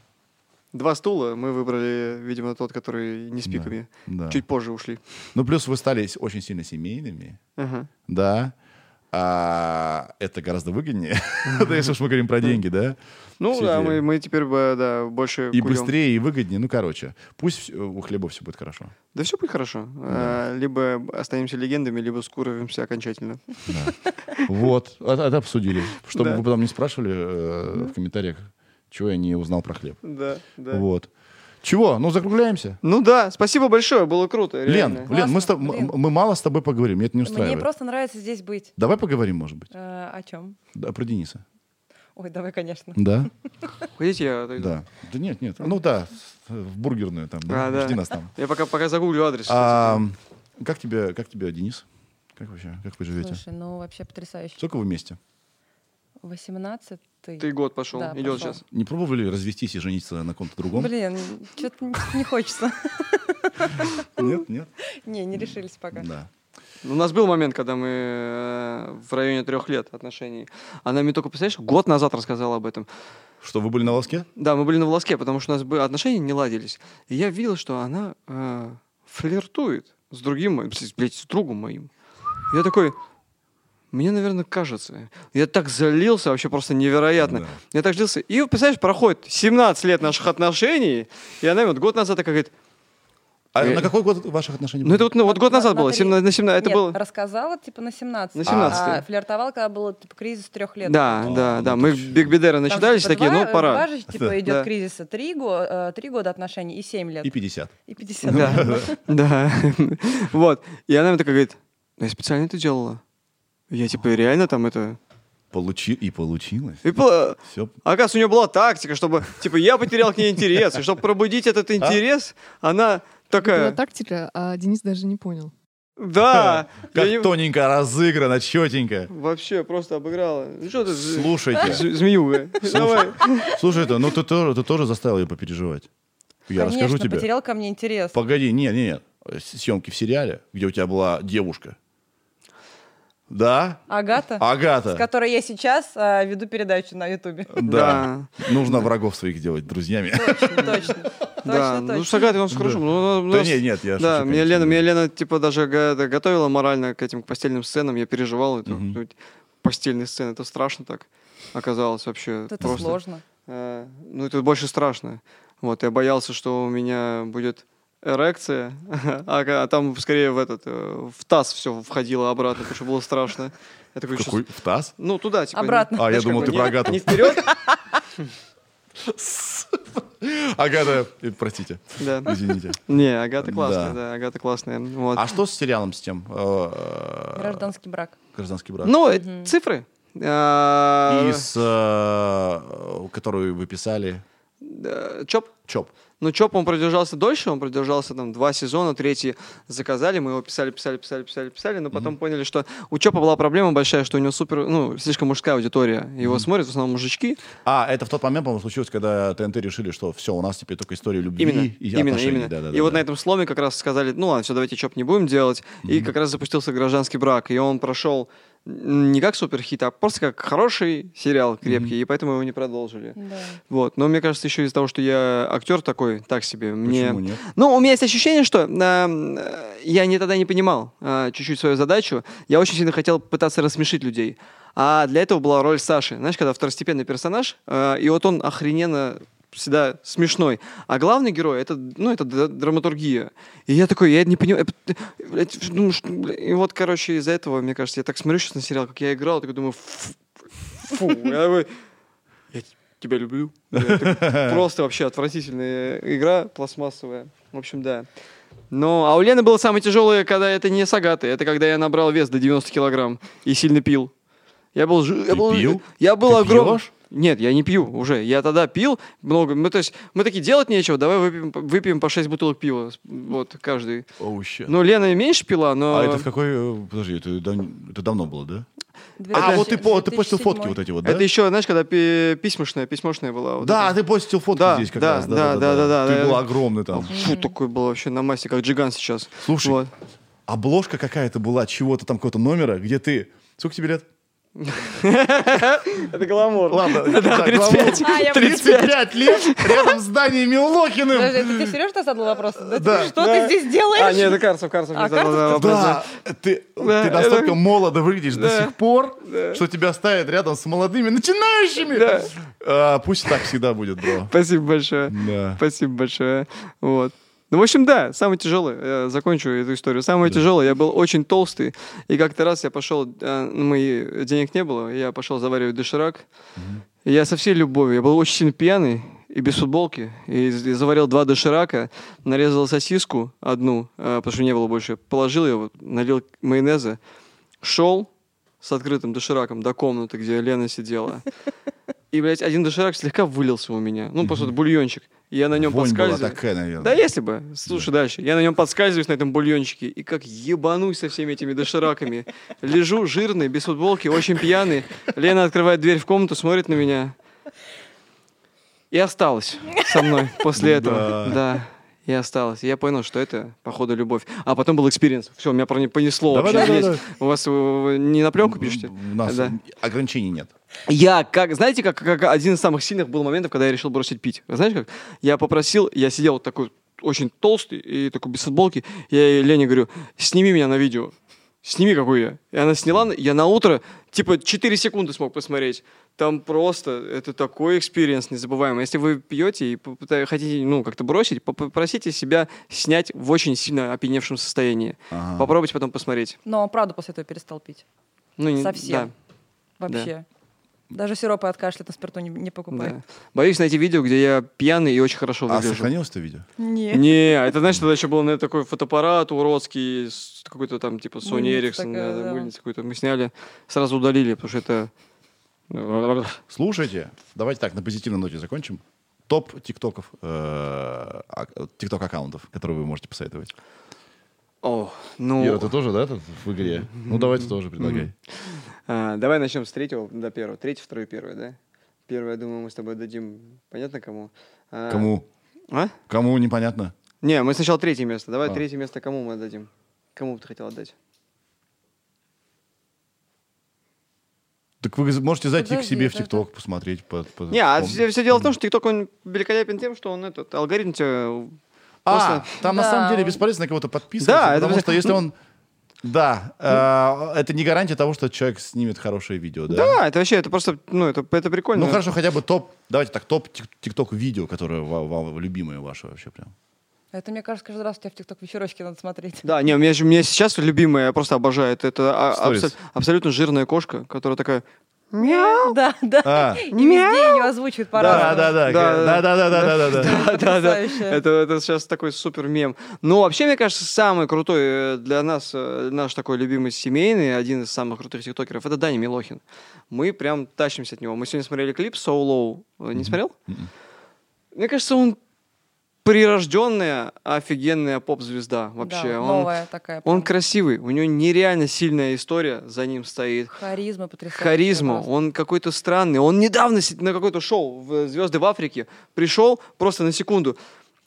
2 стула, мы выбрали, видимо, тот, который не с пиками. да. Чуть позже ушли. Ну, плюс вы стали очень сильно семейными, Ага. да. Это гораздо выгоднее, если уж мы говорим про деньги, да. Ну, Все да, эти- мы теперь да, больше И курим. быстрее, и выгоднее. Ну, короче, пусть у Хлебов все будет хорошо. Да все будет хорошо. Либо останемся легендами, либо скуровимся окончательно. Вот, это обсудили. Чтобы Да. вы потом не спрашивали в комментариях, чего я не узнал про хлеб. Да, да. Вот. Чего? Ну, закругляемся. Ну да, спасибо большое, было круто. реально. Лен, Классно, блин. мы мало с тобой поговорим, мне это не Мне устраивает. просто нравится здесь быть. Давай поговорим, может быть. О чем? Да, про Дениса. Ой, давай, конечно. Да? Хотите, я отойду? Да. Да нет. Ну да, в бургерную там. Да? Да. Жди нас там. Я пока загуглю адрес. Как тебе, Денис? Как вообще? Как вы живете? Слушай, ну вообще потрясающе. Сколько вы вместе? 18-й. 3 год пошел, Да, идет пошел. сейчас. Не пробовали развестись и жениться на ком-то другом? Блин, что-то не хочется. Нет? Не решились пока. Да. У нас был момент, когда мы в районе 3 лет отношений. Она мне только, представляешь, год назад рассказала об этом. Что, вы были на волоске? Да, мы были на волоске, потому что у нас отношения не ладились. И я видел, что она флиртует с другим, блядь, с другом моим. Я такой, мне, наверное, кажется. Я так залился, вообще просто невероятно. Да. Я так залился. И, представляешь, проходит 17 лет наших отношений, и она вот год назад такая говорит, А на какой год ваших отношений ну это вот год назад На было, три- на 17, это Нет, было... рассказала, типа, на 17. На 17-й. А флиртовала, когда был, типа, кризис 3 лет. Да, ну мы ты в Биг Бедера Там же, начитались, типа, такие, ну, пора. Два же, типа, Да. идет Да. кризиса. 3 года отношений и 7 лет. И 50. И 50. Да, да. Вот. И она мне такая говорит, я специально это делала. Я типа реально там это... И получилось. И Все. оказывается, у нее была тактика, чтобы, типа, я потерял к ней интерес. И чтобы пробудить этот интерес, она Была такая, тактика, а Денис даже не понял. да. Как я не- тоненько разыграно, четенько. Вообще просто обыграла. Ну что ты, Слушайте, змеюга? Давай. слушай, ну ты тоже заставил ее попереживать. Я расскажу Конечно, тебе. потерял ко мне интерес. Погоди, нет. Съемки в сериале, где у тебя была девушка. Да? Агата, с Агата. которой я сейчас веду передачу на Ютубе. Да. Нужно врагов своих делать друзьями. Точно. Да, ну с Агатой у нас хорошо. Ну, у Да нас- нет, я Да, шучу, меня конечно. Лена, типа, даже готовила морально к этим к постельным сценам. Я переживал. Ну, постельные сцены, это страшно так оказалось вообще. Вот это просто. сложно. Ну, это больше страшно. Вот, я боялся, что у меня будет эрекция, а там скорее в таз все входило обратно, потому что было страшно. Я такой, Какой? щас- В таз? Ну, туда, типа. Обратно. А, я знаешь, думал, как ты бы про не- Агату. Не вперед. Агата, простите, Да. извините. Не, Агата классная, Да. да, Агата классная. Вот. А что с сериалом с тем? Гражданский брак. Гражданский брак. Ну, цифры. Которую вы писали. ЧОП. ЧОП. Ну, ЧОП, он продержался дольше, он продержался там 2 сезона, 3 заказали, мы его писали, но потом поняли, что у ЧОПа была проблема большая, что у него слишком мужская аудитория. Его смотрят в основном мужички. Это в тот момент, по-моему, случилось, когда ТНТ решили, что все, у нас теперь только история любви и отношений. Именно. Да. И вот на этом сломе как раз сказали, ну ладно, все, давайте ЧОП не будем делать. И как раз запустился гражданский брак, и он прошел не как суперхит, а просто как хороший сериал крепкий, и поэтому его не продолжили. Да. Вот. Но мне кажется, еще из-за того, что я актер такой, так себе. Почему нет? Ну, у меня есть ощущение, что я тогда не понимал чуть-чуть свою задачу. Я очень сильно хотел пытаться рассмешить людей. А для этого была роль Саши. Знаешь, когда второстепенный персонаж, и вот он охрененно всегда смешной. А главный герой, это драматургия. И я такой, я не понимаю. И вот, короче, из-за этого, мне кажется, я так смотрю сейчас на сериал, как я играл, такой думаю, фу. Я такой, я тебя люблю. Просто вообще отвратительная игра пластмассовая. В общем, да. А у Лены было самое тяжелое, когда это не с Агатой. Это когда я набрал вес до 90 килограмм и сильно пил. Я был пил? Я был Ты огромный. пьешь? Нет, я не пью уже. Я тогда пил много. Мы такие, делать нечего, давай выпьем по 6 бутылок пива. Вот, каждый. Oh, shit. Ну, Лена меньше пила, но... А это в какой... Подожди, это давно было, да? 2007. Вот ты постил фотки вот эти вот, да? Это еще, знаешь, когда письмошная была. Вот Да, эта. ты постил фотки Да, здесь как да, раз. да. Ты был огромный там. Фу, такой был вообще на массе, как Джиган сейчас. Слушай, Вот. обложка какая-то была, чего-то там, какого-то номера, где ты... Сколько тебе лет? Это гламур. Ладно, Да, 35. А, я 35 лет рядом с Зданием Подожди, Милохиным. это ты Сережа задал вопрос? Да. Что ты здесь делаешь? А, нет, это Карцев А, мне задал Карцев? вопрос. Да, ты Да, настолько это- молодо выглядишь до Да. сих пор, что тебя ставят рядом с молодыми начинающими. Да. Пусть так всегда будет, бро. Спасибо большое. Да. Спасибо большое. Вот. Ну, в общем, да, самое тяжелое, я закончу эту историю. Самое тяжелое, я был очень толстый, и как-то раз я пошел, денег не было, я пошел заваривать доширак, и я со всей любовью, я был очень сильно пьяный, и без футболки, и заварил 2 доширака, нарезал сосиску одну, потому что не было больше, положил ее, налил майонеза, шел с открытым дошираком до комнаты, где Лена сидела, и, блядь, один доширак слегка вылился у меня, просто бульончик. И я на нем Вонь была подскальзываюсь. такая, наверное. Да, если бы. Слушай, дальше. Я на нем подскальзываюсь, на этом бульончике, и как ебанусь со всеми этими дошираками. Лежу жирный, без футболки, очень пьяный. Лена открывает дверь в комнату, смотрит на меня. И осталась со мной после этого. Да. И осталась. И я понял, что это, походу, любовь. А потом был экспириенс. Все, меня понесло Давай, вообще. давай, Есть. давай. У вас вы не на пленку пишете? У нас Да. ограничений нет. Знаете, как один из самых сильных был моментов, когда я решил бросить пить. Знаешь как? Я сидел вот такой очень толстый и такой без футболки. Я Лене говорю, сними меня на видео. Сними, какой я. И она сняла, я на утро, 4 секунды смог посмотреть. Там просто, это такой экспириенс незабываемый. Если вы пьете и хотите, как-то бросить, попросите себя снять в очень сильно опьяневшем состоянии. Ага. Попробуйте потом посмотреть. Но он правда после этого перестал пить. Совсем. Да. Вообще. Даже сиропы от кашля на спирту не покупай. Да. Боюсь найти видео, где я пьяный и очень хорошо А выгляжу. сохранилось это видео? Нет. Не, это, знаешь, тогда еще был такой фотоаппарат уродский, какой-то там, типа, Sony Мыльница Ericsson, такая, да. мыльницу какую-то. Мы сняли, сразу удалили, потому что это... Слушайте, давайте так, на позитивной ноте закончим. Топ тиктоков, тикток-аккаунтов, которые вы можете посоветовать. О, ну... Ира, ты тоже, да, тут в игре? Ну, давайте тоже предлагай. Давай начнем с 3 до 1. 3, 2, 1, да? 1, я думаю, мы с тобой дадим, понятно кому? Кому? А? Кому непонятно? Не, мы сначала 3 место. Давай 3 А. место кому мы отдадим? Кому бы ты хотел отдать? Так вы можете зайти к Подожди, себе в это- ТикТок, посмотреть. Не, а все дело в том, что ТикТок, он великолепен тем, что он алгоритм тебе... просто- Там на Да. самом деле бесполезно на кого-то подписываться, Да, это потому что если ну- он... Да, это не гарантия того, что человек снимет хорошее видео, да? Да, это вообще, это просто, это прикольно. Ну хорошо, хотя бы давайте так, топ ТикТок видео, которое любимое ваше вообще прям. Это, мне кажется, каждый раз у тебя в ТикТок вечерочке надо смотреть. Да, не, у меня сейчас любимая, я просто обожаю. Это Сторис. абсолютно жирная кошка, которая такая... Мяу. Да. И везде ее озвучивают по-разному. Да. Потрясающе. Это сейчас такой супер мем. Ну, вообще, мне кажется, самый крутой для нас, наш такой любимый семейный, один из самых крутых тиктокеров, это Даня Милохин. Мы прям тащимся от него. Мы сегодня смотрели клип So Low. Не смотрел? Мне кажется, он прирожденная, офигенная поп-звезда вообще. Да, Он- новая такая. Он прям. красивый, у него нереально сильная история за ним стоит. Харизма потрясающая. Харизма, просто. он какой-то странный. Он недавно на какое-то шоу в «Звезды в Африке» пришел просто на секунду.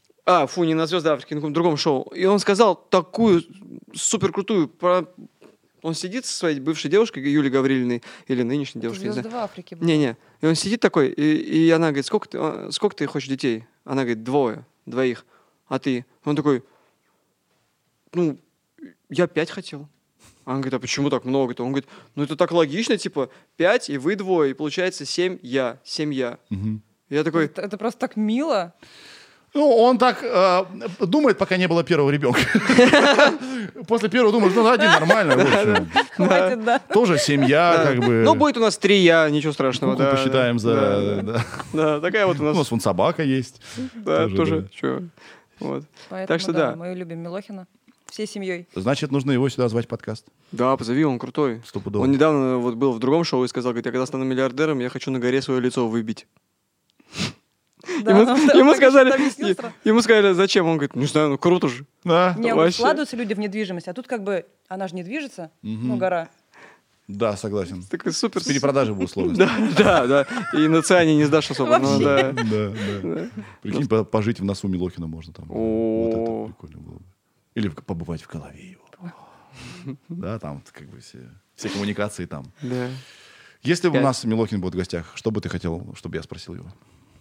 Не на «Звезды Африки», на каком-то другом шоу. И он сказал такую супер крутую Он сидит со своей бывшей девушкой, Юлей Гаврилиной, или нынешней девушкой, не Звезды знаю. в Африке были. Не-не. И он сидит такой, и она говорит, сколько ты хочешь детей? Она говорит, двоих. А ты? Он такой, ну, я 5 хотел. Она говорит, а почему так много-то? Он говорит, ну это так логично, типа 5, и вы 2, и получается 7 я, семья. Я такой, Это просто так мило. Ну, он так думает, пока не было первого ребенка. После первого думаешь, ну, один нормально. в общем. Хватит, да. Тоже семья, как бы. ну будет у нас 3 я, ничего страшного. Куклу да, посчитаем за... да. Да, такая вот у У нас, нас вон собака есть. да, тоже, тоже, да. чё. Вот. Поэтому, Так что да, да. мы любим Милохина. Всей семьей. Значит, нужно его сюда звать в подкаст. Да, позови, он крутой. Стопудово. Он недавно вот был в другом шоу и сказал, говорит, я когда стану миллиардером, я хочу на горе свое лицо выбить. Да, Ему, он ему так сказали, объяснил сразу. ему сказали, зачем? Он говорит, не знаю, ну круто же. Да, Не, он говорит, Вообще. вкладываются люди в недвижимость, а тут как бы она же не движется, ну, гора. да, согласен. Такой супер. С перепродажей будут сложности. Да. И на циане не сдашь особо. Ну, да. Да. Прикинь, пожить в носу Милохина можно там. Вот О. это прикольно было бы. Или побывать в голове его. Да, там как бы все коммуникации там. Да. Если бы у нас Милохин был в гостях, что бы ты хотел, чтобы я спросил его?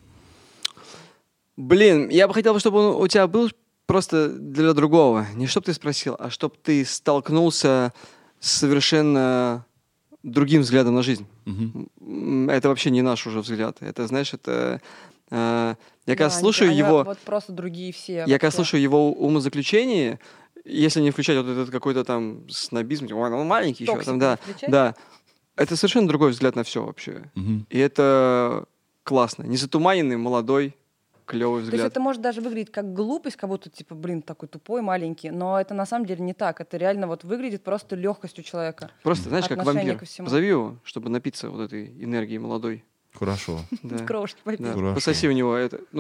Блин, я бы хотел, чтобы он у тебя был просто для другого. Не чтобы ты спросил, а чтобы ты столкнулся с совершенно другим взглядом на жизнь. Это вообще не наш уже взгляд. Это, знаешь, это... Я когда слушаю они его... Вот просто другие все. Я когда вообще. слушаю его умозаключение, если не включать вот этот какой-то там снобизм, типа, «Ой, ну он маленький еще, Токсик там, не да, включать? да, это совершенно другой взгляд на все вообще. И это классно. Незатуманенный, молодой, клевый То есть взгляд. это может даже выглядеть как глупость, как будто, типа, блин, такой тупой, маленький, но это на самом деле не так. Это реально вот выглядит просто легкостью человека. Просто, знаешь, как Отношение вампир. ко всему. Позови его, чтобы напиться вот этой энергией молодой. Хорошо. Да. Кровушки попить. Да. Хорошо. Пососи у него это. Ну,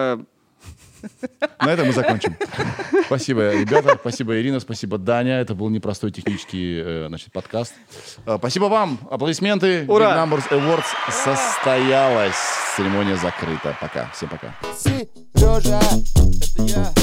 На этом мы закончим. Спасибо, ребята. Спасибо, Ирина. Спасибо, Даня. Это был непростой технический подкаст. Спасибо вам. Аплодисменты. Ура! Big Numbers Awards состоялась. Церемония закрыта. Пока. Всем пока. Сережа, это я.